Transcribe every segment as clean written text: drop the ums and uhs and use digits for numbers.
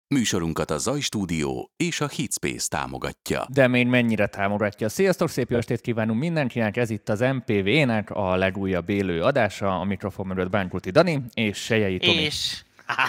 Műsorunkat a Zaj Stúdió és a Hitspace támogatja. De még mennyire támogatja. Sziasztok, szép jó estét kívánunk mindenkinek, ez itt az MPV-nek a legújabb élő adása, a mikrofon mögött Bánkuti Dani és Sejei Tomi. És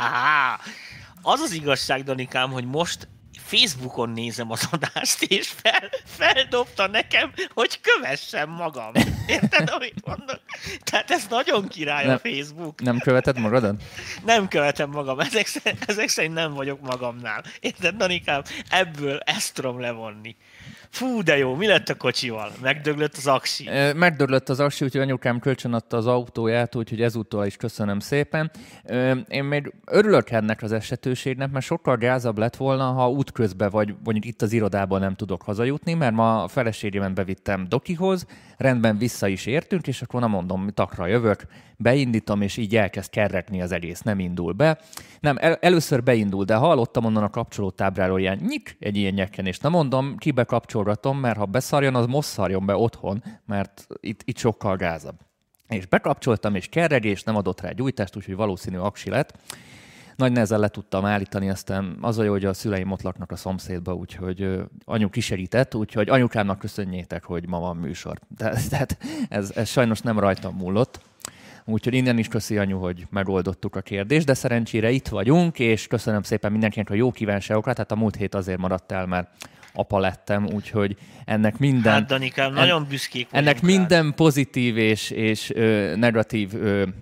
az igazság, Danikám, hogy most Facebookon nézem az adást, és feldobta nekem, hogy kövessem magam. Érted, amit mondok? Tehát ez nagyon király a Facebook. Nem követed magadat? Nem követem magam. Ezek szerint nem vagyok magamnál. Érted, Danikám? Ebből ezt tudom levonni. Fú, de jó, mi lett a kocsival? Megdöglött az aksi? Megdöglött az aksi, úgyhogy anyukám kölcsönadta az autóját, úgyhogy ezúttal is köszönöm szépen. Én még örülök ennek az esetőségnek, mert sokkal gázabb lett volna, ha útközben vagy mondjuk itt az irodában nem tudok hazajutni, mert ma a feleségemet bevittem Dokihoz, rendben vissza is értünk, és akkor nem mondom, takra jövök, beindítom, és így elkezd kerrekni az egész, nem indul be. Nem, először beindul, de hallottam onnan a kapcsolótábráról ilyen nyik, egy ilyen nyekkenést. Nem mondom, kibe kapcsolgatom, mert ha beszarjon, az most szarjon be otthon, mert itt sokkal gázabb. És bekapcsoltam, és kerregés, nem adott rá gyújtást, úgyhogy valószínű aksi lett. Nagy nehezen le tudtam állítani, aztán az a jó, hogy a szüleim ott laknak a szomszédba, úgyhogy anyu kisegített, úgyhogy anyukámnak köszönjétek, hogy ma van műsor. Tehát ez sajnos nem rajtam múlott. Úgyhogy innen is köszi, anyu, hogy megoldottuk a kérdést, de szerencsére itt vagyunk, és köszönöm szépen mindenkinek a jó kívánságokat. Hát a múlt hét azért maradt el, mert apa lettem, úgyhogy ennek minden... Hát, Danikám, nagyon büszkék vagyunk ennek minden pozitív és negatív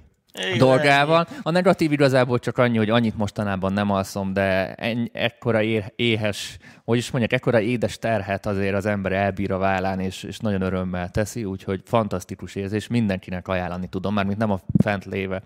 dolgával. A negatív igazából csak annyi, hogy annyit mostanában nem alszom, de ekkora éhes, hogy is mondják, ekkora édes terhet azért az ember elbír a vállán, és nagyon örömmel teszi, úgyhogy fantasztikus érzés, mindenkinek ajánlani tudom, mármint nem a fent léve,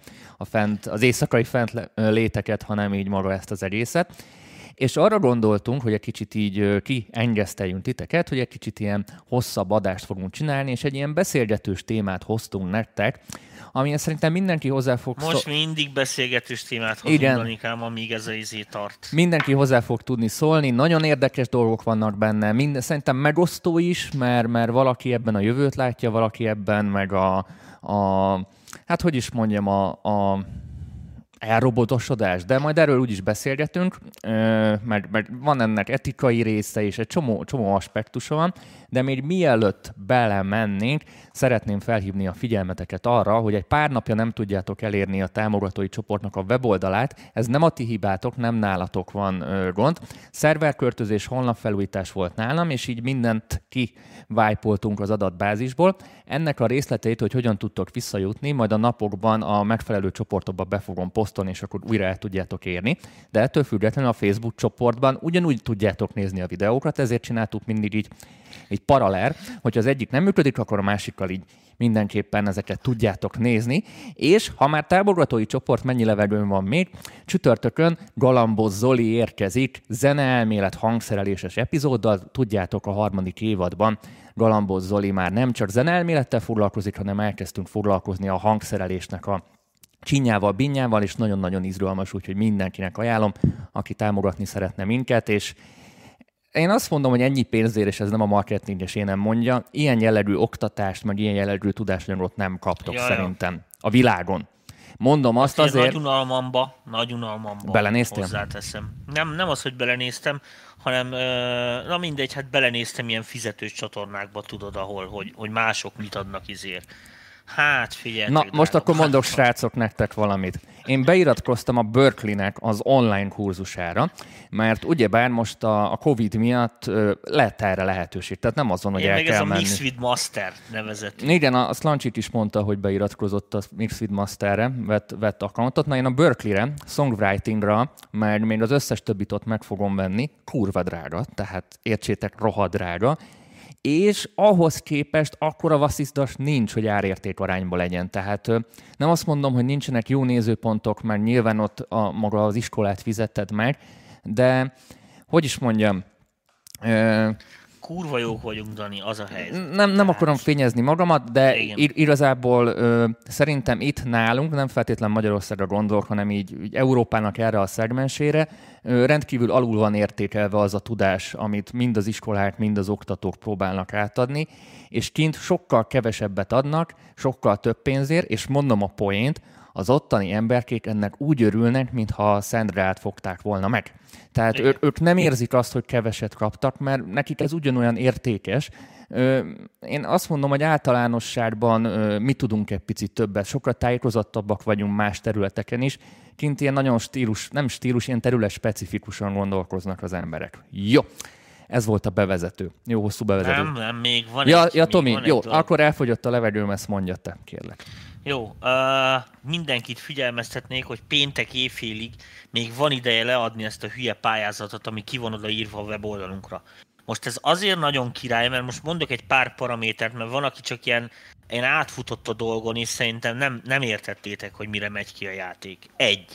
az éjszakai fent léteket, hanem így maga ezt az egészet. És arra gondoltunk, hogy egy kicsit így kiengeszteljünk titeket, hogy egy kicsit ilyen hosszabb adást fogunk csinálni, és egy ilyen beszélgetős témát hoztunk nektek, amilyen szerintem mindenki hozzá fog... Most mindig beszélgetős témát hozunk, Danikám, amíg ez az izé tart. Mindenki hozzá fog tudni szólni, nagyon érdekes dolgok vannak benne, szerintem megosztó is, mert valaki ebben a jövőt látja, valaki ebben meg hát hogy is mondjam, a elrobotosodás, de majd erről úgyis beszélgetünk, mert van ennek etikai része és egy csomó aspektusa van, de még mielőtt belemennénk, szeretném felhívni a figyelmeteket arra, hogy egy pár napja nem tudjátok elérni a támogatói csoportnak a weboldalát, ez nem a ti hibátok, nem nálatok van gond. Szerverköltözés, honlapfelújítás volt nálam, és így mindent kivájpoltunk az adatbázisból. Ennek a részleteit, hogy hogyan tudtok visszajutni, majd a napokban a megfelelő csoportokba be fogom posztolni, és akkor újra el tudjátok érni. De ettől függetlenül a Facebook csoportban ugyanúgy tudjátok nézni a videókat, ezért csináltuk mindig így paralel, hogyha az egyik nem működik, akkor a másikkal így mindenképpen ezeket tudjátok nézni. És ha már támogatói csoport, mennyi levegőn van még, csütörtökön Galambos Zoli érkezik zeneelmélet hangszereléses epizóddal, tudjátok, a 3. évadban Galambos Zoli már nem csak zeneelmélettel foglalkozik, hanem elkezdtünk foglalkozni a hangszerelésnek a csinyával, binnyával, és nagyon-nagyon izgalmas, úgyhogy mindenkinek ajánlom, aki támogatni szeretne minket, és én azt mondom, hogy ennyi pénzért, és ez nem a marketinges én nem mondja, ilyen jellegű oktatást, meg ilyen jellegű tudásanyagot nem kaptok szerintem a világon. Mondom azt azért... Nagy unalmamba belenéztél? Hozzáteszem. Nem az, hogy belenéztem, hanem, na mindegy, hát belenéztem ilyen fizetős csatornákba, tudod, ahol, hogy mások mit adnak izért. Hát figyeljetek. Na, most akkor mondok, srácok, nektek valamit. Én beiratkoztam a Berkeley-nek az online kurzusára, mert ugyebár most a Covid miatt lett erre lehetőség. Tehát nem azon, hogy el kell menni. Ez a Mix with Master nevezetű. Igen, a Slancsit is mondta, hogy beiratkozott a Mix with Masterre, vett accountot. Na én a Berkeley-re, songwritingra, mert még az összes többit ott meg fogom venni, kurva drága, tehát értsétek, rohadt drága, és ahhoz képest akkora vasszizdas nincs, hogy árérték arányba legyen. Tehát nem azt mondom, hogy nincsenek jó nézőpontok, mert nyilván ott maga az iskolát fizetted meg, de hogy is mondjam... Kurva jók vagyunk, Dani, az a helyzet. Nem akarom fényezni magamat, de igazából szerintem itt nálunk, nem feltétlenül Magyarországra gondolok, hanem így Európának erre a szegmensére, rendkívül alul van értékelve az a tudás, amit mind az iskolák, mind az oktatók próbálnak átadni, és kint sokkal kevesebbet adnak, sokkal több pénzért, és mondom a poént, az ottani emberkék ennek úgy örülnek, mintha a Szendreát fogták volna meg. Tehát ők nem érzik azt, hogy keveset kaptak, mert nekik ez ugyanolyan értékes. Én azt mondom, hogy általánosságban mi tudunk egy picit többet, sokkal tájékozottabbak vagyunk más területeken is, kint ilyen nagyon ilyen terület specifikusan gondolkoznak az emberek. Jó, ez volt a bevezető. Jó, hosszú bevezető. Nem, még van Ja, Tomi, jó, akkor elfogyott a levegőm, ezt mondja te, kérlek. Jó, mindenkit figyelmeztetnék, hogy péntek éjfélig még van ideje leadni ezt a hülye pályázatot, ami ki van odaírva a weboldalunkra. Most ez azért nagyon király, mert most mondok egy pár paramétert, mert van, aki csak ilyen átfutott a dolgon, és szerintem nem értettétek, hogy mire megy ki a játék. 1.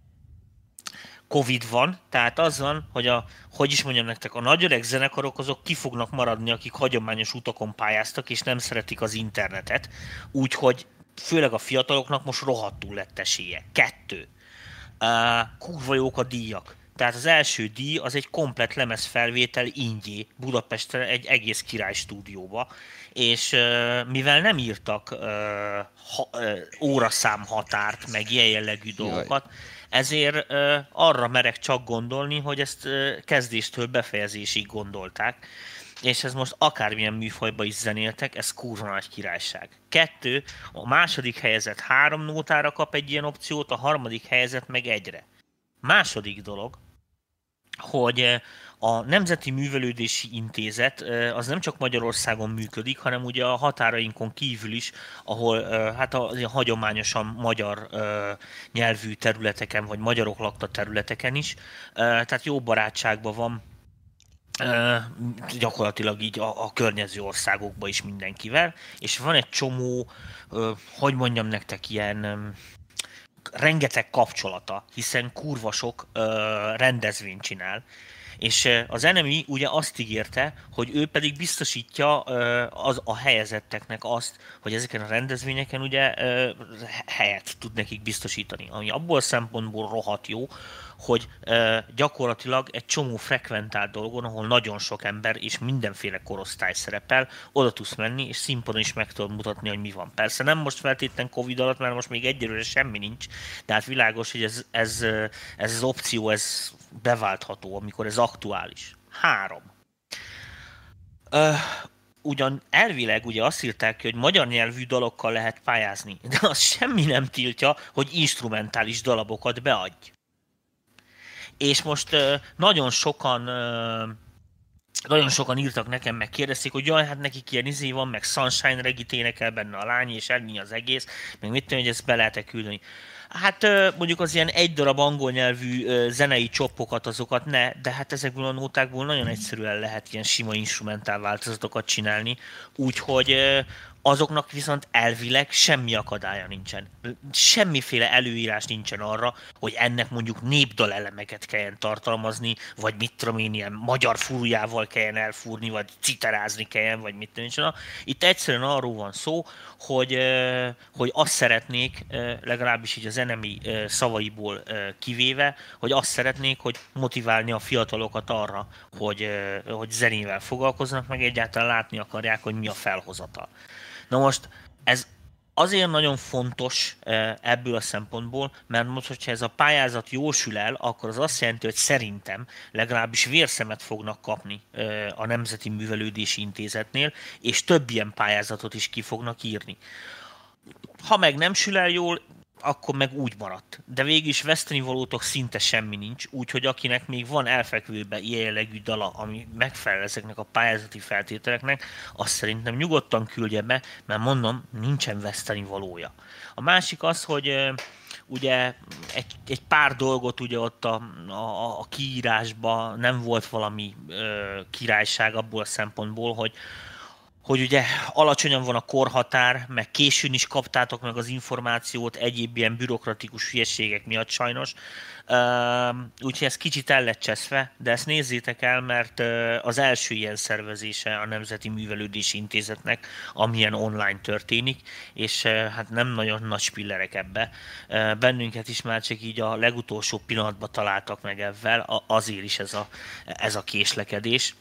Covid van, tehát az van, hogy hogy is mondjam nektek, a nagy öreg zenekarok azok ki fognak maradni, akik hagyományos utakon pályáztak, és nem szeretik az internetet, úgyhogy főleg a fiataloknak most rohadtul lett esélye. 2. Kurva jók a díjak. Tehát az első díj az egy komplett lemezfelvétel ingyé Budapesten egy egész király stúdióba, és mivel nem írtak óraszám határt, meg ilyen jellegű dolgokat, ezért arra merek csak gondolni, hogy ezt kezdéstől befejezésig gondolták, és ez most akármilyen műfajba is zenéltek, ez kurva nagy királyság. 2. A második helyezett 3 nótára kap egy ilyen opciót, a harmadik helyezett meg 1-re. Második dolog, hogy a Nemzeti Művelődési Intézet az nem csak Magyarországon működik, hanem ugye a határainkon kívül is, ahol hát a hagyományosan magyar nyelvű területeken, vagy magyarok lakta területeken is, tehát jó barátságban van gyakorlatilag így a környező országokban is mindenkivel, és van egy csomó, hogy mondjam nektek, ilyen rengeteg kapcsolata, hiszen kurva sok rendezvényt csinál. És az Enemy ugye azt ígérte, hogy ő pedig biztosítja a helyezetteknek azt, hogy ezeken a rendezvényeken ugye helyet tud nekik biztosítani. Ami abból a szempontból rohadt jó, hogy gyakorlatilag egy csomó frekventált dolgon, ahol nagyon sok ember és mindenféle korosztály szerepel, oda tudsz menni, és színpadon is meg tudod mutatni, hogy mi van. Persze nem most feltétlen Covid alatt, mert most még egyelőre semmi nincs, de hát világos, hogy ez az opció, ez beváltható, amikor ez aktuális. 3. Ugyan elvileg ugye azt írták ki, hogy magyar nyelvű dalokkal lehet pályázni, de az semmi nem tiltja, hogy instrumentális darabokat beadj. És most nagyon sokan írtak nekem, meg kérdezték, hogy jaj, hát nekik ilyen izé van, meg Sunshine Reggae-t énekel benne a lány, és ennyi az egész, meg mit tudom, hogy ezt be lehet-e küldeni. Hát mondjuk az ilyen egy darab angol nyelvű zenei csoppokat, azokat ne, de hát ezekből a nótákból nagyon egyszerűen lehet ilyen sima instrumentál változatokat csinálni, úgyhogy azoknak viszont elvileg semmi akadálya nincsen. Semmiféle előírás nincsen arra, hogy ennek mondjuk népdalelemeket kelljen tartalmazni, vagy mit tudom én, ilyen magyar fúrjával kelljen elfúrni, vagy citerázni kelljen, vagy mit tudom én. Itt egyszerűen arról van szó, hogy azt szeretnék, legalábbis így az Enemy szavaiból kivéve, hogy azt szeretnék, hogy motiválni a fiatalokat arra, hogy zenével foglalkoznak, meg egyáltalán látni akarják, hogy mi a felhozatal. Na most ez azért nagyon fontos ebből a szempontból, mert most, hogyha ez a pályázat jól sül el, akkor az azt jelenti, hogy szerintem legalábbis vérszemet fognak kapni a Nemzeti Művelődési Intézetnél, és több ilyen pályázatot is ki fognak írni. Ha meg nem sül el jól, akkor meg úgy maradt. De végül is vesztenivalótok szinte semmi nincs, úgyhogy akinek még van elfekvőben ilyen jellegű dala, ami megfelel ezeknek a pályázati feltételeknek, azt szerintem nyugodtan küldje be, mert mondom, nincsen vesztenivalója. A másik az, hogy ugye egy pár dolgot ugye ott a kiírásban nem volt valami királyság abból a szempontból, hogy ugye alacsonyan van a korhatár, meg későn is kaptátok meg az információt egyéb ilyen bürokratikus hülyeségek miatt sajnos. Úgyhogy ez kicsit el lett cseszve, de ezt nézzétek el, mert az első ilyen szervezése a Nemzeti Művelődési Intézetnek, amilyen online történik, és hát nem nagyon nagy spillerek ebbe. Bennünket is már csak így a legutolsó pillanatban találtak meg ebben, azért is ez a késlekedés.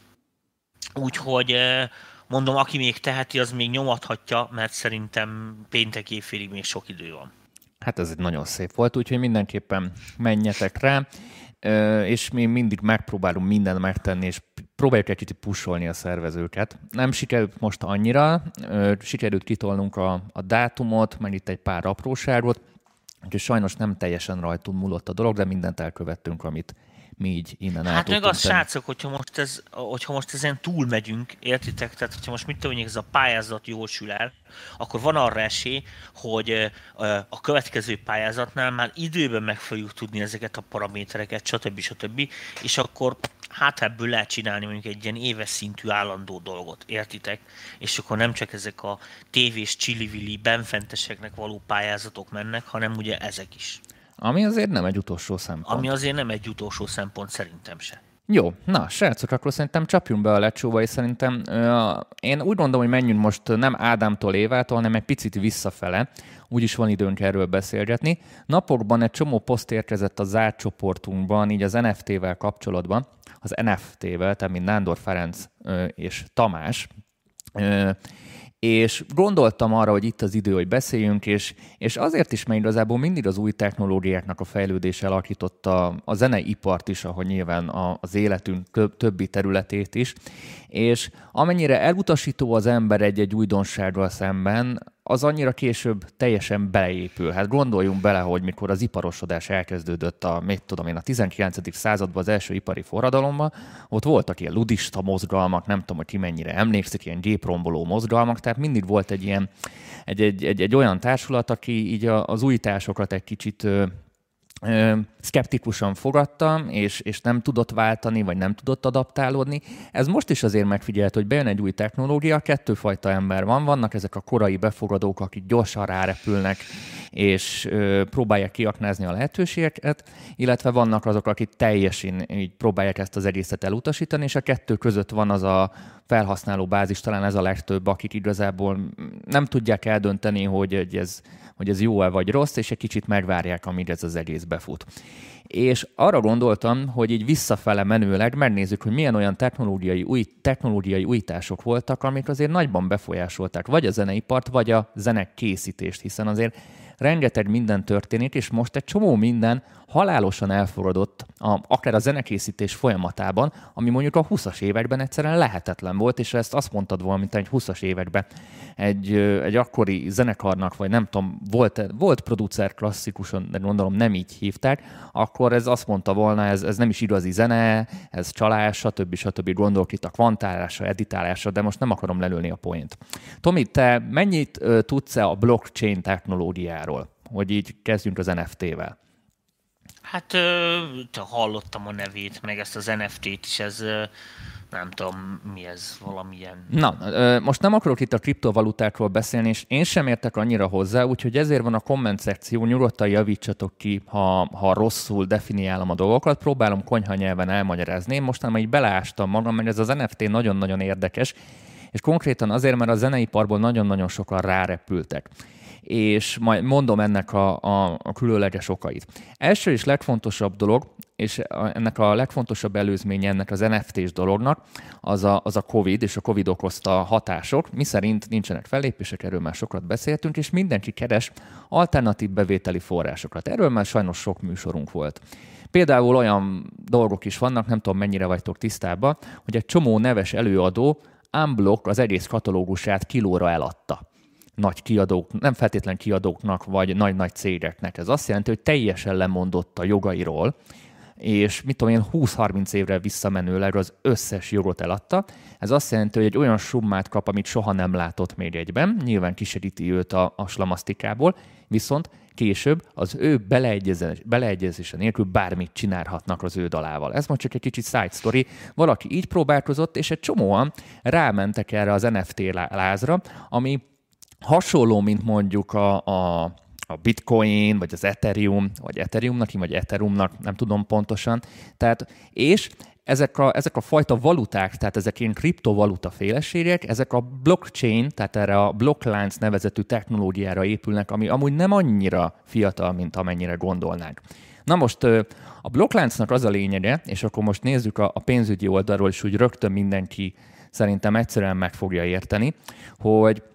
Úgyhogy mondom, aki még teheti, az még nyomadhatja, mert szerintem péntek éjfélig még sok idő van. Hát ez nagyon szép volt, úgyhogy mindenképpen menjetek rá, és mi mindig megpróbálunk mindent megtenni, és próbáljuk egy kicsit pusolni a szervezőket. Nem sikerült most annyira, sikerült kitolnunk a dátumot, meg itt egy pár apróságot, úgyhogy sajnos nem teljesen rajtunk múlott a dolog, de mindent elkövettünk, amit mi így innen Hát meg az, tenni. srácok, hogyha most ezen túl megyünk, értitek? Tehát, hogyha most mit tudom, ez a pályázat jól sül el, akkor van arra esély, hogy a következő pályázatnál már időben meg fogjuk tudni ezeket a paramétereket, stb. És akkor hát ebből lehet csinálni mondjuk egy ilyen éves szintű állandó dolgot, értitek? És akkor nem csak ezek a tévés csili-vili benfenteseknek való pályázatok mennek, hanem ugye ezek is. Ami azért nem egy utolsó szempont. Ami azért nem egy utolsó szempont, szerintem se. Jó, na, srácok, akkor szerintem csapjunk be a lecsóba, és szerintem én úgy gondolom, hogy menjünk most nem Ádámtól Évától, hanem egy picit visszafele. Úgyis van időnk erről beszélgetni. Napokban egy csomó poszt érkezett a zárt csoportunkban, így az NFT-vel kapcsolatban, az NFT-vel, tehát mint Nándor Ferenc és Tamás, és gondoltam arra, hogy itt az idő, hogy beszéljünk, és azért is, mert igazából mindig az új technológiáknak a fejlődése alakította a zeneipart is, ahogy nyilván az életünk többi területét is, és amennyire elutasító az ember egy újdonsággal szemben, az annyira később teljesen beleépül. Hát gondoljunk bele, hogy mikor az iparosodás elkezdődött a 19. században az első ipari forradalomban, ott voltak ilyen ludista mozgalmak, nem tudom, hogy ki mennyire emlékszik, ilyen gépromboló mozgalmak, tehát mindig volt egy ilyen, egy olyan társulat, aki így az újításokat egy kicsit szkeptikusan fogadtam, és nem tudott váltani, vagy nem tudott adaptálódni. Ez most is azért megfigyelt, hogy bejön egy új technológia, kettőfajta ember van, vannak ezek a korai befogadók, akik gyorsan rárepülnek, és próbálják kiaknázni a lehetőségeket, illetve vannak azok, akik teljesen így próbálják ezt az egészet elutasítani, és a kettő között van az a felhasználó bázis, talán ez a legtöbb, akik igazából nem tudják eldönteni, hogy ez jó-e vagy rossz, és egy kicsit megvárják, amíg ez az egész befut. És arra gondoltam, hogy így visszafele menőleg megnézzük, hogy milyen olyan technológiai újítások voltak, amik azért nagyban befolyásolták vagy a zeneipart, vagy a zenekészítést, hiszen azért rengeteg minden történik, és most egy csomó minden halálosan elfogadott, akár a zenekészítés folyamatában, ami mondjuk a 20-as években egyszerűen lehetetlen volt, és ezt azt mondtad volna, mint egy 20-as években egy akkori zenekarnak, vagy nem tudom, volt producer klasszikusan, de gondolom nem így hívták, akkor ez azt mondta volna, ez nem is igazi zene, ez csalás, stb. Gondolok itt a kvantálásra, editálásra, de most nem akarom lelőni a poént. Tomi, te mennyit tudsz-e a blockchain technológiáról, hogy így kezdjünk az NFT-vel? Hát hallottam a nevét, meg ezt az NFT-t is, ez nem tudom, mi ez, valamilyen... Na, most nem akarok itt a kriptovalutákról beszélni, és én sem értek annyira hozzá, úgyhogy ezért van a komment szekció, nyugodtan javítsatok ki, ha rosszul definiálom a dolgokat, próbálom konyha nyelven elmagyarázni. Én mostanában így beleástam magam, mert ez az NFT nagyon-nagyon érdekes, és konkrétan azért, mert a zeneiparból nagyon-nagyon sokan rárepültek. És majd mondom ennek a különleges okait. Első és legfontosabb dolog, és ennek a legfontosabb előzménye ennek az NFT-s dolognak, az a Covid, és a Covid okozta hatások, miszerint nincsenek fellépések, erről már sokat beszéltünk, és mindenki keres alternatív bevételi forrásokat. Erről már sajnos sok műsorunk volt. Például olyan dolgok is vannak, nem tudom mennyire vagytok tisztában, hogy egy csomó neves előadó unblock az egész katalógusát kilóra eladta. Nagy kiadók, nem feltétlen kiadóknak, vagy nagy-nagy cégeknek. Ez azt jelenti, hogy teljesen lemondott a jogairól, és mit tudom én, 20-30 évre visszamenőleg az összes jogot eladta. Ez azt jelenti, hogy egy olyan summát kap, amit soha nem látott még egyben, nyilván kisegíti őt a slamasztikából, viszont később az ő beleegyezése nélkül bármit csinálhatnak az ő dalával. Ez most csak egy kicsit side story. Valaki így próbálkozott, és egy csomóan rámentek erre az NFT lázra, ami hasonló, mint mondjuk a Bitcoin, vagy az Ethereum, vagy Ethereumnak, nem tudom pontosan. Tehát, és ezek a fajta valuták, tehát ezek ilyen kriptovaluta féleségek, ezek a blockchain, tehát erre a blokklánc nevezetű technológiára épülnek, ami amúgy nem annyira fiatal, mint amennyire gondolnánk. Na most a blokkláncnak az a lényege, és akkor most nézzük a pénzügyi oldalról, és úgy rögtön mindenki szerintem egyszerűen meg fogja érteni, hogy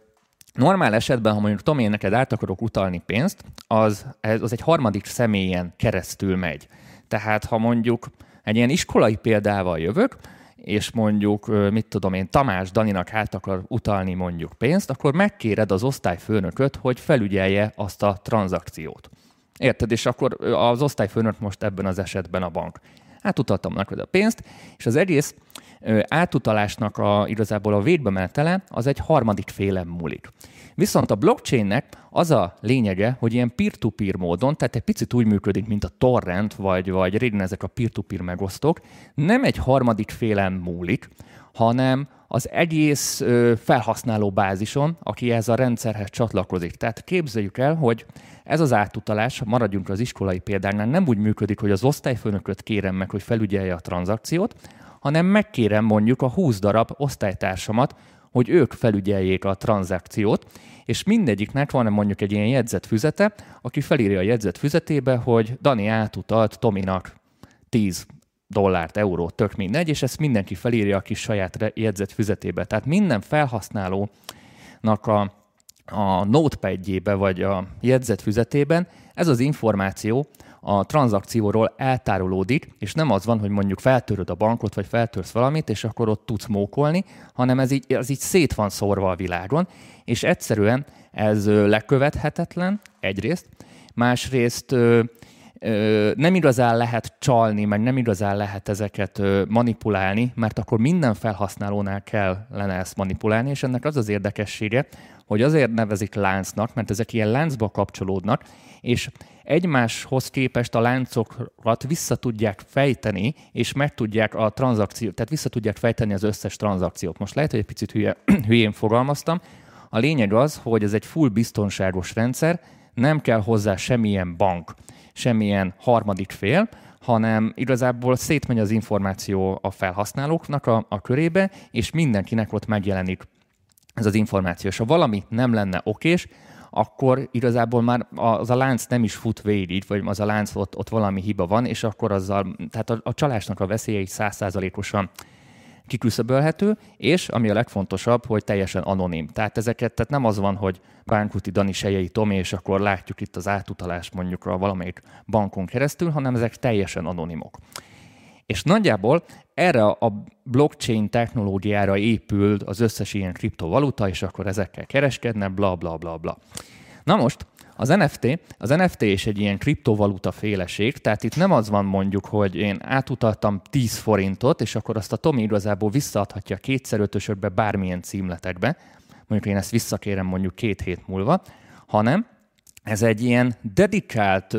Normál esetben, ha mondjuk Tomi, én neked át akarok utalni pénzt, az egy harmadik személyen keresztül megy. Tehát ha mondjuk egy ilyen iskolai példával jövök, és mondjuk, mit tudom én, Tamás Daninak át akar utalni mondjuk pénzt, akkor megkéred az osztályfőnököt, hogy felügyelje azt a tranzakciót. Érted? És akkor az osztályfőnök most ebben az esetben a bank. Átutaltam neked a pénzt, és az egész átutalásnak igazából a végbemenetele az egy harmadik félen múlik. Viszont a blockchainnek az a lényege, hogy ilyen peer-to-peer módon, tehát egy picit úgy működik, mint a torrent, vagy régen ezek a peer-to-peer megosztók, nem egy harmadik félen múlik, hanem az egész felhasználó bázison, aki ez a rendszerhez csatlakozik. Tehát képzeljük el, hogy ez az átutalás, maradjunk az iskolai példánál, nem úgy működik, hogy az osztályfőnököt kérem meg, hogy felügyelje a tranzakciót, hanem megkérem mondjuk a 20 darab osztálytársamat, hogy ők felügyeljék a tranzakciót, és mindegyiknek van mondjuk egy ilyen jegyzetfüzete, aki felírja a jegyzetfüzetébe, hogy Dani átutalt Tominak $10, eurót, tök mindegy, és ezt mindenki felírja a kis saját jegyzetfüzetébe. Tehát minden felhasználónak a notepadjébe vagy a jegyzetfüzetében ez az információ a tranzakcióról eltárolódik, és nem az van, hogy mondjuk feltöröd a bankot, vagy feltörsz valamit, és akkor ott tudsz mókolni, hanem ez így szét van szórva a világon, és egyszerűen ez lekövethetetlen egyrészt, másrészt nem igazán lehet csalni, meg nem igazán lehet ezeket manipulálni, mert akkor minden felhasználónál kellene ezt manipulálni, és ennek az az érdekessége, hogy azért nevezik láncnak, mert ezek ilyen láncba kapcsolódnak, és egymáshoz képest a láncokat vissza tudják fejteni, és meg tudják a tranzakciót, tehát vissza tudják fejteni az összes tranzakciót. Most lehet, hogy egy picit hülyén fogalmaztam. A lényeg az, hogy ez egy full biztonságos rendszer, nem kell hozzá semmilyen bank, semmilyen harmadik fél, hanem igazából szétmegy az információ a felhasználóknak a körébe, és mindenkinek ott megjelenik ez az információ. És ha valami nem lenne okés, akkor igazából már az a lánc nem is fut végig, vagy az a lánc ott valami hiba van, és akkor azzal, tehát a csalásnak a veszélye 100%-osan kiküszöbölhető, és ami a legfontosabb, hogy teljesen anonim. Tehát nem az van, hogy Bánkuti Dani, Sejei Tomi, és akkor látjuk itt az átutalást mondjuk a valamelyik bankon keresztül, hanem ezek teljesen anonimok. És nagyjából erre a blockchain technológiára épül az összes ilyen kriptovaluta, és akkor ezekkel kereskedne, bla bla bla bla. Na most, az NFT is egy ilyen kriptovaluta féleség, tehát itt nem az van mondjuk, hogy én átutaltam 10 forintot, és akkor azt a Tomi igazából visszaadhatja 2x5-ösökbe bármilyen címletekbe, mondjuk én ezt visszakérem mondjuk 2 hét múlva, hanem ez egy ilyen dedikált,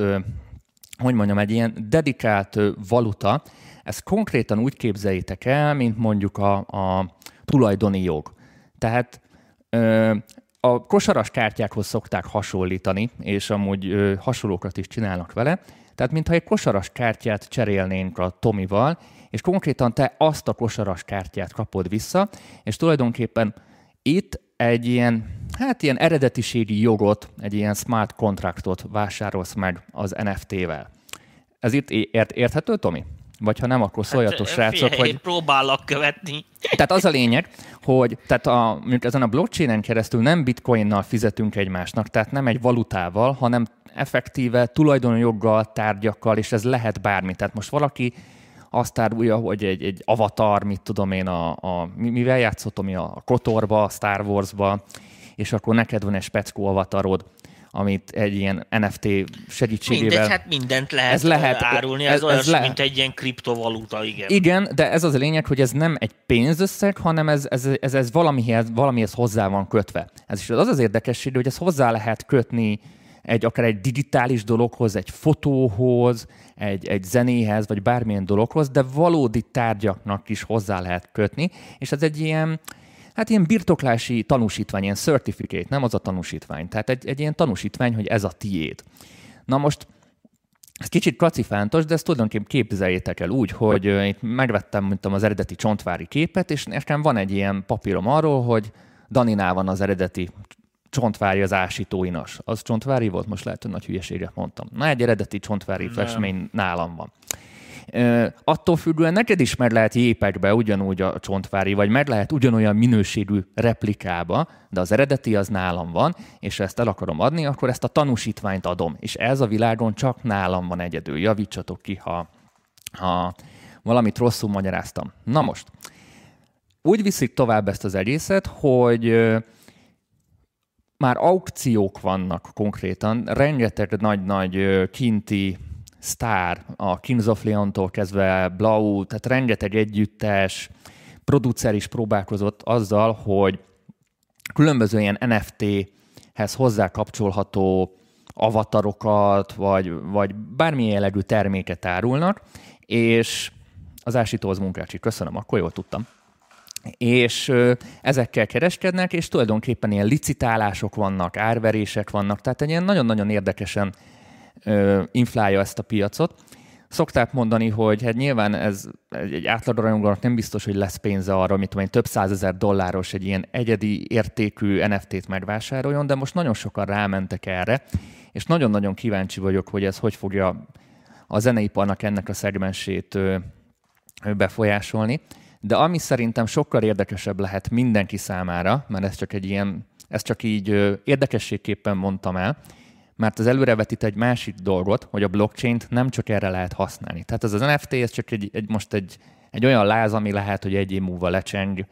egy ilyen dedikált valuta. Ezt konkrétan úgy képzeljétek el, mint mondjuk a tulajdoni jog. Tehát a kosaras kártyákhoz szokták hasonlítani, és amúgy hasonlókat is csinálnak vele. Tehát mintha egy kosaras kártyát cserélnénk a Tomival, és konkrétan te azt a kosaras kártyát kapod vissza, és tulajdonképpen itt egy ilyen eredetiségi jogot, egy ilyen smart contractot vásárolsz meg az NFT-vel. Ez itt érthető, Tomi? Vagy ha nem, akkor szóljatok, srácok, hogy... Én próbálok követni. Tehát az a lényeg, hogy mondjuk ezen a blockchainen keresztül nem bitcoinnal fizetünk egymásnak, tehát nem egy valutával, hanem effektíve tulajdonjoggal, tárgyakkal, és ez lehet bármi. Tehát most valaki azt árulja, hogy egy avatar, mit tudom én, mivel játszottam, a Kotorba, a Star Warsba, és akkor neked van egy speckó avatarod, amit egy ilyen NFT segítségével... Hát mindent lehet árulni, ez olyan, mint egy ilyen kriptovaluta, igen. Igen, de ez az a lényeg, hogy ez nem egy pénzösszeg, hanem ez valamihez hozzá van kötve. Ez is az érdekesség, hogy ez hozzá lehet kötni akár egy digitális dologhoz, egy fotóhoz, egy zenéhez, vagy bármilyen dologhoz, de valódi tárgyaknak is hozzá lehet kötni, és ez egy ilyen birtoklási tanúsítvány, ilyen certificate, nem az a tanúsítvány. Tehát egy ilyen tanúsítvány, hogy ez a tiéd. Na most, ez kicsit kacifántos, de ezt tulajdonképpen képzeljétek el úgy, hogy itt megvettem az eredeti Csontvári képet, és nekem van egy ilyen papírom arról, hogy Daninál van az eredeti Csontvári, az ásítóinas. Az Csontvári volt? Most lehet, hogy nagy hülyeséget mondtam. Na, egy eredeti Csontvári festmény nálam van. Attól függően neked is meg lehet jépekbe ugyanúgy a csontvári, vagy meg lehet ugyanolyan minőségű replikába, de az eredeti az nálam van, és ha ezt el akarom adni, akkor ezt a tanúsítványt adom. És ez a világon csak nálam van egyedül. Javítsatok ki, ha valamit rosszul magyaráztam. Na most, úgy viszik tovább ezt az egészet, hogy már aukciók vannak konkrétan, rengeteg nagy kinti sztár, a Kings of Leon-tól kezdve Blau, tehát rengeteg együttes, producer is próbálkozott azzal, hogy különböző ilyen NFT-hez hozzákapcsolható avatarokat, vagy bármilyen jellegű terméket árulnak, és az ásítóhoz munkácsi, köszönöm, akkor jól tudtam. És ezekkel kereskednek, és tulajdonképpen ilyen licitálások vannak, árverések vannak, tehát egy ilyen nagyon-nagyon érdekesen inflálja ezt a piacot. Szokták mondani, hogy hát nyilván ez egy átlag rajongónak nem biztos, hogy lesz pénze arra, amit több $100,000 egy ilyen egyedi értékű NFT-t megvásároljon, de most nagyon sokan rámentek erre, és nagyon-nagyon kíváncsi vagyok, hogy ez hogy fogja a zeneiparnak ennek a szegmensét befolyásolni. De ami szerintem sokkal érdekesebb lehet mindenki számára, mert ez csak így érdekességképpen mondtam el, mert az előrevetít egy másik dolgot, hogy a blockchain-t nem csak erre lehet használni. Tehát ez az NFT, ez csak most egy olyan láz, ami lehet, hogy egy év múlva lecseng,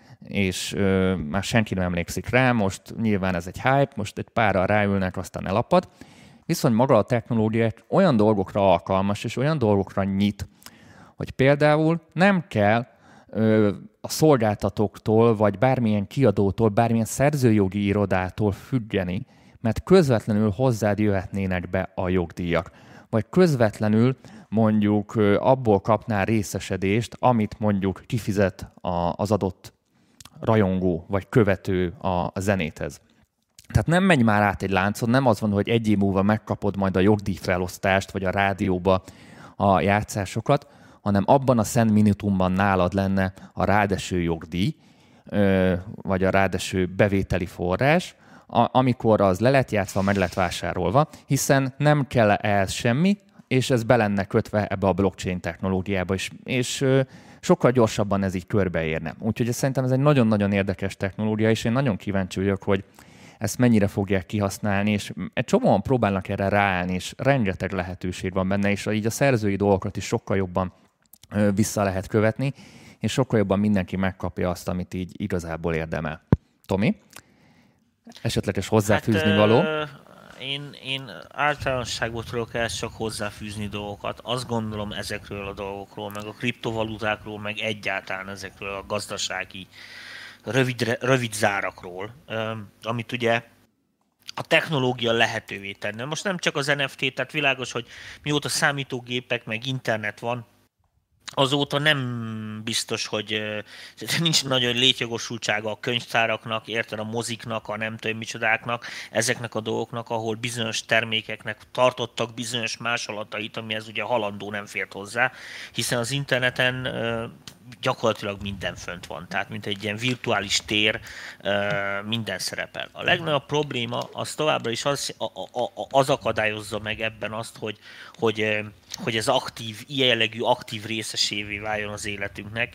és már senki nem emlékszik rá, most nyilván ez egy hype, most egy párral ráülnek, aztán elapad. Viszont maga a technológia olyan dolgokra alkalmas, és olyan dolgokra nyit, hogy például nem kell a szolgáltatóktól, vagy bármilyen kiadótól, bármilyen szerzőjogi irodától függeni, mert közvetlenül hozzád jöhetnének be a jogdíjak. Vagy közvetlenül mondjuk abból kapnál részesedést, amit mondjuk kifizet az adott rajongó, vagy követő a zenéthez. Tehát nem megy már át egy láncon, nem az van, hogy egy év múlva megkapod majd a jogdíjfelosztást, vagy a rádióba a játszásokat, hanem abban a szent minutumban nálad lenne a rádeső jogdíj, vagy a rádeső bevételi forrás, amikor az le lett játszva, meg lett vásárolva, hiszen nem kell ehhez semmi, és ez be lenne kötve ebbe a blockchain technológiába is, és sokkal gyorsabban ez így körbeérne. Úgyhogy szerintem ez egy nagyon-nagyon érdekes technológia, és én nagyon kíváncsi vagyok, hogy ezt mennyire fogják kihasználni, és egy csomóan próbálnak erre ráállni, és rengeteg lehetőség van benne, és így a szerzői dolgokat is sokkal jobban vissza lehet követni, és sokkal jobban mindenki megkapja azt, amit így igazából érdemel. Tomi? Esetleges hozzáfűzni való? Én általánosságban tudok ehhez csak hozzáfűzni dolgokat. Azt gondolom ezekről a dolgokról, meg a kriptovalutákról, meg egyáltalán ezekről a gazdasági rövid zárakról, amit ugye a technológia lehetővé tenne. Most nem csak az NFT, tehát világos, hogy mióta számítógépek, meg internet van, azóta nem biztos, hogy nincs nagyon létjogosultsága a könyvtáraknak, érted, a moziknak, a nem tudom micsodáknak, ezeknek a dolgoknak, ahol bizonyos termékeknek tartottak bizonyos másolatait, amihez ugye halandó nem fért hozzá, hiszen az interneten gyakorlatilag minden fönt van, tehát mint egy ilyen virtuális tér, minden szerepel. A legnagyobb probléma az továbbra is az akadályozza meg ebben azt, hogy ez aktív, ilyen jellegű aktív részesévé váljon az életünknek,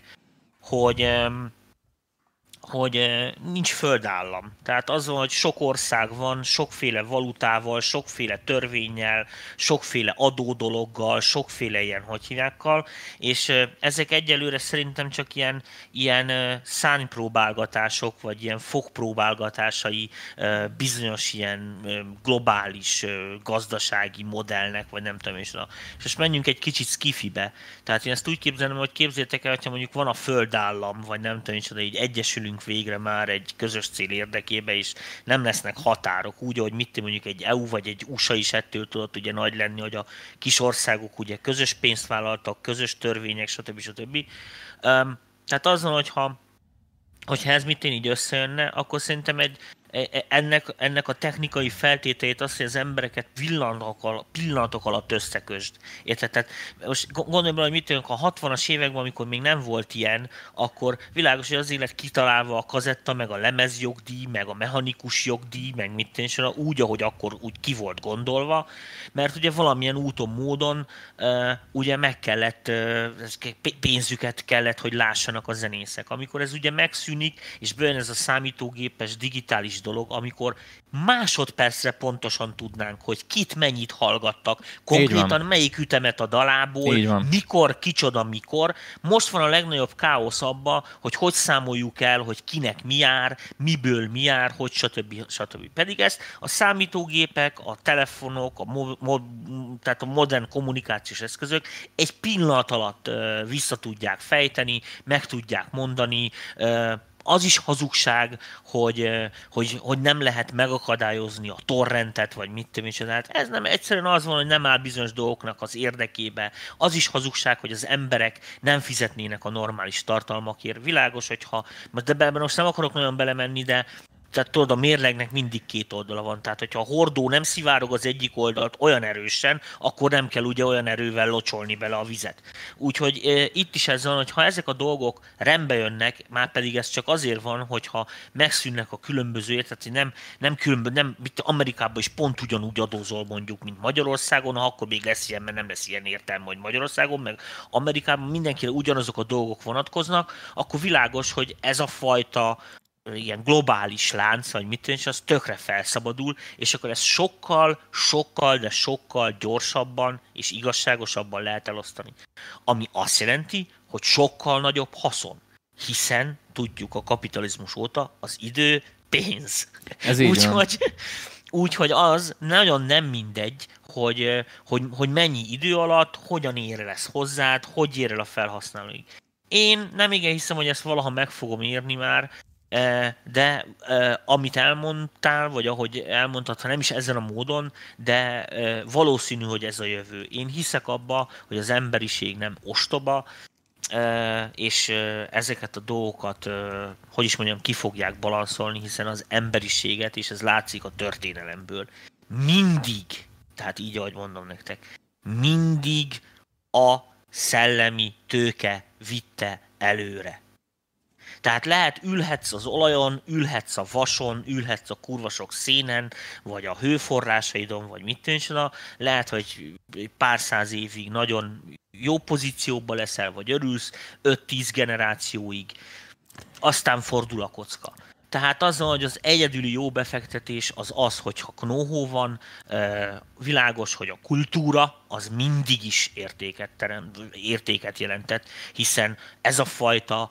hogy nincs földállam. Tehát az van, hogy sok ország van, sokféle valutával, sokféle törvénnyel, sokféle adódologgal, sokféle ilyen hogyhívákkal, és ezek egyelőre szerintem csak ilyen szárnypróbálgatások, vagy ilyen fogpróbálgatásai bizonyos ilyen globális gazdasági modellnek, vagy nem tudom is. És most menjünk egy kicsit skifibe. Tehát én ezt úgy képzelem, hogy képzeljétek el, hogyha mondjuk van a földállam, vagy nem tudom is, de így egyesülünk végre már egy közös cél érdekében, és nem lesznek határok, úgy, hogy mit mondjuk egy EU vagy egy USA is ettől tudott ugye nagy lenni, hogy a kis országok ugye közös pénzt vállaltak, közös törvények, stb. Tehát azon, hogyha ez így összejönne, akkor szerintem ennek a technikai feltételét az, hogy az embereket pillanatok alatt összekösd. Érted? Tehát most gondolj bele, hogy mit tudunk, a 60-as években, amikor még nem volt ilyen, akkor világos, hogy azért lett kitalálva a kazetta, meg a lemezjogdíj, meg a mechanikus jogdíj, meg mit tűnjön, úgy, ahogy akkor úgy ki volt gondolva, mert ugye valamilyen úton, módon ugye meg kellett, pénzüket kellett, hogy lássanak a zenészek. Amikor ez ugye megszűnik, és bejön ez a számítógépes, digitális dolog, amikor másodpercre pontosan tudnánk, hogy kit mennyit hallgattak, konkrétan melyik ütemet a dalából, mikor, kicsoda, mikor. Most van a legnagyobb káosz abba, hogy számoljuk el, hogy kinek mi jár, miből mi jár, hogy stb. Pedig ezt a számítógépek, a telefonok, tehát a modern kommunikációs eszközök egy pillanat alatt vissza tudják fejteni, meg tudják mondani. Az is hazugság, hogy nem lehet megakadályozni a torrentet, vagy mit tudom is. Tehát ez nem egyszerűen az van, hogy nem áll bizonyos dolgoknak az érdekébe. Az is hazugság, hogy az emberek nem fizetnének a normális tartalmakért. Világos, hogyha, de ebben most nem akarok nagyon belemenni, de tehát tudod, a mérlegnek mindig két oldala van. Tehát, hogyha a hordó nem szivárog az egyik oldalt olyan erősen, akkor nem kell ugye olyan erővel locsolni bele a vizet. Úgyhogy itt is ez van, hogy ha ezek a dolgok rendbe jönnek, már pedig ez csak azért van, hogyha megszűnnek a különböző értek, nem Amerikában is pont ugyanúgy adózol mondjuk, mint Magyarországon, ha akkor még lesz ilyen, mert nem lesz ilyen értelme, hogy Magyarországon, meg Amerikában mindenkire ugyanazok a dolgok vonatkoznak, akkor világos, hogy ez a fajta ilyen globális lánc, vagy mit tűnik, az tökre felszabadul, és akkor ezt sokkal gyorsabban és igazságosabban lehet elosztani. Ami azt jelenti, hogy sokkal nagyobb haszon, hiszen tudjuk a kapitalizmus óta, az idő pénz. Ez így Úgyhogy az nagyon nem mindegy, hogy mennyi idő alatt, hogyan ér lesz hozzád, hogy ér el a felhasználóig. Én nem igen hiszem, hogy ezt valaha meg fogom érni már, de amit elmondtál, vagy ahogy elmondtad, ha nem is ezen a módon, de valószínű, hogy ez a jövő. Én hiszek abba, hogy az emberiség nem ostoba, és ezeket a dolgokat, hogy is mondjam, ki fogják balanszolni, hiszen az emberiséget, és ez látszik a történelemből, mindig, tehát így, ahogy mondom nektek, mindig a szellemi tőke vitte előre. Tehát ülhetsz az olajon, ülhetsz a vason, ülhetsz a kurva sok szénen, vagy a hőforrásaidon, vagy mit tűncsoda. Lehet, hogy pár száz évig nagyon jó pozícióban leszel, vagy örülsz, 5-10 generációig. Aztán fordul a kocka. Tehát az, hogy az egyedüli jó befektetés az, hogyha know-how van, világos, hogy a kultúra az mindig is értéket jelentett, hiszen ez a fajta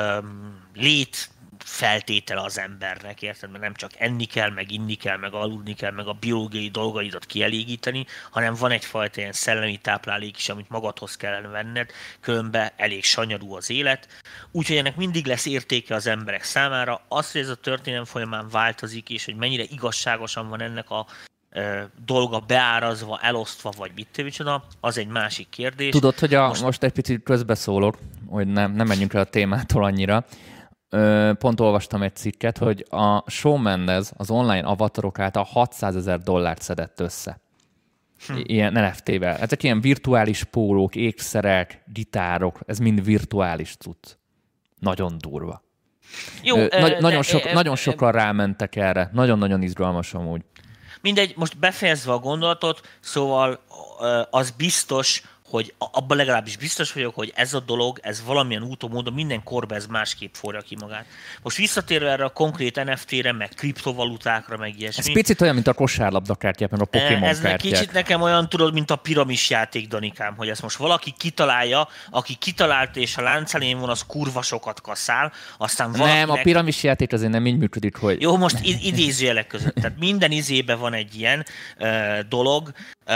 lét feltétele az embernek, érted? Mert nem csak enni kell, meg inni kell, meg aludni kell, meg a biológiai dolgaidat kielégíteni, hanem van egyfajta ilyen szellemi táplálék is, amit magadhoz kell venned, különben elég sanyarú az élet. Úgyhogy ennek mindig lesz értéke az emberek számára. Az, hogy ez a történelem folyamán változik, és hogy mennyire igazságosan van ennek a dolga beárazva, elosztva, vagy mit tűncsoda, az egy másik kérdés. Tudod, hogy most egy picit közbeszólok, hogy nem menjünk el a témától annyira. Pont olvastam egy cikket, hogy a Shawn Mendes az online avatarok által $600,000 szedett össze. Ilyen NFT-vel. Ezek ilyen virtuális pólók, ékszerek, gitárok, ez mind virtuális cucc. Nagyon durva. Jó, nagyon sokan rámentek erre. Nagyon-nagyon izgalmas amúgy. Mindegy, most befejezve a gondolatot, szóval az biztos, hogy abban legalábbis biztos vagyok, hogy ez a dolog, ez valamilyen úton, módon minden korban ez másképp forja ki magát. Most visszatérve erre a konkrét NFT-re, meg kriptovalutákra, meg ilyesmi. Ez picit olyan, mint a kosárlabdakártyák, meg a Pokémon kártyák. Ez kicsit nekem olyan, tudod, mint a piramis játék, Danikám, hogy ezt most valaki kitalálja, aki kitalálta, és a lánc elén van, az kurva sokat kaszál, aztán valakinek... Nem, a piramis játék azért nem így működik, hogy... Jó, most idézőjelek között. Tehát minden izébe van egy ilyen dolog.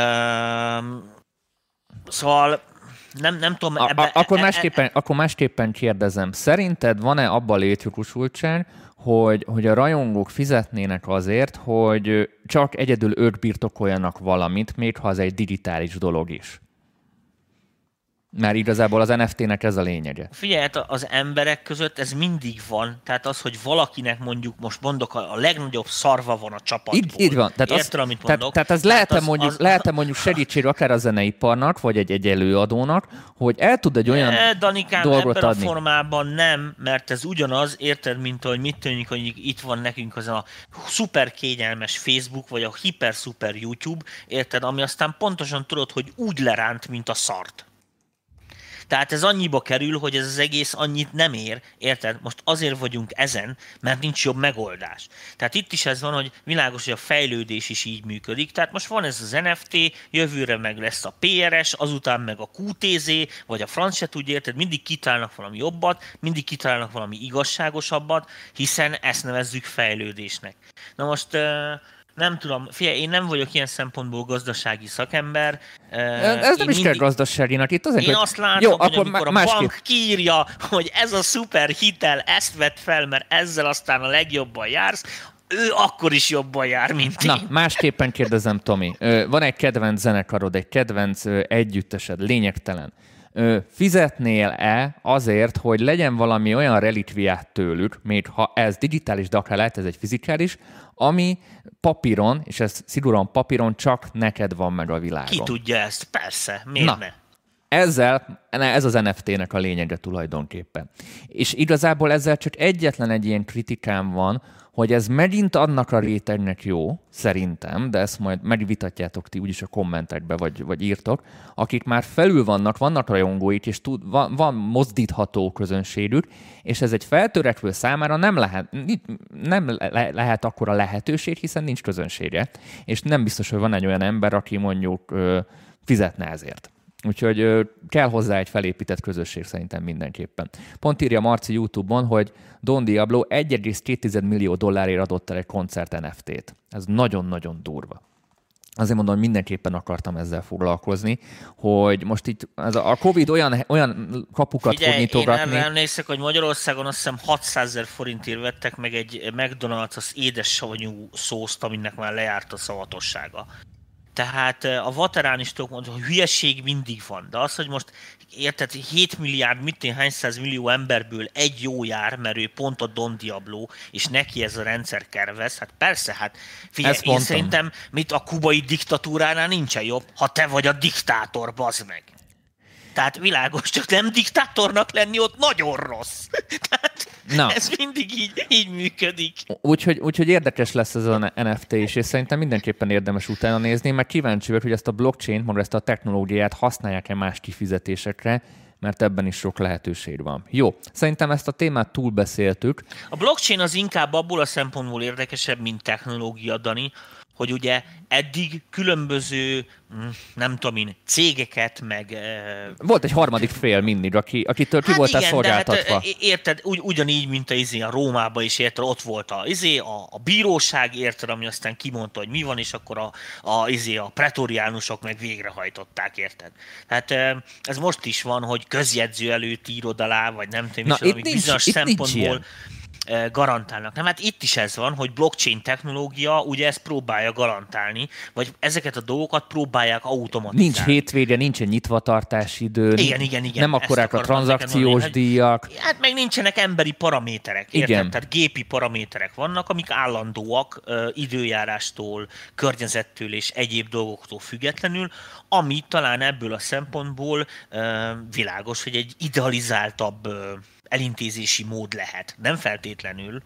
Szóval nem tudom... Akkor másképpen kérdezem. Szerinted van-e abban létjogosultság, hogy a rajongók fizetnének azért, hogy csak egyedül ők birtokoljanak valamit, még ha az egy digitális dolog is? Mert igazából az NFT-nek ez a lényege. Figyelj, hát az emberek között ez mindig van. Tehát az, hogy valakinek mondjuk, most mondok, a legnagyobb szarva van a csapatból. Így van. Tehát érted, amit mondok? Tehát ez lehet mondjuk segítség akár a zeneiparnak, vagy egy előadónak, hogy el tud egy olyan Danikám, dolgot ebben adni. a formában nem, mert ez ugyanaz, érted, mint ahogy mit tűnik, hogy itt van nekünk az a szuper kényelmes Facebook, vagy a hiper-szuper YouTube, érted, ami aztán pontosan tudod, hogy úgy leránt, mint a szart. Tehát ez annyiba kerül, hogy ez az egész annyit nem ér, érted? Most azért vagyunk ezen, mert nincs jobb megoldás. Tehát itt is ez van, hogy világos, hogy a fejlődés is így működik. Tehát most van ez az NFT, jövőre meg lesz a PRS, azután meg a QTZ, vagy a franc se tudja, érted? Mindig kitalálnak valami jobbat, mindig kitalálnak valami igazságosabbat, hiszen ezt nevezzük fejlődésnek. Na most... nem tudom, figyelj, én nem vagyok ilyen szempontból gazdasági szakember. Ez nem is kell gazdaságinak. Itt azért, én hogy... azt látom, hogy amikor a másképp. bank kiírja, hogy ez a szuper hitel, ezt vett fel, mert ezzel aztán a legjobban jársz, ő akkor is jobban jár, mint én. Na, másképpen kérdezem, Tomi. Van egy kedvenc zenekarod, egy kedvenc együttesed, lényegtelen. Fizetnél-e azért, hogy legyen valami olyan relikviát tőlük, még ha ez digitális, de akár lehet ez egy fizikális, ami papíron, és ez szigorúan papíron csak neked van meg a világon. Ki tudja ezt? Persze, miért ne? Ez az NFT-nek a lényege tulajdonképpen. És igazából ezzel csak egyetlen egy ilyen kritikám van, hogy ez megint annak a rétegnek jó, szerintem, de ezt majd megvitatjátok ti úgyis a kommentekbe, vagy írtok, akik már felül vannak rajongóik, és van mozdítható közönségük, és ez egy feltörekvő számára nem lehet akkora lehetőség, hiszen nincs közönsége. És nem biztos, hogy van egy olyan ember, aki mondjuk fizetne ezért. Úgyhogy kell hozzá egy felépített közösség szerintem mindenképpen. Pont írja Marci YouTube-on, hogy Don Diablo 1,2 millió dollárért adott el egy koncert NFT-t. Ez nagyon-nagyon durva. Azért mondom, hogy mindenképpen akartam ezzel foglalkozni, hogy most itt a Covid olyan kapukat fog nyitogatni. Én erre emlékszek, hogy Magyarországon azt hiszem 600 000 forintért vettek meg egy McDonald's az édes savanyú szószt, aminek már lejárt a szavatossága. Tehát a veteránistok mondta, hogy hülyeség mindig van, de az, hogy most érted, 7 milliárd, hány 100 millió emberből egy jó jár, mert ő pont a Don Diablo, és neki ez a rendszer kervez, hát persze, hát figyelj, én szerintem, mit a kubai diktatúránál nincsen jobb, ha te vagy a diktátor, bazd meg. Tehát világos, csak nem diktátornak lenni ott nagyon rossz. Tehát ez mindig így működik. Úgyhogy érdekes lesz ez a NFT is, és szerintem mindenképpen érdemes utána nézni, mert kíváncsi vagyok, hogy ezt a blockchain, maga ezt a technológiát használják-e más kifizetésekre, mert ebben is sok lehetőség van. Jó, szerintem ezt a témát túlbeszéltük. A blockchain az inkább abból a szempontból érdekesebb, mint technológia, Dani, hogy ugye eddig különböző, nem tudom én, cégeket, meg... Volt egy harmadik fél mindig, akitől ki voltál szolgáltatva. Hát érted, ugyanígy, mint a Rómában is, érted, ott volt a bíróság, érted, ami aztán kimondta, hogy mi van, és akkor a pretoriánusok meg végrehajtották, érted. Hát ez most is van, hogy közjegyző előtt írod alá, vagy nem tudom, amik bizonyos szempontból garantálnak. Nem, hát itt is ez van, hogy blockchain technológia ugye ezt próbálja garantálni, vagy ezeket a dolgokat próbálják automatizálni. Nincs hétvége, nincsen nyitvatartási idő, igen. nem akkorák a tranzakciós díjak. Hát meg nincsenek emberi paraméterek, érted? Tehát gépi paraméterek vannak, amik állandóak időjárástól, környezettől és egyéb dolgoktól függetlenül, ami talán ebből a szempontból világos, hogy egy idealizáltabb elintézési mód lehet. Nem feltétlenül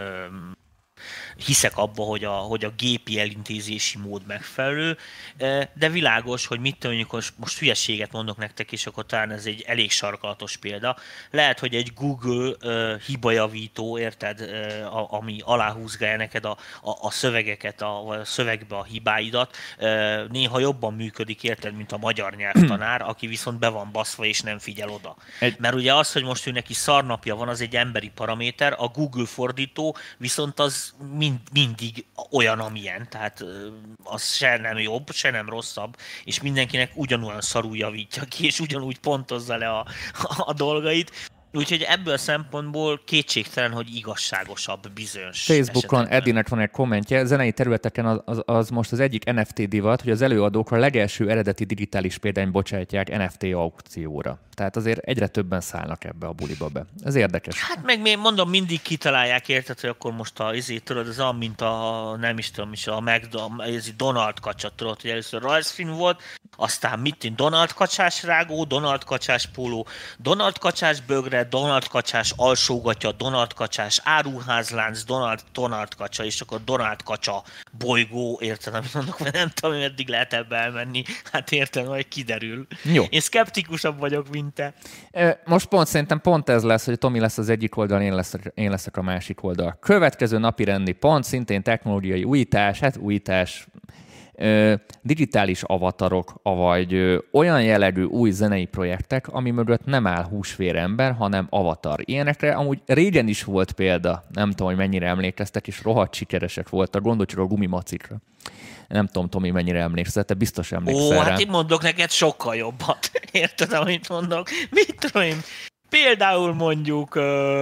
hiszek abba, hogy a gépi elintézési mód megfelelő, de világos, hogy mit tudjuk, most hülyeséget mondok nektek, és akkor talán ez egy elég sarkalatos példa. Lehet, hogy egy Google hibajavító, érted, ami aláhúzgálja neked a szövegeket, a szövegbe a hibáidat, néha jobban működik, érted, mint a magyar nyelvtanár, aki viszont be van baszva és nem figyel oda. Mert ugye az, hogy most ő neki szarnapja van, az egy emberi paraméter, a Google fordító viszont az mindig olyan, amilyen, tehát az se nem jobb, se nem rosszabb, és mindenkinek ugyanolyan szarul javítja ki, és ugyanúgy pontozza le a dolgait. Úgyhogy ebből a szempontból kétségtelen, hogy igazságosabb bizonyos Facebookon esetekben. Eddinek van egy kommentje, zenei területeken az most az egyik NFT divat, hogy az előadók a legelső eredeti digitális példányt bocsátják NFT aukcióra. Tehát azért egyre többen szállnak ebbe a buliba be. Ez érdekes. Hát meg még mondom, mindig kitalálják, érted, hogy akkor most tudod, ez olyan, mint nem is tudom, ez Donald kacsa, tudod, hogy először rajzfilm volt, aztán Donald kacsás rágó, Donald kacsás póló, Donald kacsás bögre, Donald kacsás alsógatya, Donald kacsás áruházlánc, Donald kacsa, és akkor Donald kacsa bolygó, érted, amit mondok, mert nem tudom, meddig lehet ebbe elmenni, hát érted, majd kiderül. Jó. Én szkeptikusabb vagyok, mint te. Most szerintem pont ez lesz, hogy Tomi lesz az egyik oldal, én leszek a másik oldal. Következő napi rendi pont, szintén technológiai újítás, digitális avatarok, vagy olyan jellegű új zenei projektek, ami mögött nem áll húsvérember, hanem avatar. Ilyenekre amúgy régen is volt példa, nem tudom, hogy mennyire emlékeztek, és rohadt sikeresek voltak, gondolj csak a gumimacikra. Nem tudom, Tomi, mennyire emlékszel, te biztos emlékszel rá. Hát én mondok neked sokkal jobbat. Érted, amit mondok? Mit tudom én? Például mondjuk,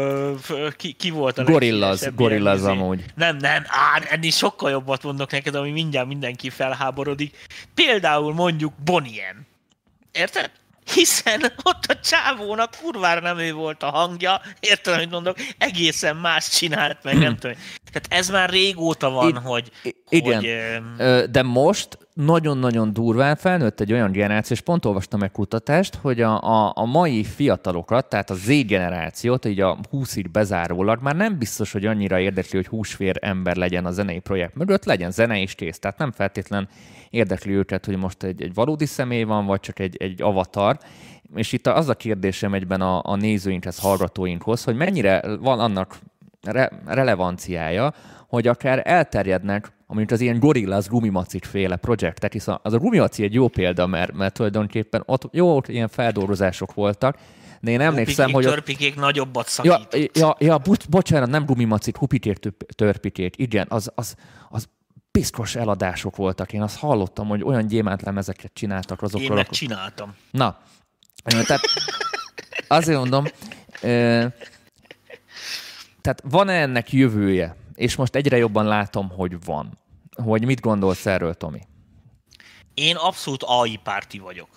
ki volt a Gorillaz amúgy. Nem, ennél sokkal jobbat mondok neked, ami mindjárt mindenki felháborodik. Például mondjuk Bonnie M. Érted? Hiszen ott a csávónak kurvára nem ő volt a hangja, érted, amit mondok, egészen más csinált meg, nem tudom. Tehát ez már régóta van, hogy... Igen, de most nagyon-nagyon durván felnőtt egy olyan generáció, és pont olvastam egy kutatást, hogy a mai fiatalokat, tehát a Z-generációt, így a 20-ig bezárólag már nem biztos, hogy annyira érdekli, hogy húsvér ember legyen a zenei projekt mögött, legyen zene és kész. Tehát nem feltétlen érdekli őket, hogy most egy valódi személy van, vagy csak egy avatar. És itt az a kérdésem egyben a nézőinkhez, hallgatóinkhoz, hogy mennyire van annak relevanciája, hogy akár elterjednek, amint az ilyen Gorillaz gumimacik féle projektek, hiszen az a gumimaci egy jó példa, mert tulajdonképpen ott jó ilyen feldolgozások voltak, de én emlékszem, hogy... Törpikék nagyobbat szakított. Bocsánat, nem gumimacik, hupiték törpikék, igen, az piszkos eladások voltak. Én azt hallottam, hogy olyan gyémántlemezeket csináltak azokkal. Én megcsináltam. Na, tehát azért mondom, tehát van-e ennek jövője? És most egyre jobban látom, hogy van. Hogy mit gondolsz erről, Tomi? Én abszolút AI párti vagyok.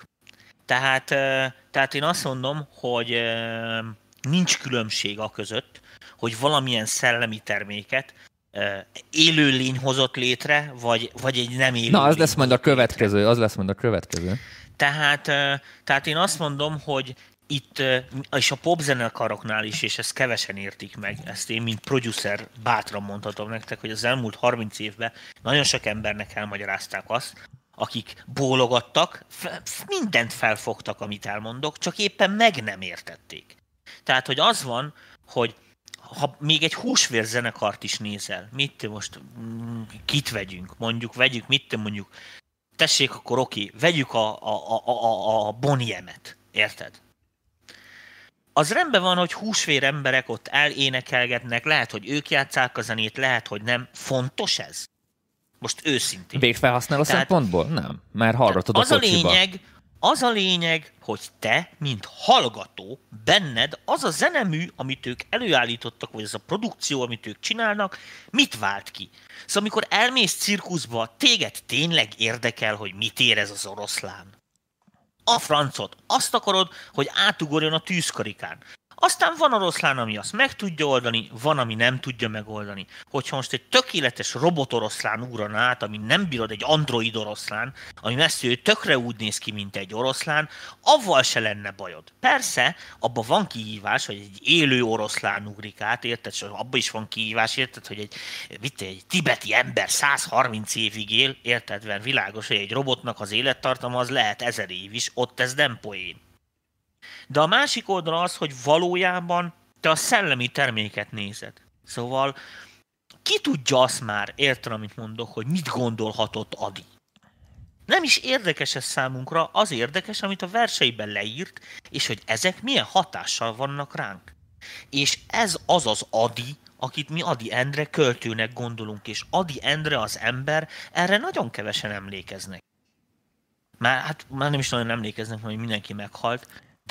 Tehát én azt mondom, hogy nincs különbség a között, hogy valamilyen szellemi terméket élőlény hozott létre, vagy egy nem élőlény. Na, az lesz majd a következő. Tehát én azt mondom, hogy itt, és a popzenekaroknál is, és ezt kevesen értik meg, ezt én, mint producer bátran mondhatom nektek, hogy az elmúlt 30 évben nagyon sok embernek elmagyarázták azt, akik bólogattak, mindent felfogtak, amit elmondok, csak éppen meg nem értették. Tehát, hogy az van, hogy ha még egy húsvérzenekart is nézel, kit vegyünk, mondjuk, tessék, akkor oké, vegyük a Bonnie M-et, érted? Az rendben van, hogy húsvér emberek ott elénekelgetnek, lehet, hogy ők játsszák a zenét, lehet, hogy nem. Fontos ez? Most őszintén. Végfelhasználó szempontból? Nem, mert hallgatod a kocsiba. Az a lényeg, hogy te, mint hallgató, benned az a zenemű, amit ők előállítottak, vagy az a produkció, amit ők csinálnak, mit vált ki? Szóval amikor elmész cirkuszba, téged tényleg érdekel, hogy mit érez az oroszlán? A francot. Azt akarod, hogy átugorjon a tűzkarikán. Aztán van oroszlán, ami azt meg tudja oldani, van, ami nem tudja megoldani. Hogyha most egy tökéletes robotoroszlán ugran át, ami nem bírod, egy android oroszlán, ami messziről tökre úgy néz ki, mint egy oroszlán, avval se lenne bajod. Persze, abban van kihívás, hogy egy élő oroszlán ugrik át, érted? És abban is van kihívás, érted, hogy egy tibeti ember 130 évig él, érted? Mert világos, hogy egy robotnak az élettartama az lehet 1000 év is, ott ez nem poén. De a másik oldal az, hogy valójában te a szellemi terméket nézed. Szóval ki tudja azt már, érted, amit mondok, hogy mit gondolhatott Adi. Nem is érdekes ez számunkra, az érdekes, amit a verseiben leírt, és hogy ezek milyen hatással vannak ránk. És ez az az Adi, akit mi Ady Endre költőnek gondolunk, és Ady Endre az ember, erre nagyon kevesen emlékeznek. Már nem is nagyon emlékeznek, hogy mindenki meghalt, de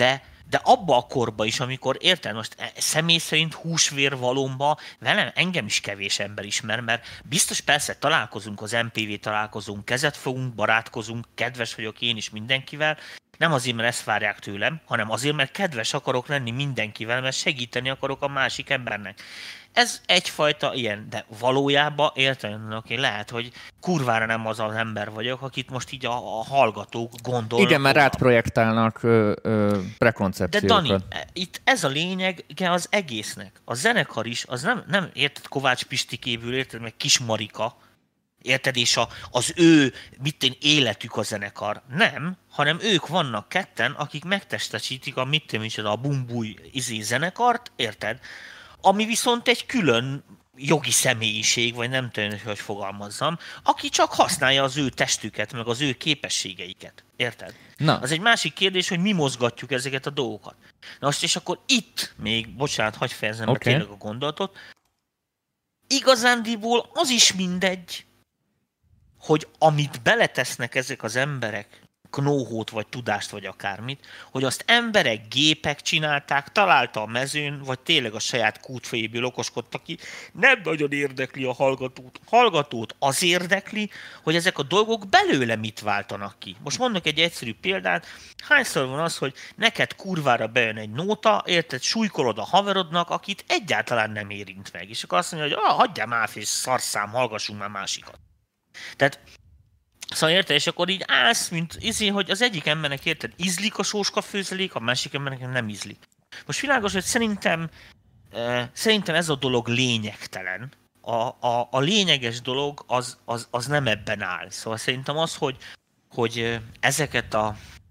De abba a korba is, amikor érted, most személy szerint húsvérvalomba velem engem is kevés ember ismer, mert biztos persze találkozunk az MPV találkozunk, kezet fogunk, barátkozunk, kedves vagyok én is mindenkivel, nem azért, mert ezt várják tőlem, hanem azért, mert kedves akarok lenni mindenkivel, mert segíteni akarok a másik embernek. Ez egyfajta ilyen, de valójában értelemben lehet, hogy kurvára nem az az ember vagyok, akit most így a hallgatók gondolnak. Igen, mert átprojektálnak prekoncepciókat. De Dani, itt ez a lényeg az egésznek. A zenekar is, az nem érted, Kovács Pistikéből, érted, meg Kis Marika, érted, és az ő, életük a zenekar. Nem, hanem ők vannak ketten, akik megtestesítik a bumbúj zenekart, érted? Ami viszont egy külön jogi személyiség, vagy nem tudom, hogy fogalmazzam, aki csak használja az ő testüket, meg az ő képességeiket. Érted? Na. Az egy másik kérdés, hogy mi mozgatjuk ezeket a dolgokat. Na most, és akkor itt még, bocsánat, hagyj fejezzem be tényleg a gondolatot, igazándiból az is mindegy, hogy amit beletesznek ezek az emberek, knóhót, vagy tudást, vagy akármit, hogy azt emberek, gépek csinálták, találta a mezőn, vagy tényleg a saját kútfejéből okoskodtak ki, nem nagyon érdekli a hallgatót. Hallgatót az érdekli, hogy ezek a dolgok belőle mit váltanak ki. Most mondok egy egyszerű példát, hányszor van az, hogy neked kurvára bejön egy nóta, érted, súlykolod a haverodnak, akit egyáltalán nem érint meg, és akkor azt mondja, hogy hagyjál már, és szarszám, hallgassunk már másikat. Tehát szóval érted, és akkor így állsz, mint hogy az egyik embernek érted, ízlik a sóska főzelék, a másik embernek nem ízlik. Most világos, hogy szerintem ez a dolog lényegtelen. A lényeges dolog az nem ebben áll. Szóval szerintem az, hogy ezeket a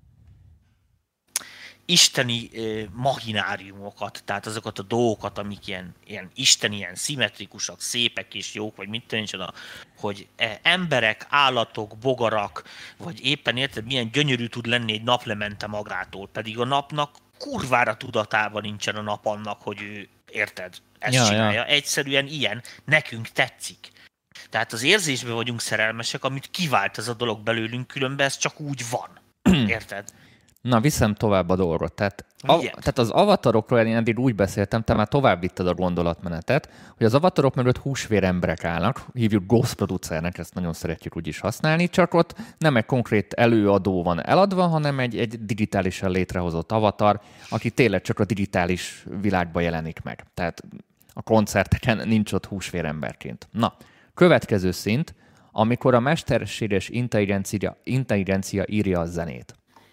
isteni machináriumokat, tehát azokat a dolgokat, amik ilyen isteni, ilyen szimmetrikusak, szépek és jók, vagy mit tudom, hogy emberek, állatok, bogarak, vagy éppen érted, milyen gyönyörű tud lenni egy naplemente magától, pedig a napnak kurvára tudatában nincsen a nap annak, hogy ő, érted, ezt csinálja. Egyszerűen ilyen, nekünk tetszik. Tehát az érzésben vagyunk szerelmesek, amit kivált ez a dolog belőlünk, különben ez csak úgy van. Érted? Na, viszem tovább a dolgot. Tehát az avatarokról én eddig úgy beszéltem, te már tovább vitted a gondolatmenetet, hogy az avatarok mögött húsvér emberek állnak, hívjuk ghost producernek, ezt nagyon szeretjük úgy is használni, csak ott nem egy konkrét előadó van eladva, hanem egy digitálisan létrehozott avatar, aki tényleg csak a digitális világban jelenik meg. Tehát a koncerteken nincs ott húsvér emberként. Na, következő szint, amikor a mesterséges intelligencia írja a zenét.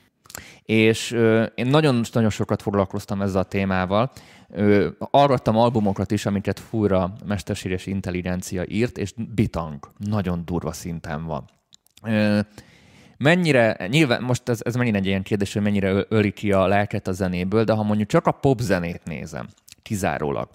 És én nagyon sokat foglalkoztam ezzel a témával. Hallgattam albumokat is, amiket fújra mesterséges intelligencia írt, és bitang, nagyon durva szinten van. Mennyire, nyilván most ez mennyire egy ilyen kérdés, hogy mennyire öli ki a lelket a zenéből, de ha mondjuk csak a popzenét nézem, kizárólag,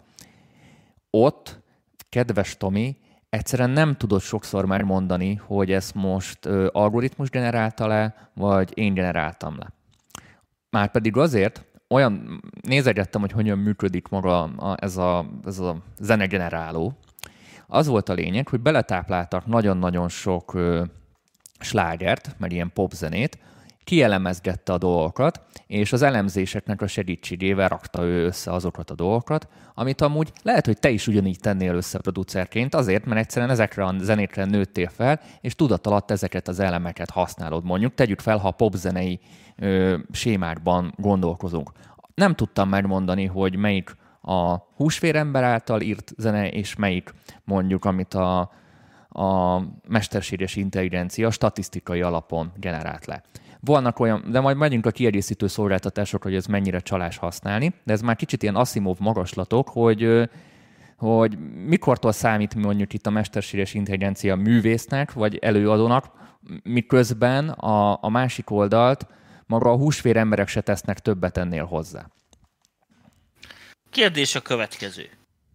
ott, kedves Tomi, egyszerűen nem tudod sokszor már mondani, hogy ezt most algoritmus generálta le, vagy én generáltam le. Márpedig azért, nézegettem, hogy hogyan működik maga ez a zenegeneráló. Az volt a lényeg, hogy beletápláltak nagyon-nagyon sok slágert, meg ilyen popzenét, kielemezgette a dolgokat, és az elemzéseknek a segítségével rakta ő össze azokat a dolgokat, amit amúgy lehet, hogy te is ugyanígy tennél össze producerként, azért, mert egyszerűen ezekre a zenékre nőttél fel, és tudat alatt ezeket az elemeket használod. Mondjuk tegyük fel, ha a popzenei sémákban gondolkozunk. Nem tudtam megmondani, hogy melyik a húsvérember által írt zene, és melyik mondjuk, amit a mesterséges intelligencia statisztikai alapon generált le. Vannak olyan, de majd megyünk a kiegészítő szolgáltatásokra, hogy ez mennyire csalás használni, de ez már kicsit ilyen Asimov magaslatok, hogy mikortól számít mondjuk itt a mesterséges intelligencia művésznek, vagy előadónak, miközben a másik oldalt maga a húsvér emberek se tesznek többet ennél hozzá. Kérdés a következő.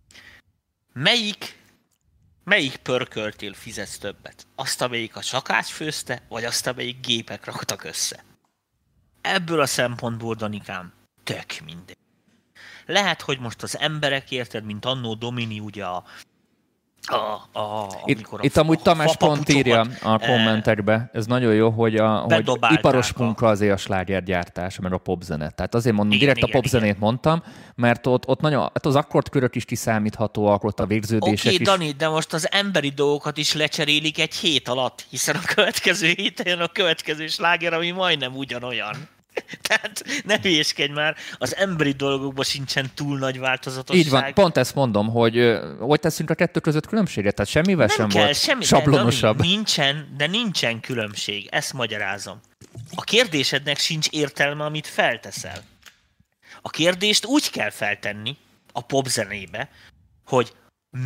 Melyik pörköltél fizetsz többet? Azt, amelyik a sakács főzte, vagy azt, amelyik gépek raktak össze? Ebből a szempontból, Danikám, tök mindegy. Lehet, hogy most az emberek, érted, mint annó Domini ugye Itt amúgy Tamás pont írja a kommentekbe, ez nagyon jó, hogy iparos munka azért a slágergyártás, meg a popzene. Tehát azért mondom, direkt a popzenét mondtam, mert ott nagyon, hát az akkordkörök is kiszámíthatóak, ott a végződések is. Oké, Dani, de most az emberi dolgokat is lecserélik egy hét alatt, hiszen a következő héten jön a következő sláger, ami majdnem ugyanolyan. Tehát ne hülyéskedj már, az emberi dolgokban sincsen túl nagy változatosság. Így van, pont ezt mondom, hogy teszünk a kettő között különbséget, tehát semmivel nem sem kell, volt semmi, sablonosabb. De nincsen különbség, ezt magyarázom. A kérdésednek sincs értelme, amit felteszel. A kérdést úgy kell feltenni a popzenébe, hogy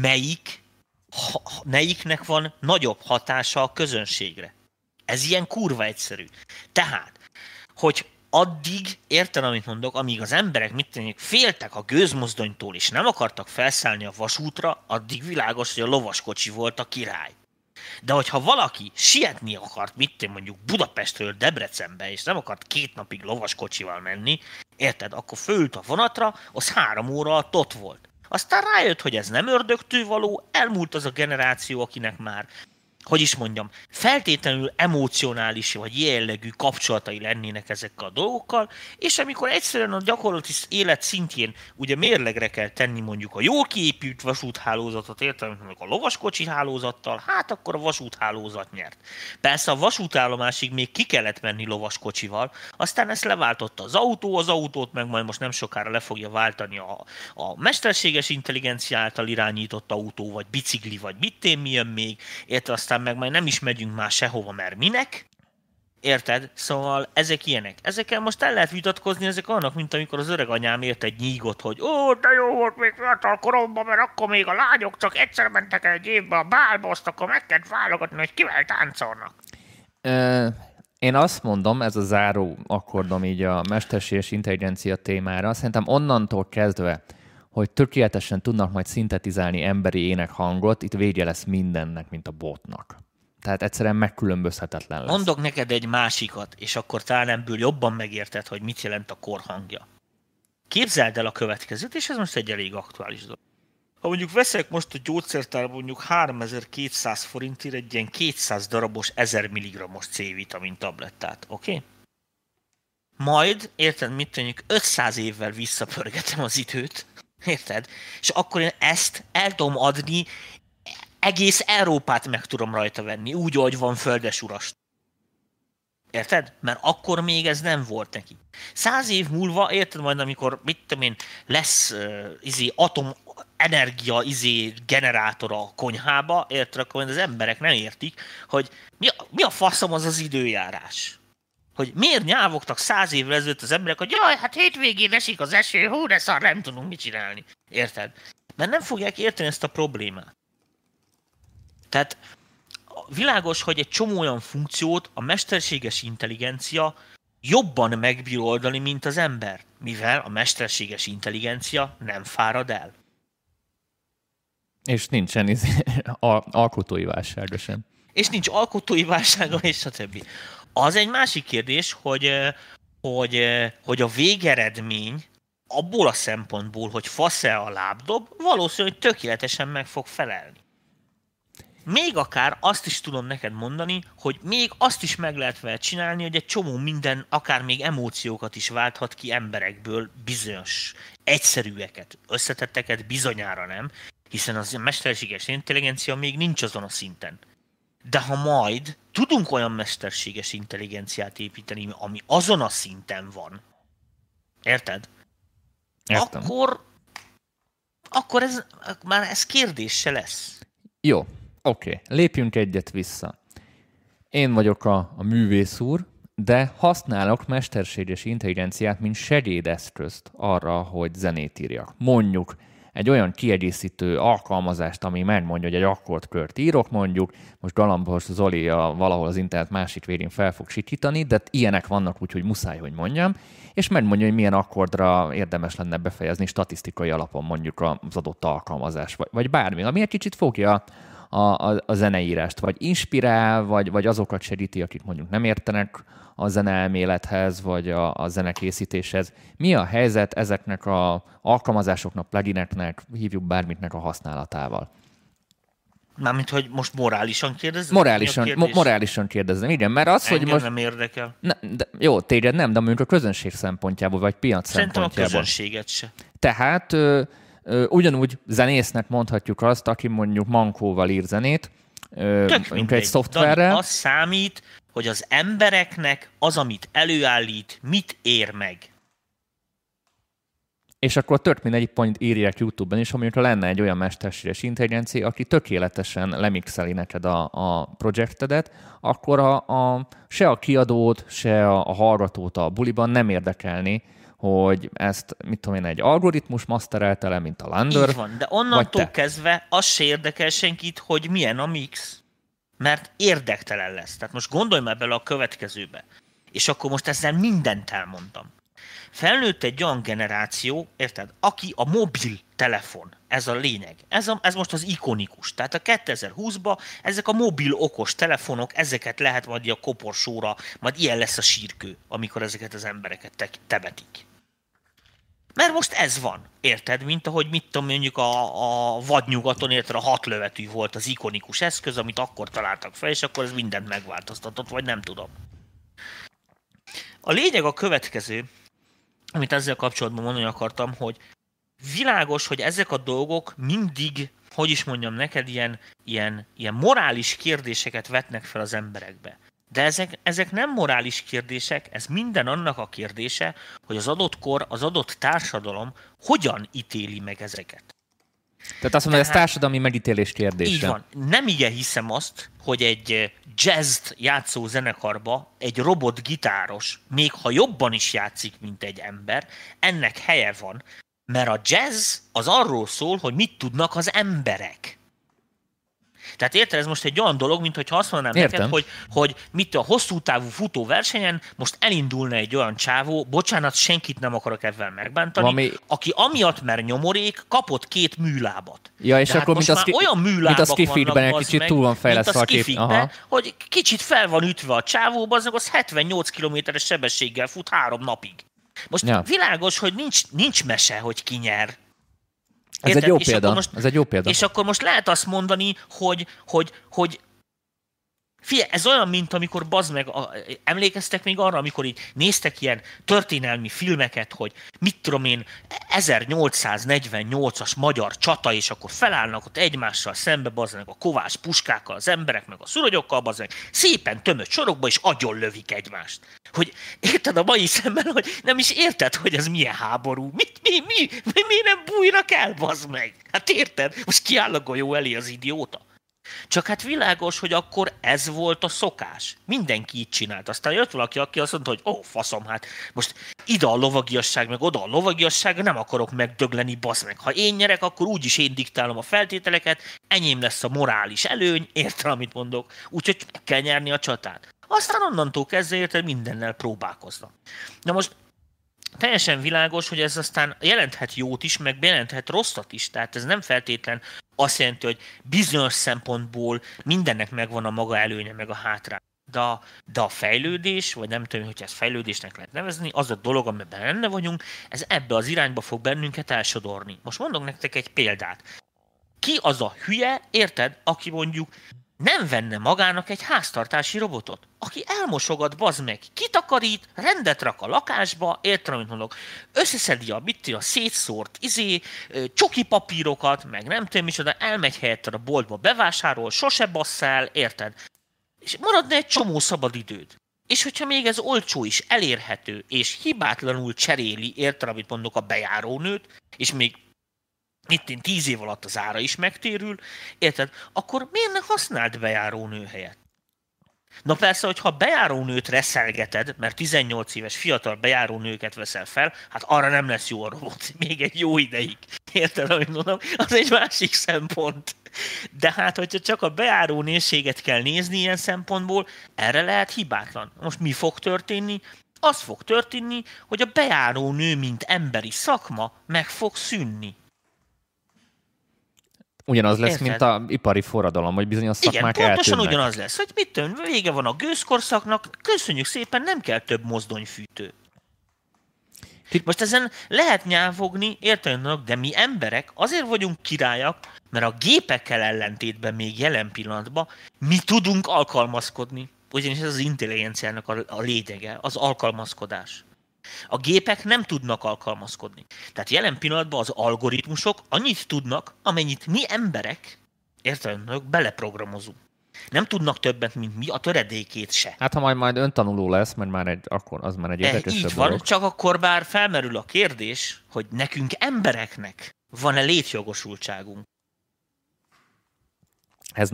melyiknek van nagyobb hatása a közönségre. Ez ilyen kurva egyszerű. Tehát, hogy addig, érted, amit mondok, amíg az emberek féltek a gőzmozdonytól és nem akartak felszállni a vasútra, addig világos, hogy a lovaskocsi volt a király. De hogyha valaki sietni akart, mondjuk Budapestről Debrecenbe, és nem akart 2 napig lovaskocsival menni, érted, akkor fölült a vonatra, az 3 óra alatt ott volt. Aztán rájött, hogy ez nem ördögtől való, elmúlt az a generáció, akinek már, hogy is mondjam, feltétlenül emocionális vagy jellegű kapcsolatai lennének ezekkel a dolgokkal, és amikor egyszerűen a gyakorlati élet szintjén ugye mérlegre kell tenni mondjuk a jól kiépült vasúthálózatot, értem, a lovaskocsi hálózattal, hát akkor a vasúthálózat nyert. Persze a vasútállomásig még ki kellett menni lovaskocsival, aztán ezt leváltotta az autót meg majd most nem sokára le fogja váltani a mesterséges intelligencia által irányított autó, vagy bicikli, vagy mi jön még, érted, aztán meg majd nem is megyünk már sehova, mert minek? Érted? Szóval ezek ilyenek. Ezekkel most el lehet vitatkozni, ezek annak, mint amikor az öreg anyám ért egy nyígot, hogy de jó volt még fiatal koromban, mert akkor még a lányok csak egyszer mentek egy évbe a bálba, azt akkor meg kell válogatni, hogy kivel táncolnak. Én azt mondom, ez a záró akkordom így a mesterséges intelligencia témára, szerintem onnantól kezdve, hogy tökéletesen tudnak majd szintetizálni emberi énekhangot, itt vége lesz mindennek, mint a botnak. Tehát egyszerűen megkülönbözhetetlen lesz. Mondok neked egy másikat, és akkor talán ebből jobban megérted, hogy mit jelent a korhangja. Képzeld el a következőt, és ez most egy elég aktuális dolog. Ha mondjuk veszek most a gyógyszertárban mondjuk 3200 forintért egy ilyen 200 darabos 1000 mg-os C-vitamin tablettát, oké? Majd, érted, mit mondjuk 500 évvel visszapörgetem az időt, érted? És akkor én ezt el tudom adni, egész Európát meg tudom rajta venni, úgy, ahogy van földesurast. Érted? Mert akkor még ez nem volt neki. 100 év múlva, érted majd, amikor, lesz atomenergia generátora a konyhába, érted, akkor az emberek nem értik, hogy mi a faszom az időjárás. Hogy miért nyávogtak 100 évvel ezelőtt az emberek, hogy jaj, hát hétvégén esik az eső, de szar, nem tudunk mit csinálni. Érted? Mert nem fogják érteni ezt a problémát. Tehát világos, hogy egy csomó olyan funkciót a mesterséges intelligencia jobban megbír oldani, mint az ember, mivel a mesterséges intelligencia nem fárad el. És nincsen alkotói válsága sem. És nincs alkotói válsága, és stb. Az egy másik kérdés, hogy a végeredmény abból a szempontból, hogy fasz-e a lábdob, valószínűleg tökéletesen meg fog felelni. Még akár azt is tudom neked mondani, hogy még azt is meg lehet vele csinálni, hogy egy csomó minden, akár még emóciókat is válthat ki emberekből, bizonyos egyszerűeket, összetetteket bizonyára nem, hiszen az mesterséges intelligencia még nincs azon a szinten. De ha majd tudunk olyan mesterséges intelligenciát építeni, ami azon a szinten van, érted? Értem. Akkor ez kérdés se lesz. Jó, oké. Lépjünk egyet vissza. Én vagyok a művész úr, de használok mesterséges intelligenciát, mint segédeszközt arra, hogy zenét írjak. Mondjuk egy olyan kiegészítő alkalmazást, ami megmondja, hogy egy akkordkört írok mondjuk, most Galambos Zoli valahol az internet másik végén fel fog sikítani, de ilyenek vannak, úgyhogy muszáj, hogy mondjam, és megmondja, hogy milyen akkordra érdemes lenne befejezni statisztikai alapon mondjuk az adott alkalmazás, vagy bármi, ami egy kicsit fogja a zeneírást, vagy inspirál, vagy azokat segíti, akik mondjuk nem értenek a zeneelmélethez, vagy a zenekészítéshez. Mi a helyzet ezeknek az alkalmazásoknak, plugineknek, hívjuk bármiknek a használatával? Mármint, hogy most morálisan kérdezem? Morálisan kérdezem, igen, mert az, engem hogy most... nem érdekel. Jó, téged nem, de mondjuk a közönség szempontjából, vagy piac Szerintem szempontjából. a közönséget se. Tehát ugyanúgy zenésznek mondhatjuk azt, aki mondjuk mankóval ír zenét, mondjuk egy szoftverrel. Dani, az számít, hogy az embereknek az, amit előállít, mit ér meg. És akkor tök mindegy pont írják YouTube-ban is, ha mondjuk lenne egy olyan mesterséges intelligencia, aki tökéletesen lemixeli neked a projektedet, akkor se a kiadót, se a hallgatót a buliban nem érdekelni, hogy ezt, mit tudom én, egy algoritmus maszterelte le, mint a Lander. Így van, de onnantól kezdve az se érdekel senkit, hogy milyen a mix. Mert érdektelen lesz. Tehát most gondolj már bele a következőbe. És akkor most ezzel mindent elmondtam. Felnőtt egy olyan generáció, érted, aki a mobil telefon, ez a lényeg, ez most az ikonikus. Tehát a 2020-ban ezek a mobil okos telefonok, ezeket lehet majd a koporsóra, majd ilyen lesz a sírkő, amikor ezeket az embereket temetik. Mert most ez van, érted? Mint ahogy mit tudom, mondjuk a vadnyugaton, érted, a 6 lövetű volt az ikonikus eszköz, amit akkor találtak fel, és akkor ez mindent megváltoztatott, vagy nem tudom. A lényeg a következő, amit ezzel kapcsolatban mondani akartam, hogy világos, hogy ezek a dolgok mindig, hogy is mondjam neked, ilyen morális kérdéseket vetnek fel az emberekbe. De ezek nem morális kérdések, ez minden annak a kérdése, hogy az adott kor, az adott társadalom hogyan ítéli meg ezeket. Tehát azt mondom, hogy ez társadalmi megítélés kérdése. Így van. Nem igen hiszem azt, hogy egy jazzt játszó zenekarba egy robotgitáros, még ha jobban is játszik, mint egy ember, ennek helye van, mert a jazz az arról szól, hogy mit tudnak az emberek. Tehát érted, ez most egy olyan dolog, mint hogyha azt mondanám neked, hogy mit a hosszú távú futóversenyen most elindulna egy olyan csávó, bocsánat, senkit nem akarok ebben megbántani, aki amiatt, mert nyomorék, kapott 2 műlábat. Ja, és de akkor hát most már olyan műlábak vannak, egy kicsit túl van fejlesztve a kép. Hogy kicsit fel van ütve a csávóba, az 78 km-es sebességgel fut 3 napig. Most világos, hogy nincs mese, hogy ki nyer. Ez egy jó példa. És akkor most lehet azt mondani, hogy figyelj, ez olyan, mint amikor bazd meg, emlékeztek még arra, amikor így néztek ilyen történelmi filmeket, hogy mit tudom én, 1848-as magyar csata, és akkor felállnak ott egymással szembe, bazd meg a kovás puskákkal, az emberek, meg a szurogyokkal, bazd meg, szépen tömött sorokba, és agyonlövik egymást. Hogy érted a mai szemmel, hogy nem is érted, hogy ez milyen háború. Mi nem bújnak el, bazd meg? Hát érted? Most kiáll a golyó elé az idióta. Csak hát világos, hogy akkor ez volt a szokás. Mindenki így csinált. Aztán jött valaki, aki azt mondta, hogy faszom, hát most ide a lovagiasság, meg oda a lovagiasság, nem akarok megdögleni, basz meg. Ha én nyerek, akkor úgyis én diktálom a feltételeket, enyém lesz a morális előny, érted, amit mondok, úgyhogy meg kell nyerni a csatát. Aztán onnantól kezdve érted, mindennel próbálkoznak. Na most teljesen világos, hogy ez aztán jelenthet jót is, meg jelenthet rosszat is, tehát ez nem feltétlen azt jelenti, hogy bizonyos szempontból mindennek megvan a maga előnye, meg a hátránya. De a fejlődés, vagy nem tudom, hogy ezt fejlődésnek lehet nevezni, az a dolog, amiben benne vagyunk, ez ebbe az irányba fog bennünket elsodorni. Most mondok nektek egy példát. Ki az a hülye, érted, aki mondjuk nem venne magának egy háztartási robotot, aki elmosogat, bazd meg, kitakarít, rendet rak a lakásba, érted, amit mondok, összeszedi a szétszórt csoki papírokat, meg nem tudom micsoda, elmegy helyetted a boltba, bevásárol, sose basszál, érted? És maradna egy csomó szabadidőd. És hogyha még ez olcsó is, elérhető, és hibátlanul cseréli, érted, amit mondok, a bejárónőt, és még itt 10 év alatt az ára is megtérül, érted? Akkor miért ne használd bejárónő helyett? Na persze, hogyha bejárónőt reszelgeted, mert 18 éves fiatal bejárónőket veszel fel, hát arra nem lesz jó a robot még egy jó ideig. Érted, amit mondom? Az egy másik szempont. De hát, hogyha csak a bejárónőséget kell nézni ilyen szempontból, erre lehet hibátlan. Most mi fog történni? Az fog történni, hogy a bejárónő, mint emberi szakma meg fog szűnni. Ugyanaz lesz, mint az ipari forradalom, hogy bizonyos szakmák eltűnnek. Igen, pontosan ugyanaz lesz, hogy mit tudom, vége van a gőzkorszaknak, köszönjük szépen, nem kell több mozdonyfűtő. Most ezen lehet nyávogni, értelemben, de mi emberek azért vagyunk királyak, mert a gépekkel ellentétben még jelen pillanatban mi tudunk alkalmazkodni. Ugyanis ez az intelligenciának a lényege, az alkalmazkodás. A gépek nem tudnak alkalmazkodni. Tehát jelen pillanatban az algoritmusok annyit tudnak, amennyit mi emberek, értelemben, beleprogramozunk. Nem tudnak többet, mint mi, a töredékét se. Hát ha majd öntanuló lesz, mert akkor az már egy érdekesebb Így van, dolog. csak akkor bár felmerül a kérdés, hogy nekünk embereknek van-e létjogosultságunk. Ez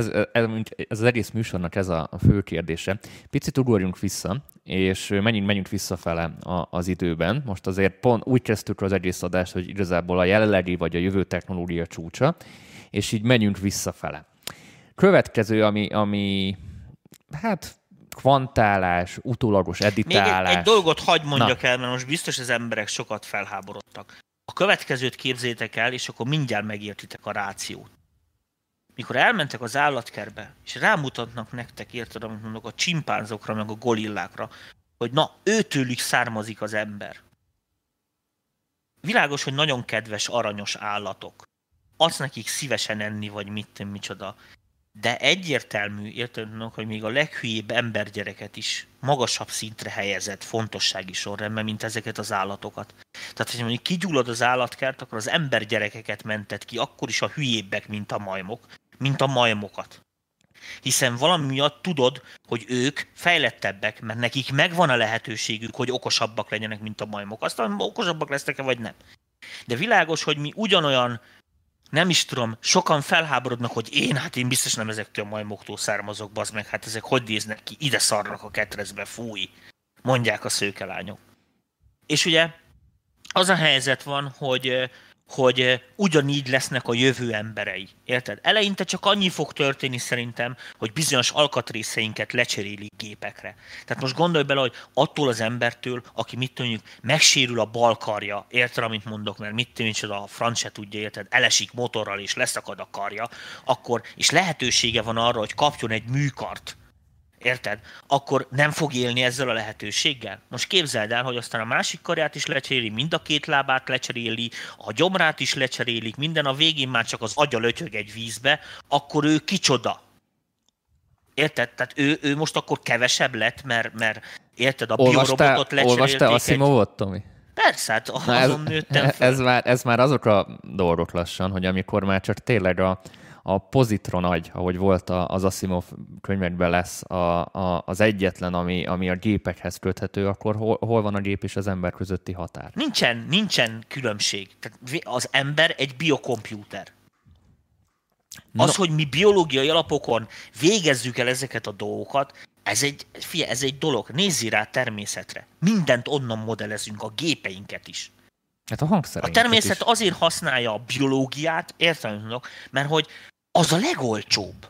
az egész műsornak ez a fő kérdése. Picit ugorjunk vissza, és menjünk visszafele az időben. Most azért pont úgy kezdtük az egész adást, hogy igazából a jelenlegi vagy a jövő technológia csúcsa, és így menjünk visszafele. Következő, ami hát kvantálás, utólagos editálás. Még egy dolgot hadd mondjak el, mert most biztos az emberek sokat felháborodtak. A következőt képzétek el, és akkor mindjárt megértitek a rációt. Mikor elmentek az állatkertbe, és rámutatnak nektek, érted, amit mondok, a csimpánzokra, meg a gorillákra, hogy na, őtőlük származik az ember. Világos, hogy nagyon kedves, aranyos állatok. Adsz nekik szívesen enni, vagy micsoda. De egyértelmű, érted, hogy még a leghülyébb embergyereket is magasabb szintre helyezett fontossági sorrendben, mint ezeket az állatokat. Tehát, hogy mondjuk kigyullad az állatkert, akkor az embergyerekeket mented ki, akkor is a hülyébbek, mint a majmok, mint a majmokat. Hiszen valami miatt tudod, hogy ők fejlettebbek, mert nekik megvan a lehetőségük, hogy okosabbak legyenek, mint a majmok. Aztán okosabbak lesznek-e, vagy nem. De világos, hogy mi ugyanolyan, nem is tudom, sokan felháborodnak, hogy én biztos nem ezektől a majmoktól származok, bazd meg, hát ezek hogy néznek ki, ide szarnak a ketrezbe, fúj, mondják a szőkelányok. És ugye az a helyzet van, hogy ugyanígy lesznek a jövő emberei. Érted? Eleinte csak annyi fog történni szerintem, hogy bizonyos alkatrészeinket lecserélik gépekre. Tehát most gondolj bele, hogy attól az embertől, aki mondjuk megsérül a bal karja, érted, amit mondok, mert a franc se tudja, érted, elesik motorral és leszakad a karja, akkor, és lehetősége van arra, hogy kapjon egy műkart, érted? Akkor nem fog élni ezzel a lehetőséggel? Most képzeld el, hogy aztán a másik karját is lecseréli, mind a két lábát lecseréli, a gyomrát is lecserélik, minden a végén már csak az agya lötyög egy vízbe, akkor ő kicsoda? Érted? Tehát ő most akkor kevesebb lett, mert érted, a biorobotot lecserélték. Olvastál Asimovot, Tomi? Persze, hát azon nőttem fel. Ez már azok a dolgok lassan, hogy amikor már csak tényleg a pozitron agy, ahogy volt az Asimov könyvekben lesz az egyetlen, ami a gépekhez köthető, akkor hol van a gép és az ember közötti határ? Nincsen különbség. Tehát az ember egy biokomputer. Az, hogy mi biológiai alapokon végezzük el ezeket a dolgokat, ez egy dolog. Nézzél rá természetre. Mindent onnan modellezünk, a gépeinket is. Hát a természet is azért használja a biológiát, értem, mert hogy az a legolcsóbb.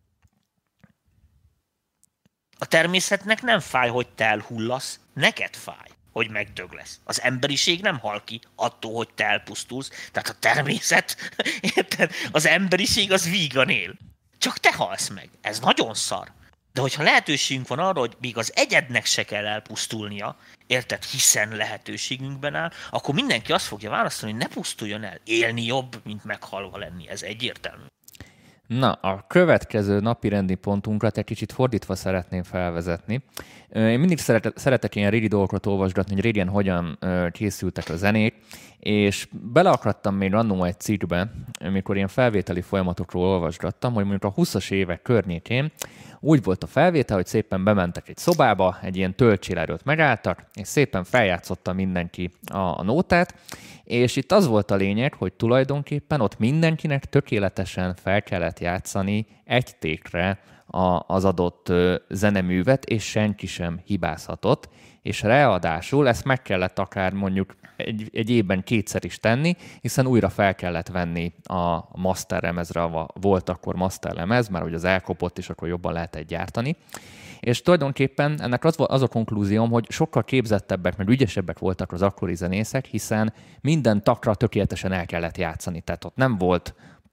A természetnek nem fáj, hogy te elhullasz, neked fáj, hogy megdög lesz. Az emberiség nem hal ki attól, hogy te elpusztulsz. Tehát a természet, érted? Az emberiség az vígan él. Csak te halsz meg. Ez nagyon szar. De hogyha lehetőségünk van arra, hogy még az egyednek se kell elpusztulnia, érted, hiszen lehetőségünkben áll, akkor mindenki azt fogja választani, hogy ne pusztuljon el. Élni jobb, mint meghalva lenni. Ez egyértelmű. Na, a következő napirendi pontunkat egy kicsit fordítva szeretném felvezetni. Én mindig szeretek ilyen régi dolgokat olvasgatni, hogy régen hogyan készültek a zenék, és beleakadtam még annó egy cikkbe, amikor ilyen felvételi folyamatokról olvasgattam, hogy mondjuk a 20-as évek környékén úgy volt a felvétel, hogy szépen bementek egy szobába, egy ilyen töltsér előtt megálltak, és szépen feljátszotta mindenki a nótát, és itt az volt a lényeg, hogy tulajdonképpen ott mindenkinek tökéletesen fel kellett játszani egy tékre az adott zeneművet, és senki sem hibázhatott, és ráadásul ezt meg kellett akár mondjuk egy évben kétszer is tenni, hiszen újra fel kellett venni a masterlemezre, volt akkor masterlemez, már hogy az elkopott, és akkor jobban lehetett gyártani. És tulajdonképpen ennek az a konklúzióm, hogy sokkal képzettebbek, meg ügyesebbek voltak az akkori zenészek, hiszen minden takra tökéletesen el kellett játszani. Tehát ott nem volt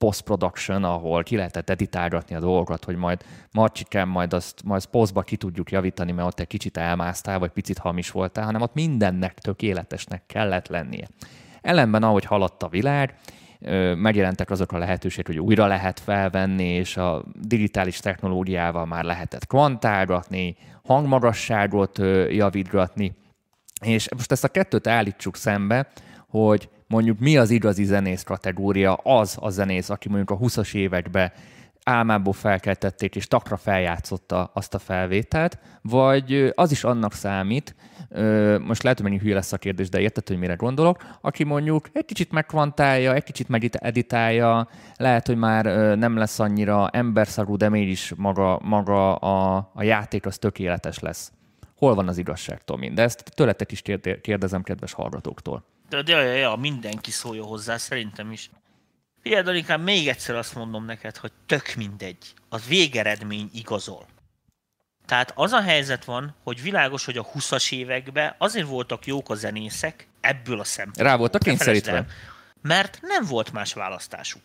post-production, ahol ki lehetett editálgatni a dolgokat, hogy majd Marcsikám, majd postba ki tudjuk javítani, mert ott egy kicsit elmásztál, vagy picit hamis voltál, hanem ott mindennek tökéletesnek kellett lennie. Ellenben, ahogy haladt a világ, megjelentek azok a lehetőségek, hogy újra lehet felvenni, és a digitális technológiával már lehetett kvantálgatni, hangmagasságot javítgatni, és most ezt a kettőt állítsuk szembe, hogy mondjuk mi az igazi zenész kategória, az a zenész, aki mondjuk a 20-as években álmából felkeltették, és takra feljátszotta azt a felvételt, vagy az is annak számít, most lehet, hogy mennyi hülye lesz a kérdés, de érted, hogy mire gondolok, aki mondjuk egy kicsit megkvantálja, egy kicsit megeditálja, lehet, hogy már nem lesz annyira emberszagú, de mégis maga a játék az tökéletes lesz. Hol van az igazság, Tomi? De ezt tőletek is kérdezem, kedves hallgatóktól. De mindenki szóljon hozzá, szerintem is. Figyelj, Danikám, még egyszer azt mondom neked, hogy tök mindegy. Az végeredmény igazol. Tehát az a helyzet van, hogy világos, hogy a 20-as években azért voltak jók a zenészek, ebből a szempontból. Rá voltak kényszerítve. Mert nem volt más választásuk.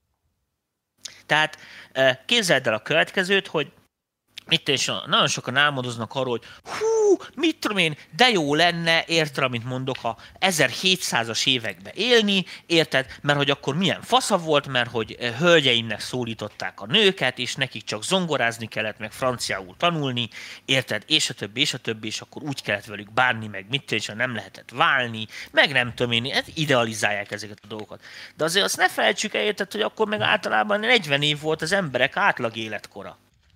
Tehát képzeld el a következőt, hogy itt is nagyon sokan álmodoznak arról, hogy mit tudom én, de jó lenne, érted, amit mondok, a 1700-as években élni, érted, mert hogy akkor milyen fasza volt, mert hogy hölgyeimnek szólították a nőket, és nekik csak zongorázni kellett, meg franciául tanulni, érted, és a többi, és akkor úgy kellett velük bánni, meg mit tudom, és nem lehetett válni, meg nem tudom én, idealizálják ezeket a dolgokat. De azért azt ne felejtsük el, érted, hogy akkor meg általában 40 év volt az emberek átlag életkora.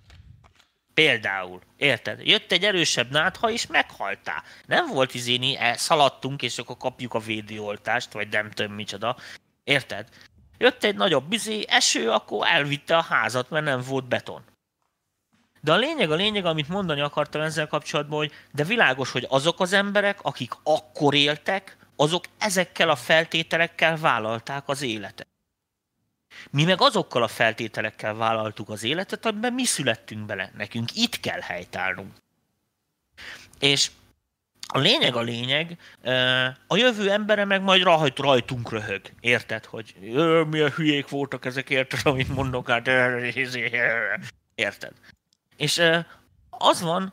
Például, érted? Jött egy erősebb nátha, és meghaltál. Nem volt szaladtunk, és akkor kapjuk a védőoltást, vagy nem tudom micsoda. Érted? Jött egy nagyobb eső, akkor elvitte a házat, mert nem volt beton. De a lényeg, amit mondani akartam ezzel kapcsolatban, hogy de világos, hogy azok az emberek, akik akkor éltek, azok ezekkel a feltételekkel vállalták az életet. Mi meg azokkal a feltételekkel vállaltuk az életet, amiben mi születtünk bele. Nekünk itt kell helytállnunk. És a lényeg, a jövő embere meg majd rajtunk röhög. Érted, hogy milyen hülyék voltak ezek, érted, amit mondok, hát érted. És az van,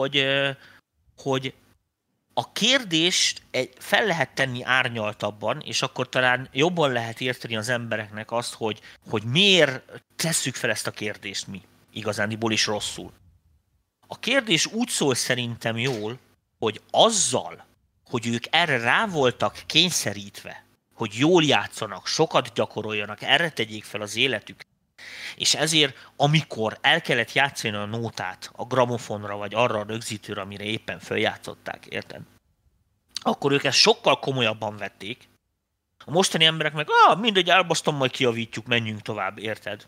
hogy a kérdést fel lehet tenni árnyaltabban, és akkor talán jobban lehet érteni az embereknek azt, hogy miért tesszük fel ezt a kérdést mi, igazándiból is rosszul. A kérdés úgy szól szerintem jól, hogy azzal, hogy ők erre rá voltak kényszerítve, hogy jól játszanak, sokat gyakoroljanak, erre tegyék fel az életüket, és ezért, amikor el kellett játszani a nótát a gramofonra, vagy arra a rögzítőre, amire éppen följátszották, érted? Akkor ők ezt sokkal komolyabban vették. A mostani emberek meg, mindegy, elbasztom, majd kijavítjuk, menjünk tovább, érted?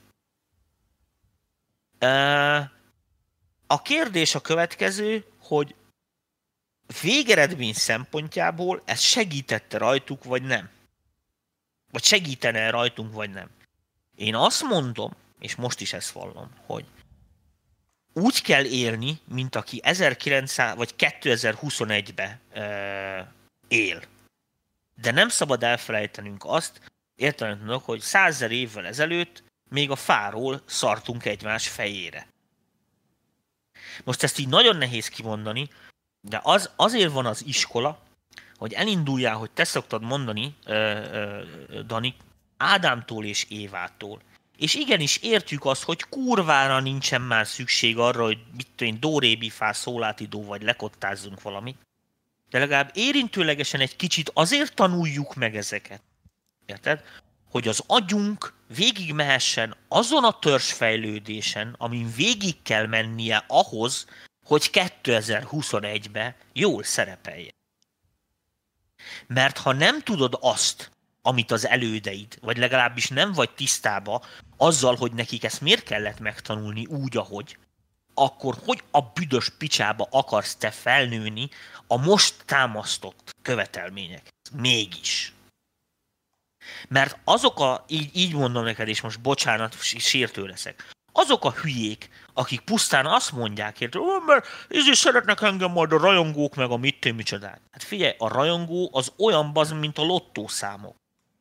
A kérdés a következő, hogy végeredmény szempontjából ez segítette rajtuk, vagy nem? Vagy segítene rajtunk, vagy nem? Én azt mondom, és most is ezt vallom, hogy úgy kell élni, mint aki 1900 vagy 2021-ben él. De nem szabad elfelejtenünk azt, értelemben, hogy 100 000 évvel ezelőtt még a fáról szartunk egymás fejére. Most ezt így nagyon nehéz kimondani, de azért van az iskola, hogy elinduljál, hogy te szoktad mondani, Dani, Ádámtól és Évától. És igenis értjük azt, hogy kurvára nincsen már szükség arra, hogy mit tudom én, do, ré, mi, fá, szól, lá, ti, do, vagy lekottázzunk valamit. De legalább érintőlegesen egy kicsit azért tanuljuk meg ezeket. Érted? Hogy az agyunk végig mehessen azon a törzsfejlődésen, amin végig kell mennie ahhoz, hogy 2021-ben jól szerepeljen. Mert ha nem tudod azt, amit az elődeid, vagy legalábbis nem vagy tisztába azzal, hogy nekik ezt miért kellett megtanulni úgy, ahogy, akkor hogy a büdös picsába akarsz te felnőni a most támasztott követelmények? Mégis. Mert azok így mondom neked, és most bocsánat, sértő leszek, azok a hülyék, akik pusztán azt mondják, mert szeretnek engem majd a rajongók, meg a micsodák. Hát figyelj, a rajongó az olyan bazd, mint a lottószámok.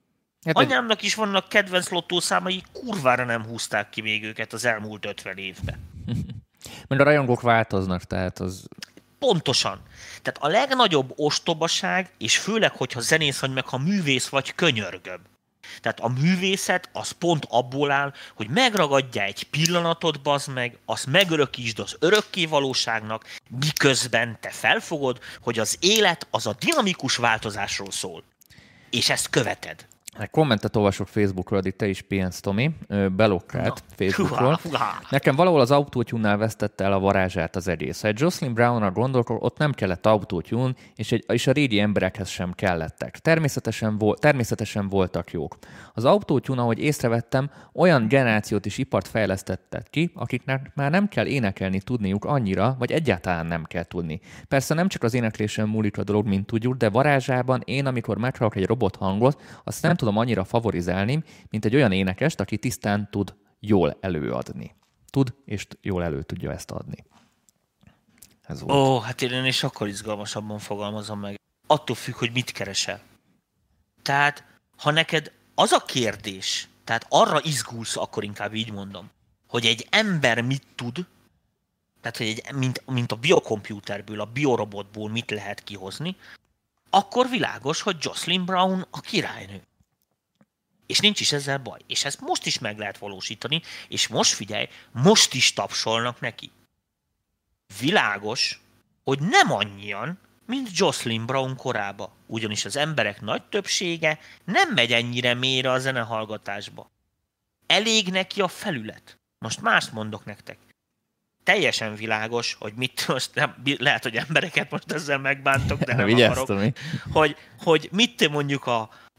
Anyámnak is vannak kedvenc lottószámai, kurvára nem húzták ki még őket az elmúlt 50 évben. Mert a rajongók változnak, tehát az... Pontosan. Tehát a legnagyobb ostobaság, és főleg, hogyha zenész vagy meg, ha művész vagy, könyörgöm. Tehát a művészet az pont abból áll, hogy megragadja egy pillanatot, bazd meg, azt megörökítsd az örökké valóságnak, miközben te felfogod, hogy az élet az a dinamikus változásról szól. És ezt követed. Kommentet olvasok Facebookról, itt te is pihensz, Tomi, belokkált Facebookról. Húha. Nekem valahol az autótyúnnál vesztette el a varázsát az egész. Ha egy Jocelyn Brownra gondolok, ott nem kellett autótyún, és a régi emberekhez sem kellettek. Természetesen voltak jók. Az autótyún, ahogy észrevettem, olyan generációt és ipart fejlesztettek ki, akiknek már nem kell énekelni tudniuk annyira, vagy egyáltalán nem kell tudni. Persze nem csak az éneklésen múlik a dolog, mint tudjuk, de varázsában én, amikor meghallok egy robot hangot, azt nem tudom annyira favorizálni, mint egy olyan énekest, aki tisztán tud jól előadni. Tud, és jól elő tudja ezt adni. Ez volt. Ó, hát én is akkor izgalmasabban fogalmazom meg. Attól függ, hogy mit keresel. Tehát, ha neked az a kérdés, tehát arra izgulsz, akkor inkább így mondom, hogy egy ember mit tud, tehát, hogy mint a biokomputerből, a biorobotból mit lehet kihozni, akkor világos, hogy Jocelyn Brown a királynő. És nincs is ezzel baj. És ezt most is meg lehet valósítani, és most figyelj, most is tapsolnak neki. Világos, hogy nem annyian, mint Jocelyn Brown korába. Ugyanis az emberek nagy többsége nem megy ennyire mélyre a zenehallgatásba. Elég neki a felület. Most mást mondok nektek. Teljesen világos, hogy most nem, lehet, hogy embereket most ezzel megbántok, de nem akarok. Hogy mit mondjuk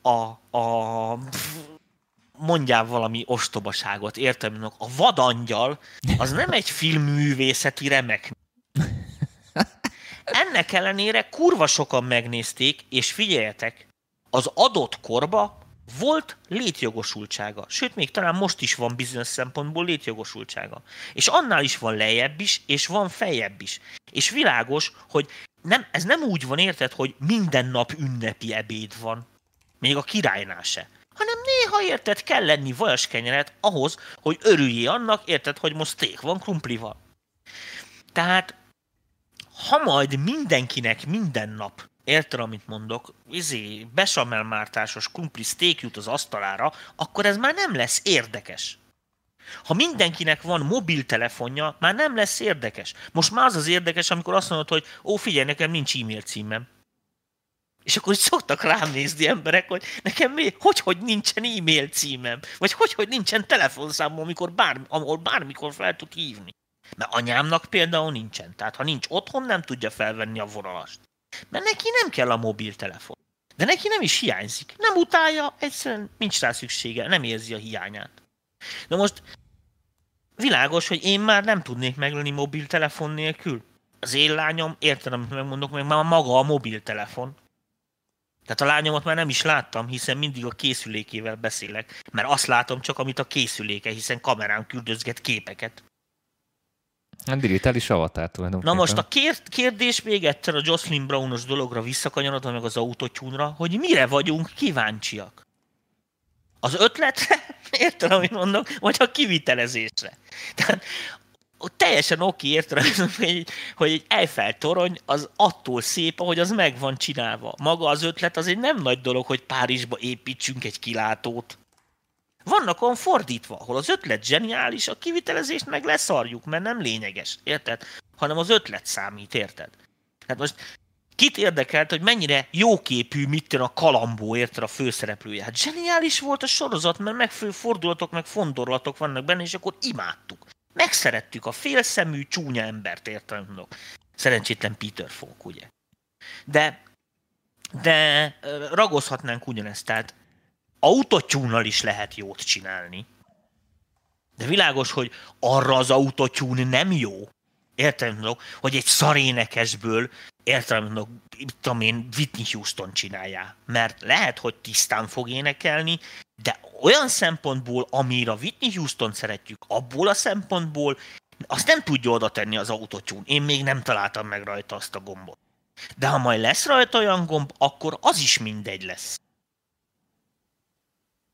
mondjál valami ostobaságot, értem? A vadangyal az nem egy filmművészeti remek. Ennek ellenére kurva sokan megnézték, és figyeljetek, az adott korba volt létjogosultsága. Sőt, még talán most is van bizonyos szempontból létjogosultsága. És annál is van lejjebb is, és van feljebb is. És világos, hogy ez nem úgy van, érted, hogy minden nap ünnepi ebéd van. Még a királynál se. Hanem néha, érted, kell lenni vajaskenyeret ahhoz, hogy örüljél annak, érted, hogy most steak van krumplival. Tehát, ha majd mindenkinek minden nap, érted, amit mondok, besammelmártásos krumpli steak jut az asztalára, akkor ez már nem lesz érdekes. Ha mindenkinek van mobiltelefonja, már nem lesz érdekes. Most már az érdekes, amikor azt mondod, hogy figyelj, nekem nincs e-mail címem. És akkor így szoktak rám nézni emberek, hogy nekem hogy nincsen e-mail címem, vagy hogy nincsen telefonszámom, ahol bármikor fel tud hívni. Mert anyámnak például nincsen. Tehát ha nincs otthon, nem tudja felvenni a vonalast. Mert neki nem kell a mobiltelefon. De neki nem is hiányzik. Nem utálja, egyszerűen nincs rá szüksége, nem érzi a hiányát. De most világos, hogy én már nem tudnék megölni mobiltelefon nélkül. Az én lányom, érted, amit megmondok, meg már maga a mobiltelefon. Tehát a lányomat már nem is láttam, hiszen mindig a készülékével beszélek, mert azt látom csak, amit a készüléke, hiszen kamerán küldözget képeket. Digitális avatár tulajdonképpen. Na most a kérdés még egyszer a Jocelyn Brownos dologra visszakanyarodva, meg az autotune-ra, hogy mire vagyunk kíváncsiak. Az ötletre, érted, amit mondok, vagy a kivitelezésre. Tehát teljesen oké, érted, hogy egy Eiffel torony az attól szép, ahogy az meg van csinálva. Maga az ötlet az egy nem nagy dolog, hogy Párizsba építsünk egy kilátót. Vannak olyan fordítva, ahol az ötlet zseniális, a kivitelezést meg leszarjuk, mert nem lényeges, érted? Hanem az ötlet számít, érted? Hát most kit érdekelt, hogy mennyire jóképű, a Kalambó, érted, a főszereplője? Hát zseniális volt a sorozat, mert megfő fordulatok, meg fondorlatok vannak benne, és akkor imádtuk. Megszerettük a félszemű, csúnya embert, értem, mondok. Szerencsétlen Peter Falk, ugye? De ragozhatnánk ugyanezt, tehát autotune-nal is lehet jót csinálni. De világos, hogy arra az autotune nem jó. Értem, mondok, hogy egy szarénekesből, értem, mondok, Whitney Houston csináljál. Mert lehet, hogy tisztán fog énekelni, de olyan szempontból, amire a Whitney Houston szeretjük, abból a szempontból, azt nem tudja oda tenni az autotune. Én még nem találtam meg rajta azt a gombot. De ha majd lesz rajta olyan gomb, akkor az is mindegy lesz.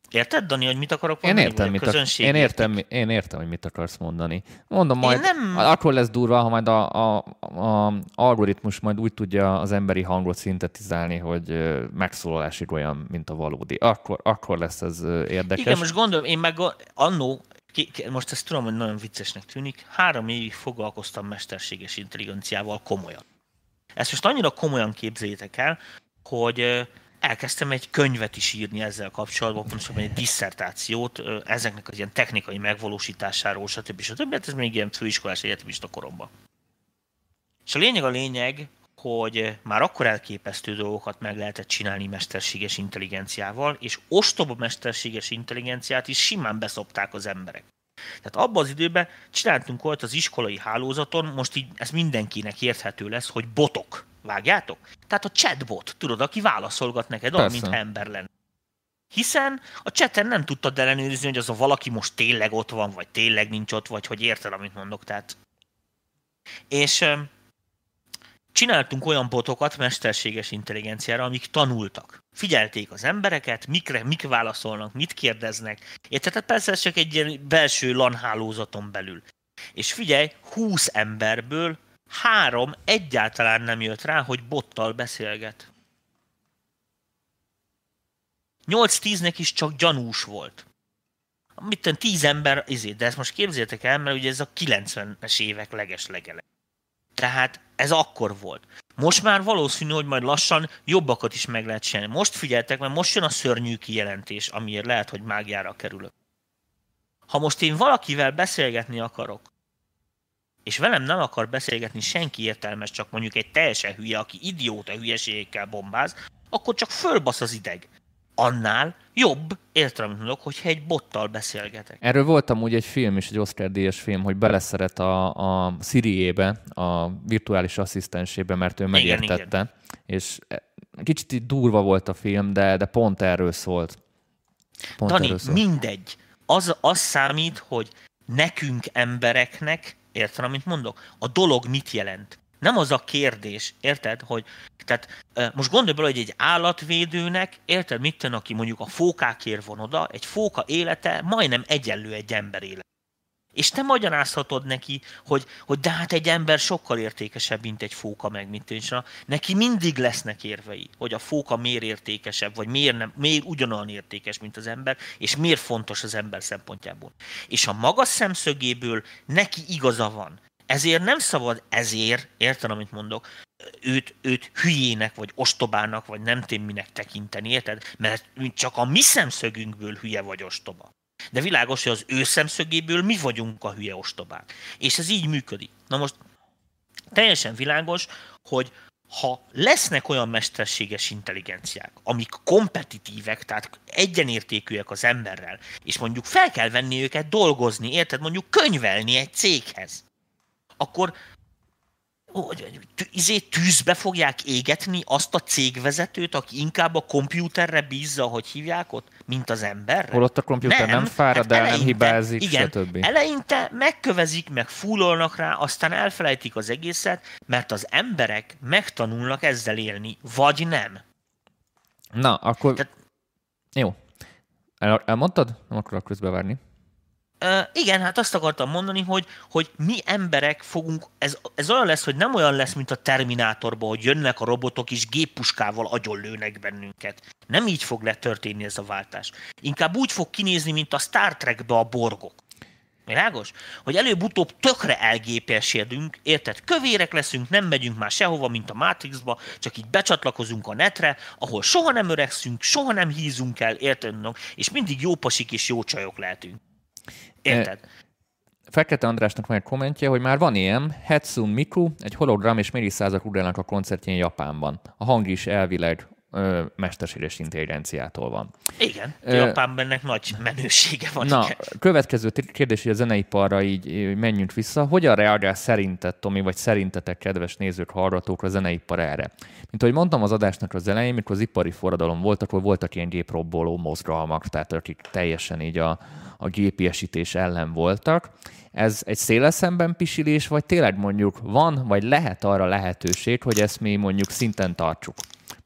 Érted, Dani, hogy mit akarok mondani? Én értem, hogy mit akarsz mondani. Mondom, majd akkor lesz durva, ha majd a algoritmus majd úgy tudja az emberi hangot szintetizálni, hogy megszólalásig olyan, mint a valódi. Akkor lesz ez érdekes. Igen, most gondolom, én meg annó, most ezt tudom, hogy nagyon viccesnek tűnik, 3 évig foglalkoztam mesterséges intelligenciával komolyan. Ezt most annyira komolyan képzeljétek el, hogy elkezdtem egy könyvet is írni ezzel kapcsolatban, pontosabban egy disszertációt ezeknek az ilyen technikai megvalósításáról, stb. Hát ez még ilyen főiskolás egyetemista koromban. És a lényeg, hogy már akkor elképesztő dolgokat meg lehetett csinálni mesterséges intelligenciával, és ostoba mesterséges intelligenciát is simán beszopták az emberek. Tehát abban az időben csináltunk olyat az iskolai hálózaton, most így ez mindenkinek érthető lesz, hogy botok. Vágjátok? Tehát a chatbot, tudod, aki válaszolgat neked, olyan, mint ember lenne. Hiszen a chaten nem tudtad ellenőrizni, hogy az a valaki most tényleg ott van, vagy tényleg nincs ott, vagy hogy érted, amit mondok. Tehát. És csináltunk olyan botokat mesterséges intelligenciára, amik tanultak. Figyelték az embereket, mik válaszolnak, mit kérdeznek. Érted? Persze ez csak egy ilyen belső LAN hálózaton belül. És figyelj, 20 emberből 3 egyáltalán nem jött rá, hogy bottal beszélget. 8-10-nek is csak gyanús volt. Mitten 10 ember, de ezt most képzeljétek el, mert ugye ez a 90-es évek legeslegele. Tehát ez akkor volt. Most már valószínű, hogy majd lassan jobbakat is meg lehet csinálni. Most figyeltek, mert most jön a szörnyű kijelentés, amiért lehet, hogy mágiára kerülök. Ha most én valakivel beszélgetni akarok, és velem nem akar beszélgetni senki értelmes, csak mondjuk egy teljesen hülye, aki idióta hülyeségekkel bombáz, akkor csak fölbasz az ideg. Annál jobb, értem, amit mondok, hogyha egy bottal beszélgetek. Erről voltam úgy egy film is, egy Oscar-díjas film, hogy beleszeret a Siri-ébe, a virtuális asszisztensébe, mert ő megértette. Igen. És kicsit így durva volt a film, de pont erről szólt. Dani, mindegy. Az számít, hogy nekünk embereknek, érted, amit mondok? A dolog mit jelent? Nem az a kérdés, érted, hogy tehát most gondolj bele, hogy egy állatvédőnek, érted, mit tenni, aki mondjuk a fókákért van oda, egy fóka élete majdnem egyenlő egy ember élete. És te magyarázhatod neki, hogy de hát egy ember sokkal értékesebb, mint egy fóka, meg mint én. Neki mindig lesznek érvei, hogy a fóka miért értékesebb, vagy miért ugyanolyan értékes, mint az ember, és miért fontos az ember szempontjából. És a maga szemszögéből neki igaza van. Ezért nem szabad, érted, amit mondok, őt hülyének, vagy ostobának, vagy nem tudom minek tekinteni, érted? Mert csak a mi szemszögünkből hülye vagy ostoba. De világos, hogy az ő szemszögéből mi vagyunk a hülye ostobák. És ez így működik. Na most teljesen világos, hogy ha lesznek olyan mesterséges intelligenciák, amik kompetitívek, tehát egyenértékűek az emberrel, és mondjuk fel kell venni őket dolgozni, érted? Mondjuk könyvelni egy céghez, akkor tűzbe fogják égetni azt a cégvezetőt, aki inkább a kompjúterre bízza, hogy hívják ott, mint az emberre? Holott a kompjúter nem fárad el, nem hibázik, igen, stb. Eleinte megkövezik, meg fúlolnak rá, aztán elfelejtik az egészet, mert az emberek megtanulnak ezzel élni, vagy nem. Na, akkor... Jó. Elmondtad? Nem akarok közbeverni. Igen, hát azt akartam mondani, hogy mi emberek fogunk, ez olyan lesz, hogy nem olyan lesz, mint a Terminátorban, hogy jönnek a robotok és géppuskával agyonlőnek bennünket. Nem így fog letörténni ez a váltás. Inkább úgy fog kinézni, mint a Star Trekbe a borgok. Világos? Hogy előbb-utóbb tökre elgépelsedünk, érted? Kövérek leszünk, nem megyünk már sehova, mint a Matrixba, csak így becsatlakozunk a netre, ahol soha nem öregszünk, soha nem hízunk el, érted? És mindig jó pasik és jó csajok lehetünk. Érted? Fekete Andrásnak van egy kommentje, hogy már van ilyen, Hatsune Miku, egy hologram és milliszázak ugrálnak a koncertjén Japánban. A hang is elvileg mesterséges intelligenciától van. Igen, Japánban ennek nagy menősége van. Na, következő kérdés, hogy a zeneiparra így menjünk vissza. Hogyan reagál szerinted, Tomi, vagy szerintetek, kedves nézők, hallgatók, a zeneipar erre? Mint ahogy mondtam az adásnak az elején, mikor az ipari forradalom volt, akkor voltak ilyen géprobboló mozgalmak, tehát akik teljesen így a gépiesítés ellen voltak. Ez egy széles szemben pisilés, vagy tényleg mondjuk van, vagy lehet arra lehetőség, hogy ezt mi mondjuk szinten tartsuk?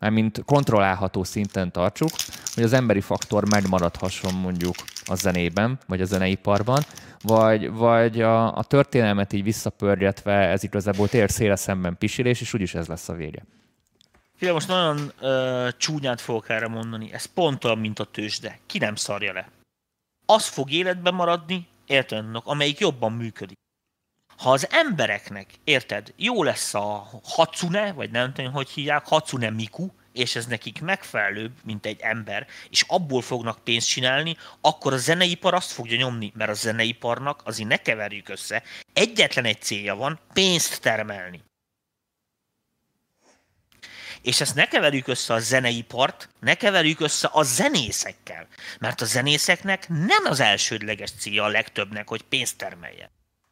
mint kontrollálható szinten tartsuk, hogy az emberi faktor megmaradhasson mondjuk a zenében, vagy a zeneiparban, vagy a történelmet így visszapörgetve ez igazából tényleg széle szemben pisilés, és úgyis ez lesz a vége. Figyelj, most nagyon csúnyát fogok erre mondani. Ez pont olyan, mint a tőzsde. Ki nem szarja le. Az fog életben maradni, érted, amelyik jobban működik. Ha az embereknek, érted, jó lesz a Hatsune, vagy nem tudom, hogy hívják, Hatsune Miku, és ez nekik megfelelőbb, mint egy ember, és abból fognak pénzt csinálni, akkor a zeneipar azt fogja nyomni, mert a zeneiparnak, azért ne keverjük össze, egyetlen egy célja van, pénzt termelni. És ezt ne keverjük össze a zeneipart, ne keverjük össze a zenészekkel, mert a zenészeknek nem az elsődleges célja a legtöbbnek, hogy pénzt termeljen.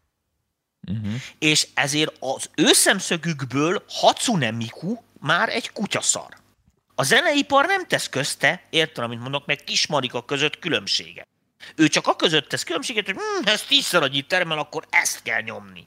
És ezért az ő szemszögükből Hatsune Miku már egy kutyaszar. A zeneipar nem tesz közte, érted, amit mondok, meg Kismarika között különbséget. Ő csak a között tesz különbséget, hogy ez 10-szer annyit termel, akkor ezt kell nyomni.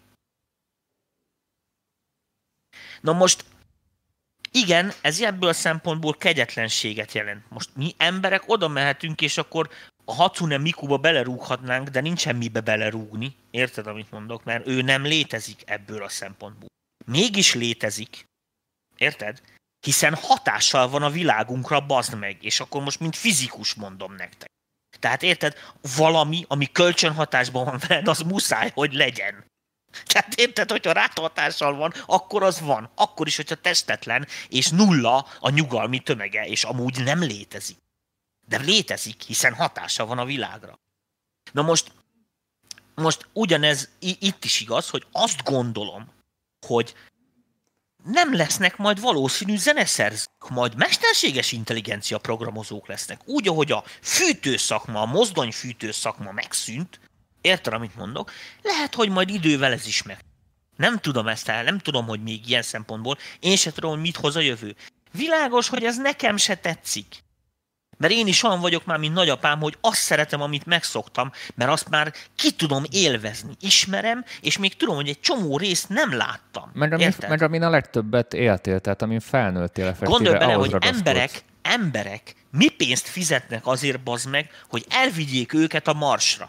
Na most, igen, ez ebből a szempontból kegyetlenséget jelent. Most mi emberek oda mehetünk, és akkor a Hatsune Mikuba belerúghatnánk, de nincsen mibe belerúgni. Érted, amit mondok? Mert ő nem létezik ebből a szempontból. Mégis létezik. Érted? Hiszen hatással van a világunkra, bazd meg. És akkor most mint fizikus mondom nektek. Tehát érted? Valami, ami kölcsönhatásban van veled, az muszáj, hogy legyen. Tehát érted, hogyha rád hatással van, akkor az van. Akkor is, hogyha testetlen, és nulla a nyugalmi tömege, és amúgy nem létezik. De létezik, hiszen hatása van a világra. Na most ugyanez itt is igaz, hogy azt gondolom, hogy nem lesznek majd valószínű zeneszerzők, majd mesterséges intelligencia programozók lesznek. Úgy, ahogy a fűtőszakma, a mozdonyfűtőszakma megszűnt, érted, amit mondok, lehet, hogy majd idővel ez is meg. Nem tudom ezt el, nem tudom, hogy még ilyen szempontból, én se tudom, hogy mit hoz a jövő. Világos, hogy ez nekem se tetszik. Mert én is olyan vagyok már, mint nagyapám, hogy azt szeretem, amit megszoktam, mert azt már ki tudom élvezni, ismerem, és még tudom, hogy egy csomó részt nem láttam. Meg amin a legtöbbet éltél, tehát amin felnőttél effektíve. Gondolj bele, hogy emberek mi pénzt fizetnek azért, bazd meg, hogy elvigyék őket a Marsra.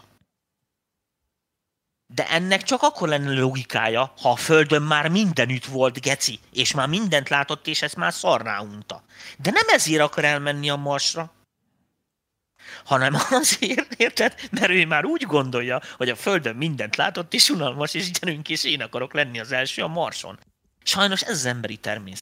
De ennek csak akkor lenne logikája, ha a Földön már mindenütt volt geci, és már mindent látott, és ezt már szarrá unta. De nem ezért akar elmenni a Marsra, hanem azért, érted? Mert ő már úgy gondolja, hogy a Földön mindent látott, és unalmas, és gyerünk, és én akarok lenni az első a Marson. Sajnos ez az emberi természet.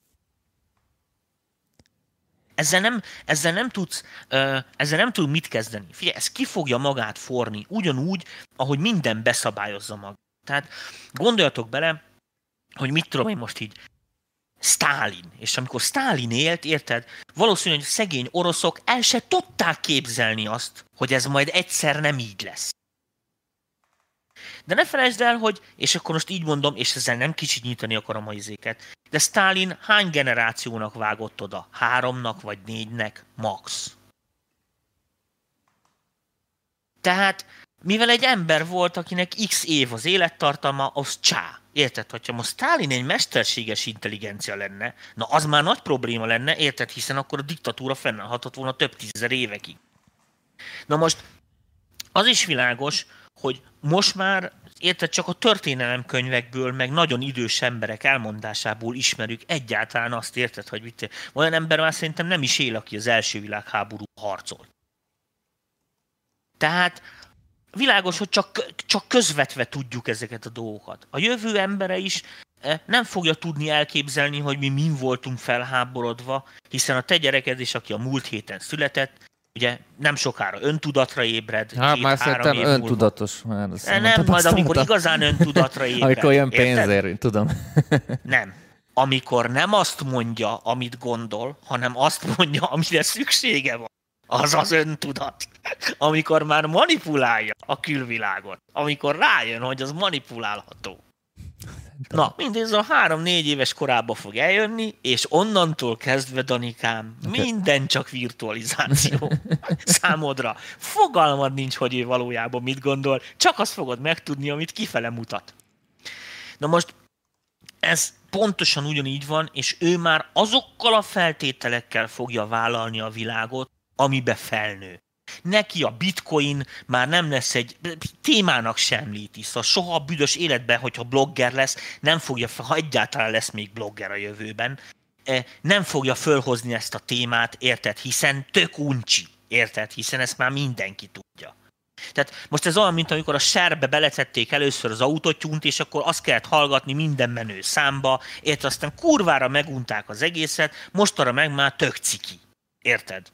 Ezzel nem tud mit kezdeni. Figyelj, ez ki fogja magát forni, ugyanúgy, ahogy minden beszabályozza magát. Tehát gondoljatok bele, hogy mit tudom én most így, Sztálin. És amikor Sztálin élt, érted, valószínű, hogy szegény oroszok el se tudták képzelni azt, hogy ez majd egyszer nem így lesz. De ne felejtsd el, hogy, és akkor most így mondom, és ezzel nem kicsinyíteni akarom a izéket, de Sztálin hány generációnak vágott oda? 3-nak vagy 4-nek? Max. Tehát, mivel egy ember volt, akinek x év az élettartalma, az csá. Érted? Hogyha most Sztálin egy mesterséges intelligencia lenne, na az már nagy probléma lenne, érted? Hiszen akkor a diktatúra fennállhatott volna több 10 évekig. Na most, az is világos, hogy most már, érted, csak a történelemkönyvekből, meg nagyon idős emberek elmondásából ismerjük egyáltalán azt, érted, hogy mit. Olyan ember már szerintem nem is él, aki az első világháború harcolt. Tehát világos, hogy csak közvetve tudjuk ezeket a dolgokat. A jövő embere is nem fogja tudni elképzelni, hogy mi min voltunk felháborodva, hiszen a te gyereked is, aki a múlt héten született, ugye nem sokára öntudatra ébred. Hát már szerintem öntudatos. Már nem, majd amikor igazán öntudatra ébred. Amikor jön pénzért, tudom. Nem. Amikor nem azt mondja, amit gondol, hanem azt mondja, amire szüksége van. Az az öntudat. Amikor már manipulálja a külvilágot. Amikor rájön, hogy az manipulálható. Na, mindez a 3-4 éves korába fog eljönni, és onnantól kezdve, Danikám, minden csak virtualizáció számodra. Fogalmad nincs, hogy ő valójában mit gondol, csak azt fogod megtudni, amit kifele mutat. Na most, ez pontosan ugyanígy van, és ő már azokkal a feltételekkel fogja vállalni a világot, amibe felnő. Neki a bitcoin már nem lesz egy témának sem említi, szóval soha a büdös életben, hogyha blogger lesz, nem fogja, ha egyáltalán lesz még blogger a jövőben, nem fogja fölhozni ezt a témát, érted? Hiszen tök uncsi, érted? Hiszen ezt már mindenki tudja. Tehát most ez olyan, mint amikor a serbe beletették először az autotyúnt, és akkor azt kellett hallgatni minden menő számba, érted? Aztán kurvára megunták az egészet, mostanra meg már tök ciki. Érted?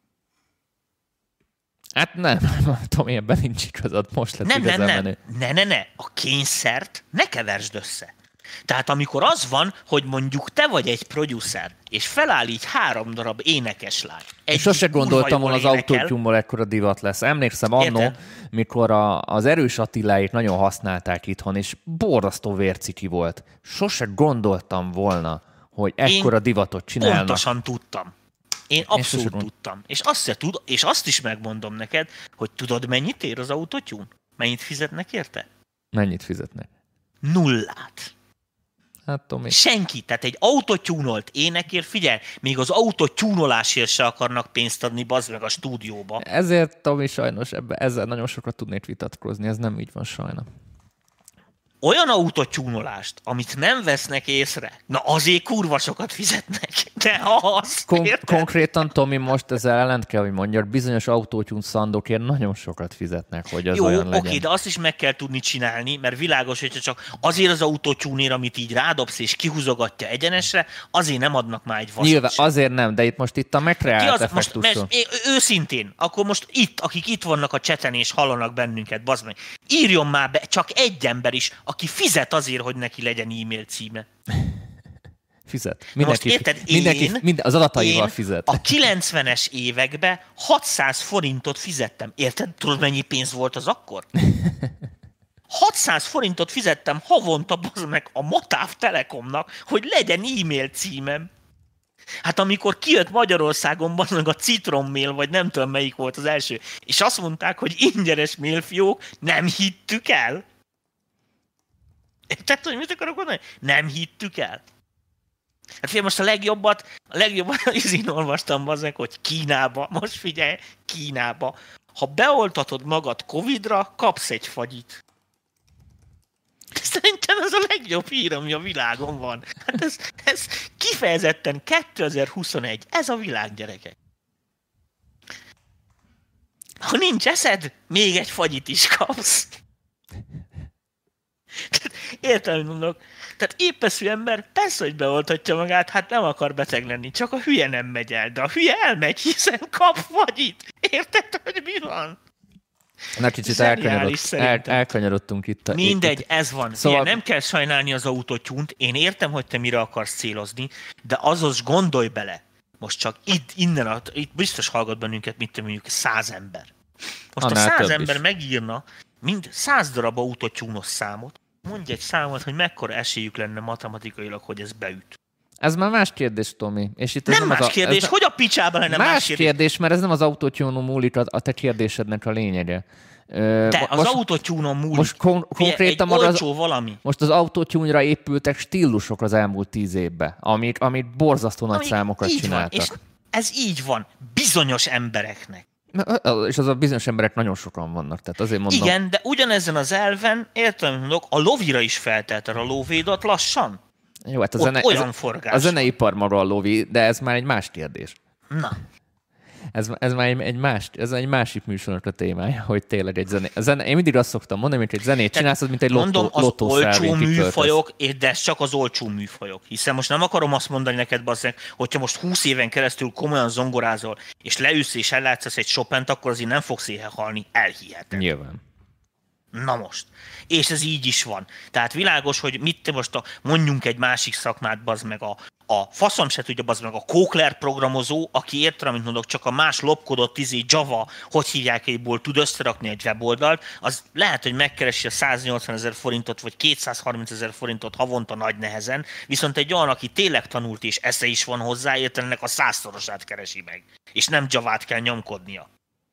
Hát nem, Tomi, ebben nincs igazad, most lett igazán menő. Ne. A kényszert ne keversd össze. Tehát amikor az van, hogy mondjuk te vagy egy producer, és felállít 3 darab énekeslány. Sose gondoltam volna az autótyúmból ekkora divat lesz. Emlékszem annó, mikor az Erős Attiláit nagyon használták itthon, és borzasztó vérciki volt. Sose gondoltam volna, hogy ekkora divatot csinálnak. Pontosan tudtam. Én abszolút tudtam. És azt is megmondom neked, hogy tudod, mennyit ér az autotune? Mennyit fizetnek érte? Mennyit fizetnek? 0. Hát, Tomi. Senki. Tehát egy autotyúnolt énekért, figyelj, még az autotyúnolásért se akarnak pénzt adni, bazd meg a stúdióba. Ezért, Tomi, sajnos ezzel nagyon sokat tudnék vitatkozni, ez nem így van sajna. Olyan autotyúnolást, amit nem vesznek észre, na azért kurva sokat fizetnek. De az, konkrétan, Tomi, most ezzel ellent kell, hogy mondjak, bizonyos autótyún szandokért nagyon sokat fizetnek, hogy az olyan legyen. Oké, de azt is meg kell tudni csinálni, mert világos, hogyha csak azért az autótyúnér, amit így rádobsz és kihúzogatja egyenesre, azért nem adnak már egy vasat. Nyilván, azért nem, de itt a megreált effektusról. Őszintén, akkor most itt, akik itt vannak a cseten és hallanak bennünket, bazd meg, írjon már be csak egy ember is, aki fizet azért, hogy neki legyen e-mail címe. Fizet. Mindenki az adataival fizet. A 90-es években 600 forintot fizettem. Érted? Tudod, mennyi pénz volt az akkor? 600 forintot fizettem havonta meg a Matáv Telekomnak, hogy legyen e-mail címem. Hát amikor kijött Magyarországon meg a Citron Mail, vagy nem tudom melyik volt az első, és azt mondták, hogy ingyenes mailfiók, nem hittük el. Tehát, hogy mit akarok mondani? Nem hittük el. Hát figyelj, most a legjobbat izén olvastam azok, hogy Kínába, most figyelj, Kínába, ha beoltatod magad Covid-ra, kapsz egy fagyit. Szerintem ez a legjobb hír, ami a világon van. Hát ez kifejezetten 2021, ez a világ, gyerekek. Ha nincs eszed, még egy fagyit is kapsz. Értelem mondok. Tehát épeszű ember persze, hogy beoltatja magát, hát nem akar beteg lenni, csak a hülye nem megy el, de a hülye elmegy, hiszen kap fagyit. Érted, hogy mi van? Na kicsit elkanyarodtunk itt. Mindegy, ez van. Szóval... nem kell sajnálni az autotyúnt, én értem, hogy te mire akarsz célozni, de azaz gondolj bele, most csak itt biztos hallgat bennünket, mint mondjuk 100 ember. Most a 100 ember megírna mind 100 darab autotyúnos számot, mondj egy számot, hogy mekkora esélyük lenne matematikailag, hogy ez beüt. Ez már más kérdés, Tomi. És itt nem más kérdés, hogy a picsába lenne más kérdés? Mert ez nem az autotyúnon múlik a te kérdésednek a lényege. De az autotyúnon múlik. Most konkrétan egy olcsó valami. Most az autotyúnra épültek stílusok az elmúlt 10 évben, amik borzasztó nagy számokat csináltak. Van, és ez így van bizonyos embereknek. És az a bizonyos emberek nagyon sokan vannak, tehát azért mondom. Igen, de ugyanezen az elven, értem, mondok, a lovira is feltelte a lóvédat lassan. Jó, hát olyan forgás. A zeneipar maga a lovi, de ez már egy más kérdés. Na. Ez már egy másik műsornak a témája, hogy tényleg egy zene. Én mindig azt szoktam mondani, hogy egy zenét csinálsz, az mint egy olcsó műfajok, de ez csak az olcsó műfajok. Hiszen most nem akarom azt mondani neked, bazzeg, hogyha most 20 éven keresztül komolyan zongorázol, és leülsz és ellátszasz egy Chopint, akkor azért nem fogsz éhe halni, elhiheted. Nyilván. Na most. És ez így is van. Tehát világos, hogy mit most mondjunk egy másik szakmát, bazd meg a faszom se tudja, bazd meg a Cochlear programozó, aki értem, amit mondok, csak a más lopkodott Java, hogy hívják egyból tud összerakni egy weboldalt, az lehet, hogy megkeresi a 180 000 forintot, vagy 230 000 forintot havonta nagy nehezen, viszont egy olyan, aki tényleg tanult és esze is van hozzá, értem, ennek a 100-szorosát keresi meg. És nem Javát kell nyomkodnia.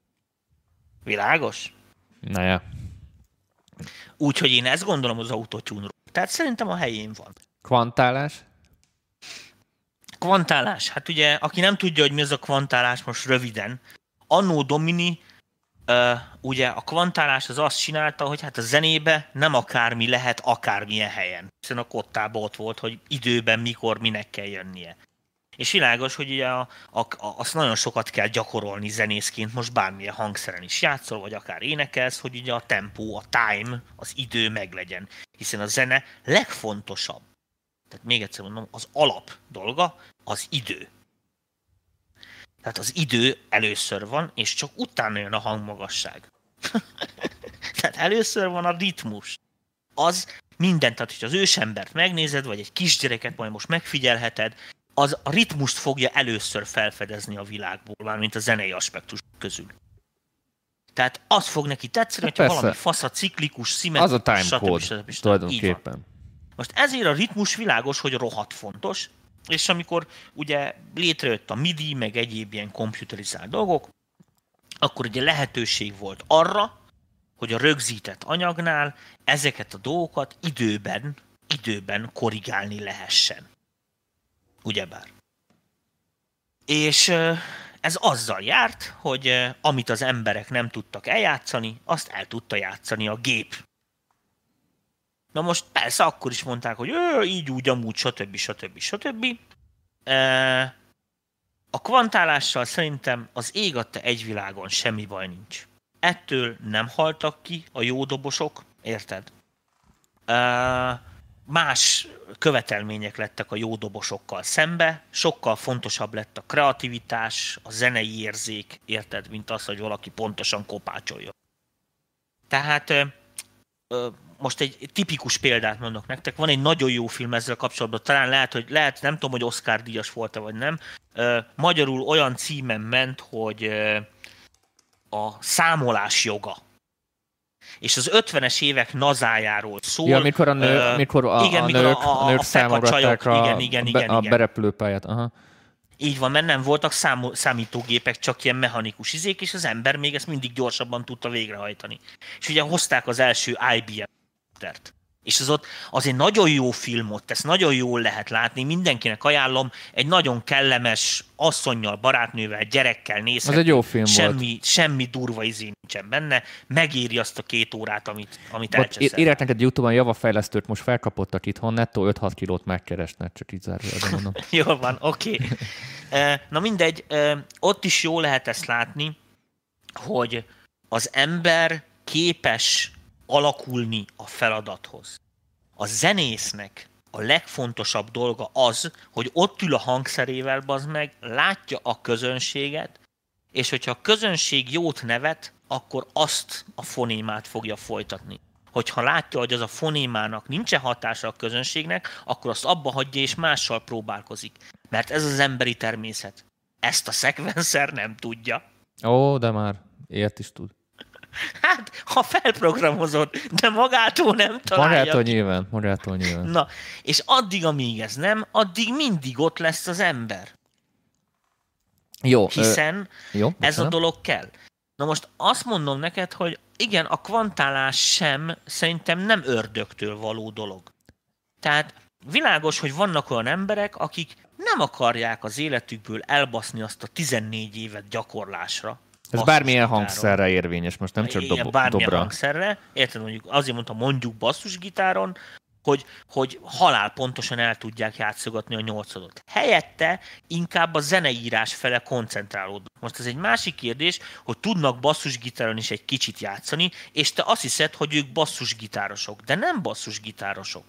Világos? Na ja. Úgyhogy én ezt gondolom az autotune-ról. Tehát szerintem a helyén van. Kvantálás? Kvantálás. Hát ugye, aki nem tudja, hogy mi az a kvantálás, most röviden. Anno Domini, ugye a kvantálás az azt csinálta, hogy hát a zenébe nem akármi lehet akármilyen helyen. Hiszen a kottában ott volt, hogy időben, mikor, minek kell jönnie. És világos, hogy ugye azt nagyon sokat kell gyakorolni zenészként, most bármilyen hangszeren is játszol, vagy akár énekelsz, hogy ugye a tempó, a time, az idő meglegyen. Hiszen a zene legfontosabb. Tehát még egyszer mondom, az alap dolga az idő. Tehát az idő először van, és csak utána jön a hangmagasság. Tehát először van a ritmus. Az mindent, tehát hogy az ősembert megnézed, vagy egy kisgyereket majd most megfigyelheted, az a ritmust fogja először felfedezni a világból, mármint a zenei aspektus közül. Tehát az fog neki tetszeni, hogyha valami fasza, ciklikus, szimmetrikus, az a timecode tulajdonképpen. Most ezért a ritmus világos, hogy rohadt fontos, és amikor ugye létrejött a MIDI, meg egyéb ilyen komputerizált dolgok, akkor ugye lehetőség volt arra, hogy a rögzített anyagnál ezeket a dolgokat időben korrigálni lehessen. Ugyebár. És ez azzal járt, hogy amit az emberek nem tudtak eljátszani, azt el tudta játszani a gép. Na most persze akkor is mondták, hogy így úgy, amúgy, stb. A kvantálással szerintem az ég adta egy világon semmi baj nincs. Ettől nem haltak ki a jó dobosok, érted? Más követelmények lettek a jó dobosokkal szembe, sokkal fontosabb lett a kreativitás, a zenei érzék, érted, mint az, hogy valaki pontosan kopácsoljon. Tehát most egy tipikus példát mondok nektek, van egy nagyon jó film ezzel kapcsolatban, talán lehet, nem tudom, hogy Oscar díjas volt-e vagy nem, magyarul olyan címen ment, hogy a számolás joga. És az 50-es évek nazájáról szól. Ja, amikor a nők számolgatták a berepülőpályát. Aha. Így van, mert nem voltak számítógépek, csak ilyen mechanikus izék, és az ember még ezt mindig gyorsabban tudta végrehajtani. És ugye hozták az első IBM-t. És az egy nagyon jó film ott, ezt nagyon jól lehet látni, mindenkinek ajánlom, egy nagyon kellemes asszonnyal, barátnővel, gyerekkel nézhető. Az egy jó film volt. Semmi durva izé nincsen benne, megéri azt a 2 órát, amit elcseszel. Írják neked YouTube-on javafejlesztőt, most felkapottak itthon, nettó 5-6 kilót megkeresnek, csak így zárójelben mondom. Jól van, oké. Na mindegy, ott is jó lehet ezt látni, hogy az ember képes alakulni a feladathoz. A zenésznek a legfontosabb dolga az, hogy ott ül a hangszerével, bazd meg, látja a közönséget, és hogyha a közönség jót nevet, akkor azt a fonémát fogja folytatni. Hogyha látja, hogy az a fonémának nincsen hatása a közönségnek, akkor azt abba hagyja és mással próbálkozik. Mert ez az emberi természet. Ezt a szekvenszer nem tudja. Ó, de már ilyet is tud. Hát, ha felprogramozod, de magától nem találja. Magától nyilván. Na, és addig, amíg ez nem, addig mindig ott lesz az ember. Jó. Hiszen ez a dolog kell. Na most azt mondom neked, hogy igen, a kvantálás sem szerintem nem ördögtől való dolog. Tehát világos, hogy vannak olyan emberek, akik nem akarják az életükből elbaszni azt a 14 évet gyakorlásra. Ez bármilyen hangszerre érvényes, most nem csak bármilyen dobra. hangszerre, érted, azért mondjuk basszusgitáron, hogy halálpontosan el tudják játszogatni a 8-adot. Helyette inkább a zeneírás fele koncentrálódnak. Most ez egy másik kérdés, hogy tudnak basszusgitáron is egy kicsit játszani, és te azt hiszed, hogy ők basszusgitárosok, de nem basszusgitárosok.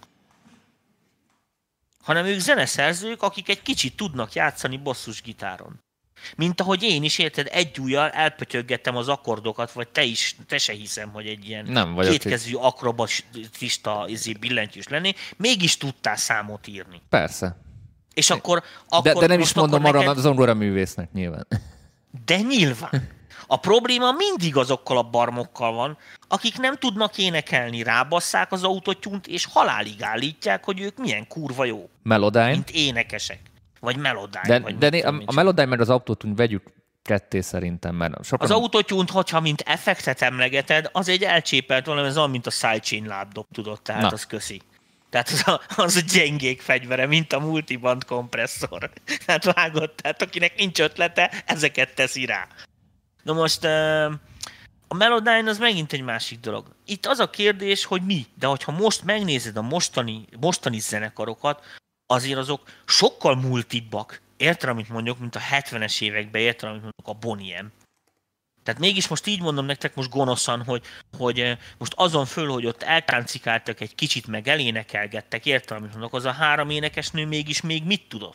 Hanem ők zeneszerzők, akik egy kicsit tudnak játszani basszusgitáron. Mint ahogy én is, érted, egy ujjal elpötyöggettem az akkordokat, vagy te se hiszem, hogy egy ilyen kétkezű akrobatista billentyűs lenni, mégis tudtál számot írni. Persze. És akkor de nem is mondom arra az zongoraművésznek nyilván. De nyilván. A probléma mindig azokkal a barmokkal van, akik nem tudnak énekelni, rábasszák az autotyunt, és halálig állítják, hogy ők milyen kurva jó. Melodyne. Mint énekesek. Vagy Melodyne. De a Melodyne meg az autotune vegyük ketté szerintem. Mert sokan... Az autotune, hogyha mint effektet emlegeted, az egy elcsépelt valami, ez olyan, mint a sidechain lábdob, tudod, tehát az köszi. Tehát az a gyengék fegyvere, mint a multiband kompresszor. Hát vágott, tehát akinek nincs ötlete, ezeket teszi rá. Na most a Melodyne az megint egy másik dolog. Itt az a kérdés, hogy mi, de hogyha most megnézed a mostani zenekarokat, azért azok sokkal multibbak, érted, amit mondjuk, mint a 70-es években, érted, amit mondjuk a Boney M. Tehát mégis most így mondom nektek most gonoszan, hogy most azon föl, hogy ott eltáncikáltak egy kicsit, meg elénekelgettek, érted, amit mondok, az a 3 énekesnő mégis még mit tudott?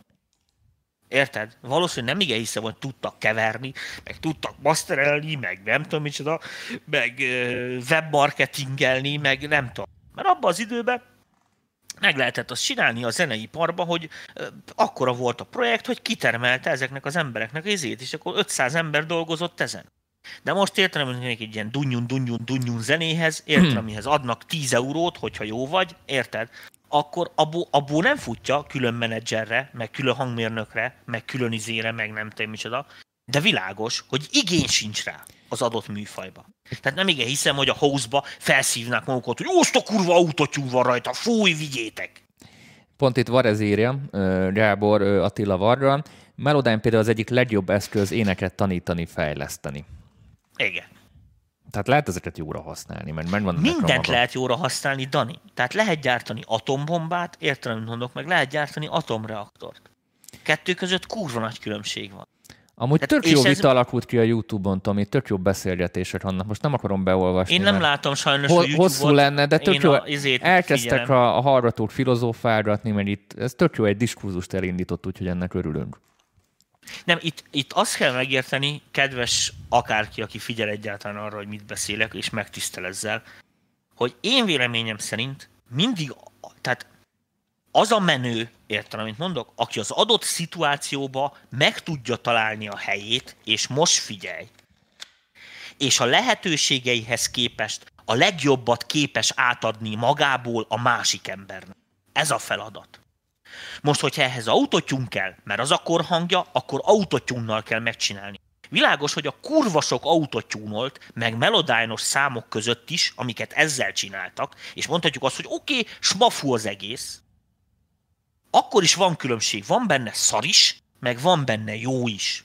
Érted? Valószínűleg nem igen hiszem, hogy tudtak keverni, meg tudtak masterelni, meg nem tudom micsoda, meg webmarketingelni, meg nem tudom. Mert abban az időben meg lehetett azt csinálni a zeneiparba, hogy akkora volt a projekt, hogy kitermelte ezeknek az embereknek izét, és akkor 500 ember dolgozott ezen. De most értem, hogy egy ilyen dunnyun zenéhez, értem, amihez adnak 10 eurót, hogyha jó vagy, érted? Akkor abból nem futja külön menedzserre, meg külön hangmérnökre, meg külön izére, meg nem tudom micsoda, de világos, hogy igény sincs rá az adott műfajba. Tehát nem igen hiszem, hogy a house-ba felszívnák magukat, hogy azt a kurva autotune van rajta, fúj, vigyétek! Pont itt Varez írja, Gábor Attila Varra, Melodyne például az egyik legjobb eszköz éneket tanítani, fejleszteni. Igen. Tehát lehet ezeket jóra használni, mert megvan mindent lehet jóra használni, Dani. Tehát lehet gyártani atombombát, értelem mondok, meg lehet gyártani atomreaktort. Kettő között kurva nagy különbség van. Amúgy tök jó vita alakult ki a YouTube-on, Tomi, tök jó beszélgetések vannak. Most nem akarom beolvasni. Én nem látom sajnos a YouTube-ot. Hosszú lenne, de tök jó. Elkezdtek figyelem. a hallgatók filozófálgatni, mert itt ez tök jó, egy diskurzust elindított, úgyhogy ennek örülünk. Nem, itt azt kell megérteni, kedves akárki, aki figyel egyáltalán arra, hogy mit beszélek, és megtisztel ezzel, hogy én véleményem szerint mindig, tehát az a menő, értem, amit mondok, aki az adott szituációba meg tudja találni a helyét, és most figyelj, és a lehetőségeihez képest a legjobbat képes átadni magából a másik embernek. Ez a feladat. Most, hogyha ehhez autotune kell, mert az a korhangja, akkor autotune-nal kell megcsinálni. Világos, hogy a kurva sok autotune-olt, meg melodine-os számok között is, amiket ezzel csináltak, és mondhatjuk azt, hogy oké, smafú az egész, akkor is van különbség. Van benne szar is, meg van benne jó is.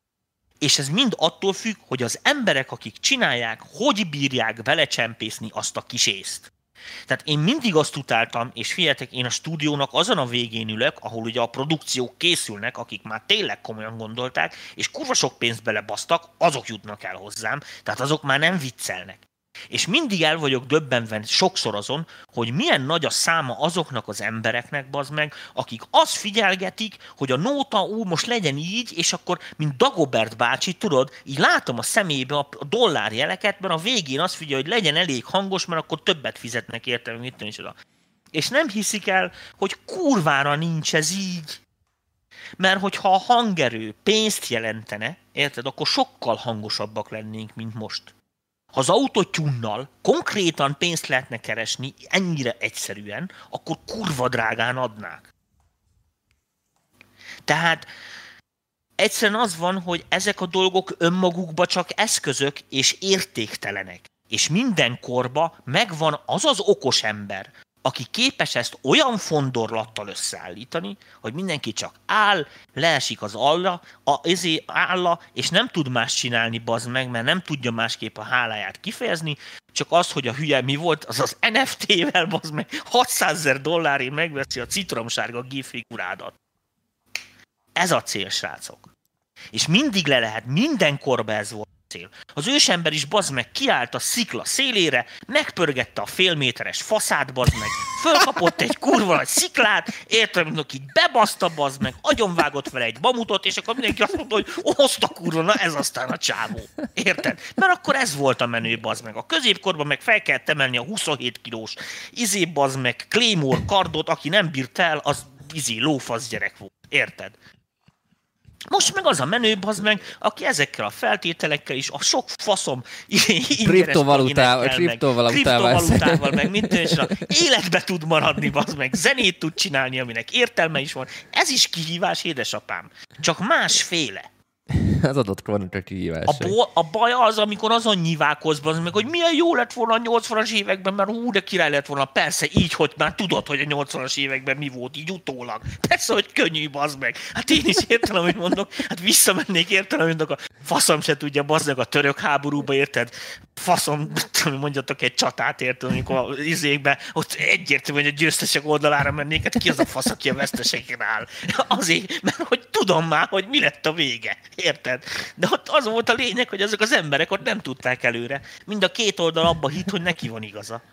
És ez mind attól függ, hogy az emberek, akik csinálják, hogy bírják belecsempészni azt a kis észt. Tehát én mindig azt utáltam, és figyeljetek, én a stúdiónak azon a végén ülök, ahol ugye a produkciók készülnek, akik már tényleg komolyan gondolták, és kurva sok pénzt belebasztak, azok jutnak el hozzám, tehát azok már nem viccelnek. És mindig el vagyok döbbenve sokszor azon, hogy milyen nagy a száma azoknak az embereknek, bazd meg, akik azt figyelgetik, hogy a nóta most legyen így, és akkor, mint Dagobert bácsi, tudod, így látom a szemébe a dollárjeleket, mert a végén azt figyel, hogy legyen elég hangos, mert akkor többet fizetnek érte, mit tudom is oda. És nem hiszik el, hogy kurvára nincs ez így. Mert hogyha a hangerő pénzt jelentene, érted, akkor sokkal hangosabbak lennénk, mint most. Ha az autotune-nal konkrétan pénzt lehetne keresni ennyire egyszerűen, akkor kurva drágán adnák. Tehát egyszerűen az van, hogy ezek a dolgok önmagukban csak eszközök és értéktelenek. És minden korba megvan az az okos ember, aki képes ezt olyan fondorlattal összeállítani, hogy mindenki csak áll, leesik az álla, és nem tud más csinálni, bazd meg, mert nem tudja másképp a háláját kifejezni, csak az, hogy a hülye mi volt, az NFT-vel, bazd meg, $600,000 megveszi a citromsárga GIF figurádat. Ez a cél, srácok. És mindig le lehet, minden korban ez volt. Az ősember is, bazd meg, kiállt a szikla szélére, megpörgette a félméteres faszát, bazd meg, fölkapott egy kurva nagy sziklát, értem, mondok, így bebaszta, bazd meg, agyonvágott vele egy mamutot, és akkor mindenki azt mondta, hogy azt a kurva, na ez aztán a csávó. Érted? Mert akkor ez volt a menő, bazd meg. A középkorban meg fel kellett emelni a 27 kilós bazd meg, Claymore kardot, aki nem bírt el, az lófasz gyerek volt. Érted? Most meg az a menő, bazd meg, aki ezekkel a feltételekkel is, a sok faszom kriptovalutával, meg minden, életbe tud maradni, bazd meg, zenét tud csinálni, aminek értelme is van. Ez is kihívás, édesapám. Csak másféle. Az adott kornak a kihívásai. A baj az, amikor azon nyiválkozz, az meg, hogy milyen jó lett volna a 80-as években, mert de király lett volna. Persze, így, hogy már tudod, hogy a 80-as években mi volt, így utólag. Persze, hogy könnyű, bazd meg. Hát én is értem, amit mondok. Hát visszamennék, értem, amit mondok. A faszom se tudja, bazd meg a török háborúba, érted? Faszom, mondjatok egy csatát, érted, amikor az izékben, ott egyértelmű, hogy a győztesek oldalára mennék, hát ki az a fasz, aki a veszteseken áll? Azért, mert hogy tudom már, hogy mi lett a vége, érted? De ott az volt a lényeg, hogy azok az emberek ott nem tudták előre. Mind a két oldal abba hitt, hogy neki van igaza.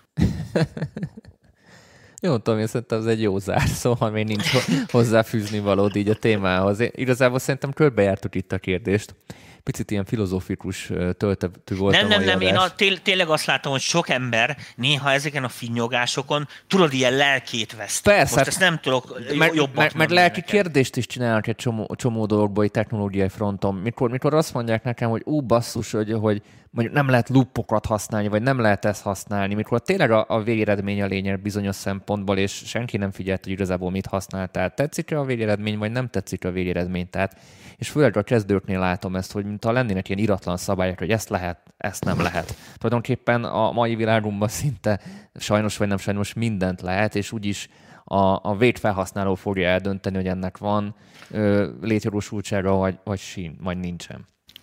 Jó, Tomi, szerintem ez egy jó zárszó, ha még nincs hozzáfűzni valód így a témához. Igazából szerintem körbejártuk itt a kérdést. Picit ilyen filozófikus töltetű volt a mai adás. Én tényleg azt látom, hogy sok ember néha ezeken a finnyogásokon tudod, ilyen lelkét veszt. Persze. Most ezt nem tudok jobbat meg lelki kérdést is csinálnak egy csomó dologból, egy technológiai fronton. Mikor azt mondják nekem, hogy basszus, hogy mondjuk nem lehet loopokat használni, vagy nem lehet ezt használni, mikor tényleg a végeredmény a lényeg bizonyos szempontból, és senki nem figyelt, hogy igazából mit használ. Tehát tetszik-e a végeredmény, vagy nem tetszik a végeredmény. Tehát, és főleg a kezdőknél látom ezt, hogy mintha lennének ilyen iratlan szabályok, hogy ezt lehet, ezt nem lehet. Tulajdonképpen a mai világunkban szinte sajnos vagy nem sajnos mindent lehet, és úgyis a végfelhasználó fogja eldönteni, hogy ennek van létjogosultsága, vagy nincsen.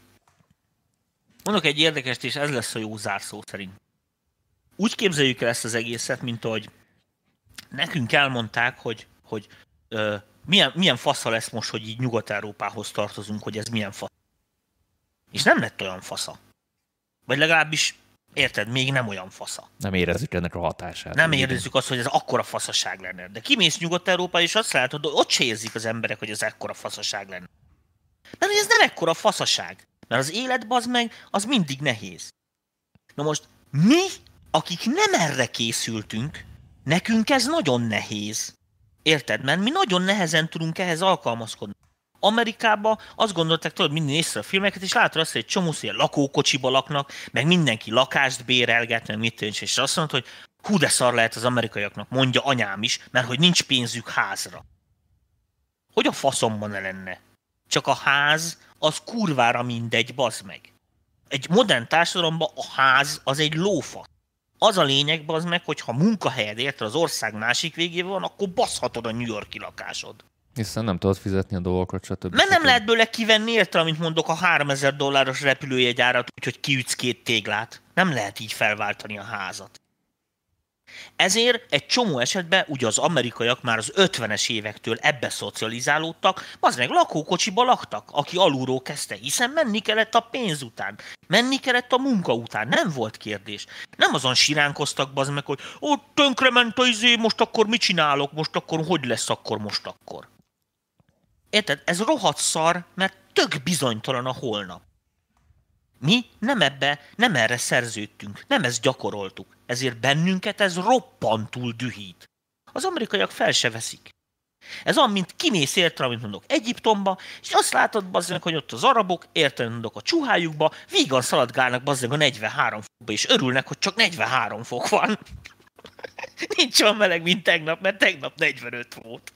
Mondok egy érdekest, és ez lesz a jó zárszó szerint. Úgy képzeljük el ezt az egészet, mint hogy nekünk elmondták, hogy milyen fasza lesz most, hogy így Nyugat-Európához tartozunk, hogy ez milyen fasz. És nem lett olyan fasza. Vagy legalábbis, érted, még nem olyan fasza. Nem érezzük ennek a hatását. Nem érezzük azt, hogy ez akkora faszaság lenne. De kimész Nyugat-Európába, és azt látod, hogy ott se érzik az emberek, hogy ez ekkora faszaság lenne. Mert ez nem ekkora faszaság. Mert az élet, bazd meg, az mindig nehéz. Na most mi, akik nem erre készültünk, nekünk ez nagyon nehéz. Érted? Mert mi nagyon nehezen tudunk ehhez alkalmazkodni. Amerikában azt gondolták, tudod, minden nézve a filmeket, és látod azt, hogy egy csomó ilyen lakókocsiba laknak, meg mindenki lakást bérelget, meg mit tűncs, és azt mondod, hogy hú, de szar lehet az amerikaiaknak, mondja anyám is, mert hogy nincs pénzük házra. Hogy a faszomban ne lenne? Csak a ház az kurvára mindegy, bazd meg. Egy modern társadalomban a ház az egy lófasz. Az a lényeg, bazd meg, hogy ha munkahelyed érted az ország másik végében van, akkor baszhatod a New York-i lakásod. Hiszen nem tudod fizetni a dolgokat, stb. Mert nem lehet bőle kivenni, érted, amit mondok, a $3000 repülőjegyárat, úgyhogy kiütsz 2 téglát. Nem lehet így felváltani a házat. Ezért egy csomó esetben ugye az amerikaiak már az 50-es évektől ebbe szocializálódtak, az meg lakókocsiba laktak, aki alulról kezdte, hiszen menni kellett a pénz után, menni kellett a munka után, nem volt kérdés. Nem azon siránkoztak, bazd meg, hogy tönkrement a izé, most akkor mit csinálok, most akkor hogy lesz akkor most akkor. Érted? Ez rohadt szar, mert tök bizonytalan a holnap. Mi nem erre szerződtünk, nem ezt gyakoroltuk. Ezért bennünket ez roppantul dühít. Az amerikaiak fel se veszik. Ez olyan, mint kimész értelem, amit mondok, Egyiptomba, és azt látod, bazdmeg, hogy ott az arabok, értelem mondok a csuhájukba, vígan szaladgálnak bazdmeg a 43 fokba, és örülnek, hogy csak 43 fok van. Nincs olyan meleg, mint tegnap, mert tegnap 45 volt.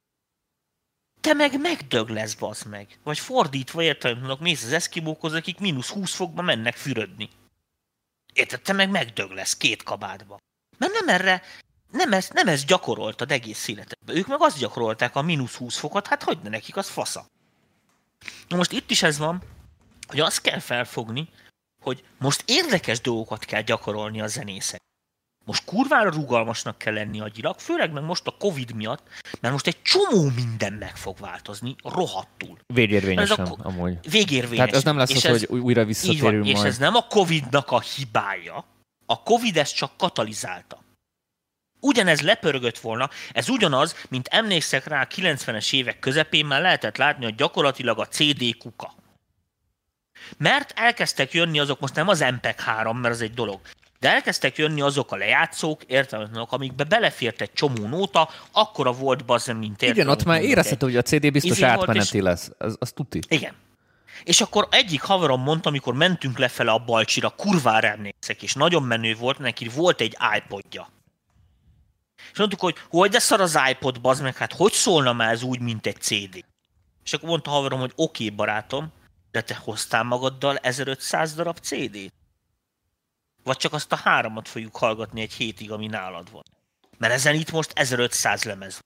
Te meg megdög lesz, bazd meg. Vagy fordítva értelem mondok, mész az eszkimókhoz, akik -20 fokba mennek fürödni. Érted, te meg megdög lesz 2 kabátba. Mert nem ezt gyakoroltad egész életedben. Ők meg azt gyakorolták a -20 fokot, hát hagyd ne nekik, az fasza. Na most itt is ez van, hogy azt kell felfogni, hogy most érdekes dolgokat kell gyakorolni a zenészek. Most kurvára rugalmasnak kell lenni agyilag, főleg meg most a Covid miatt, mert most egy csomó minden meg fog változni, rohadtul. Végérvényesen, amúgy. Végérvényesen. Tehát ez nem lesz az, hogy újra visszatérünk majd. És ez nem a Covid-nak a hibája, a Covid ezt csak katalizálta. Ugyanez lepörgött volna, ez ugyanaz, mint emlékszek rá a 90-es évek közepén már lehetett látni, hogy gyakorlatilag a CD kuka. Mert elkezdtek jönni azok, most nem az MPEG-3, mert az egy dolog, de elkezdtek jönni azok a lejátszók, értelmetlenek, amikbe belefért egy csomó nóta, akkora volt bazen, mint igen, ott már érezhető, hogy a CD biztos átmeneti lesz. Az tuti. Igen. És akkor egyik haverom mondta, amikor mentünk lefele a Balcsira, kurvára emlékszek, és nagyon menő volt, neki volt egy iPodja. És mondtuk, hogy de szar az iPod, bazd meg, hát hogy szólna már ez úgy, mint egy CD? És akkor mondta a haverom, hogy oké, barátom, De te hoztál magaddal 1500 darab CD-t? Vagy csak azt a 3-at fogjuk hallgatni egy hétig, ami nálad van? Mert ezen itt most 1500 lemez.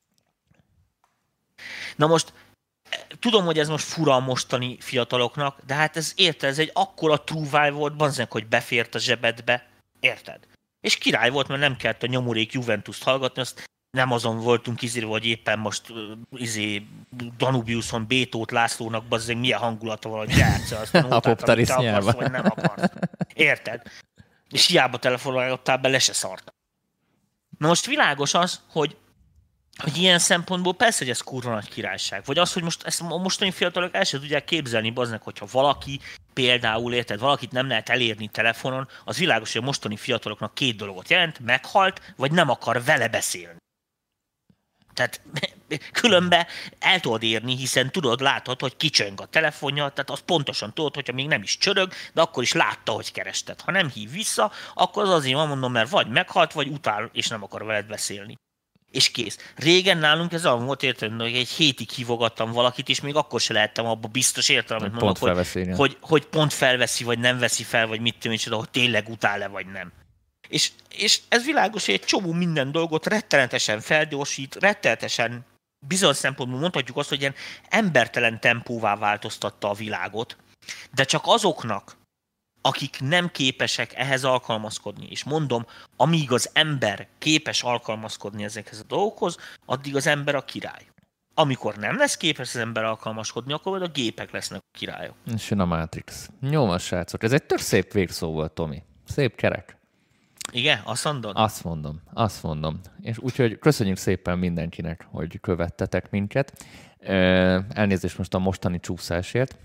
Na most, tudom, hogy ez most fura a mostani fiataloknak, de hát ez érted, ez egy akkora trúváj volt, banznek, hogy befért a zsebedbe, érted? És király volt, mert nem kellett a nyomorék Juventust hallgatni, azt nem azon voltunk izírva, hogy éppen most Danubiuson Bétót Lászlónak bazzeg milyen hangulata van, hogy játssza azt a nótát, amit te akarsz, vagy nem akarsz. Érted? És hiába telefonálgattál be, le se szartam. Na most világos az, hogy ilyen szempontból persze, hogy ez kurva nagy királyság. Vagy az, hogy most ezt a mostani fiatalok el sem tudják képzelni, baznak, hogyha valaki például, érted, valakit nem lehet elérni telefonon, az világos, hogy a mostani fiataloknak 2 dolgot jelent, meghalt, vagy nem akar vele beszélni. Tehát különben el tudod érni, hiszen látod, hogy kicsöng a telefonja, tehát azt pontosan tudod, hogyha még nem is csörög, de akkor is látta, hogy kerested. Ha nem hív vissza, akkor az azért van, mondom, mert vagy meghalt, vagy utál, és nem akar veled beszélni. És kész. Régen nálunk ez olyan volt, értem, hogy egy hétig hívogattam valakit, és még akkor se lehettem abba biztos értelmet mondok, hogy pont felveszi, vagy nem veszi fel, vagy mit tudom, hogy tényleg utál-e, vagy nem. És ez világos, hogy egy csomó minden dolgot rettenetesen felgyorsít, rettenetesen bizonyos szempontból mondhatjuk azt, hogy ilyen embertelen tempóvá változtatta a világot, de csak azoknak, akik nem képesek ehhez alkalmazkodni, és mondom, amíg az ember képes alkalmazkodni ezekhez a dolgokhoz, addig az ember a király. Amikor nem lesz képes az ember alkalmazkodni, akkor majd a gépek lesznek a királyok. És jön a Matrix. Nyomos, srácok. Ez egy tök szép végszó volt, Tomi. Szép kerek. Igen? Azt mondod? Azt mondom. És úgyhogy köszönjük szépen mindenkinek, hogy követtetek minket. Elnézést most a mostani csúszásért.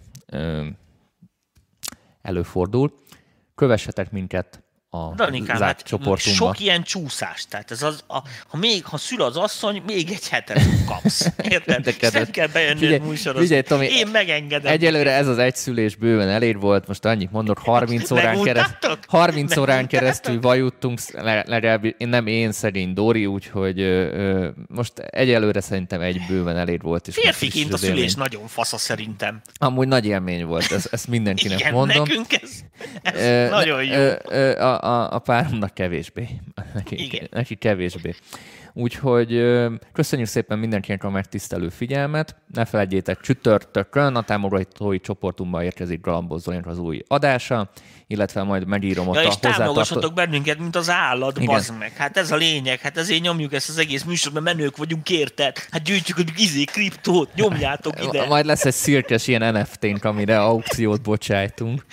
Előfordul. Kövessetek minket a Danikám, zárt csoportunkba. Sok ilyen csúszás. Tehát ez ha szül az asszony, még egy hetet kapsz. Érted? Nem kell bejönni a műsorozni. Tomi, én megengedem. Egyelőre ez az egy szülés bőven elég volt. Most annyit mondok, 30 órán keresztül vajuttunk, legalább nem én, szegény Dori, úgyhogy most egyelőre szerintem egy bőven elég volt. Férfiként a szülés nagyon fasza szerintem. Amúgy nagy élmény volt, ezt mindenkinek igen, mondom. Nekünk ez nagyon jó. A páromnak kevésbé. Neki kevésbé. Úgyhogy köszönjük szépen mindenkinek a megtisztelő figyelmet. Ne felejtjétek, csütörtökön a támogatói csoportunkban érkezik Galambos Zolinak az új adása, illetve majd megírom ott a hozzátartozó... és támogassatok bennünket, mint az állat, bazd meg. Hát ez a lényeg, hát ezért nyomjuk ezt az egész műsorban, menők vagyunk, érted? Hát gyűjtjük a kriptót, nyomjátok ide. Majd lesz egy szirkes ilyen NFT-nk, amire aukciót bocsájtunk.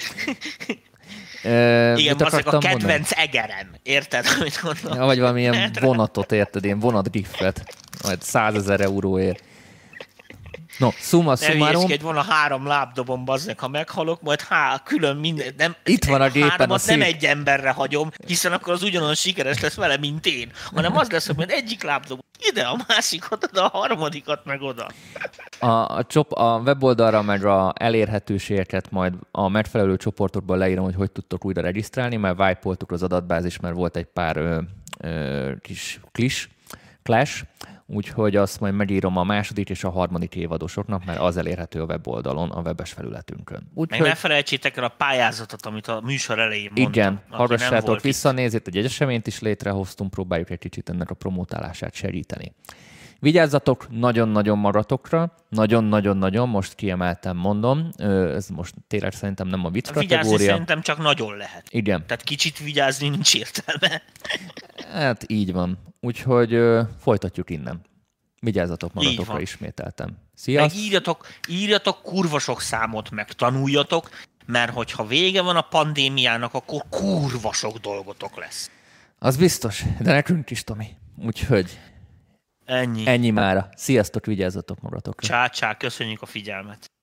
Igen, azok a kedvenc egerem, érted, amit mondom? Ja, vagy valamilyen vonatot, érted, ilyen vonatgiffet, majd 100 000 euróért. No, summa summarum. Ne volna 3 lábdobom, bazdnek, ha meghalok, majd külön minden... Nem, itt van a gépen a nem egy emberre hagyom, hiszen akkor az ugyanolyan sikeres lesz vele, mint én, hanem az lesz, hogy majd egyik lábdobom ide, a másikat oda, a harmadikat meg oda. A weboldalra meg a elérhetőségeket majd a megfelelő csoportokban leírom, hogy tudtok újra regisztrálni, mert wipe-oltuk az adatbázis, mert volt egy pár kis clash, úgyhogy azt majd megírom a második és a harmadik évadosoknak, mert az elérhető a weboldalon, a webes felületünkön. Meg ne felejtsétek el a pályázatot, amit a műsor elején mondtam. Igen, hallgassátok vissza, nézzét, egy eseményt is létrehoztunk, próbáljuk egy kicsit ennek a promotálását segíteni. Vigyázzatok nagyon-nagyon magatokra, nagyon-nagyon-nagyon, most kiemeltem mondom, ez most tényleg szerintem nem a vicc kategória. Vigyázni szerintem csak nagyon lehet. Igen. Tehát kicsit vigyázni nincs értelme. Hát így van. Úgyhogy folytatjuk innen. Vigyázzatok magatokra, ismételtem. Sziasztok! Meg írjatok kurva sok számot, meg tanuljatok, mert hogyha vége van a pandémiának, akkor kurva sok dolgotok lesz. Az biztos, de nekünk is, Tomi. Úgyhogy ennyi mára. Sziasztok, vigyázzatok magatokra. Csá, köszönjük a figyelmet.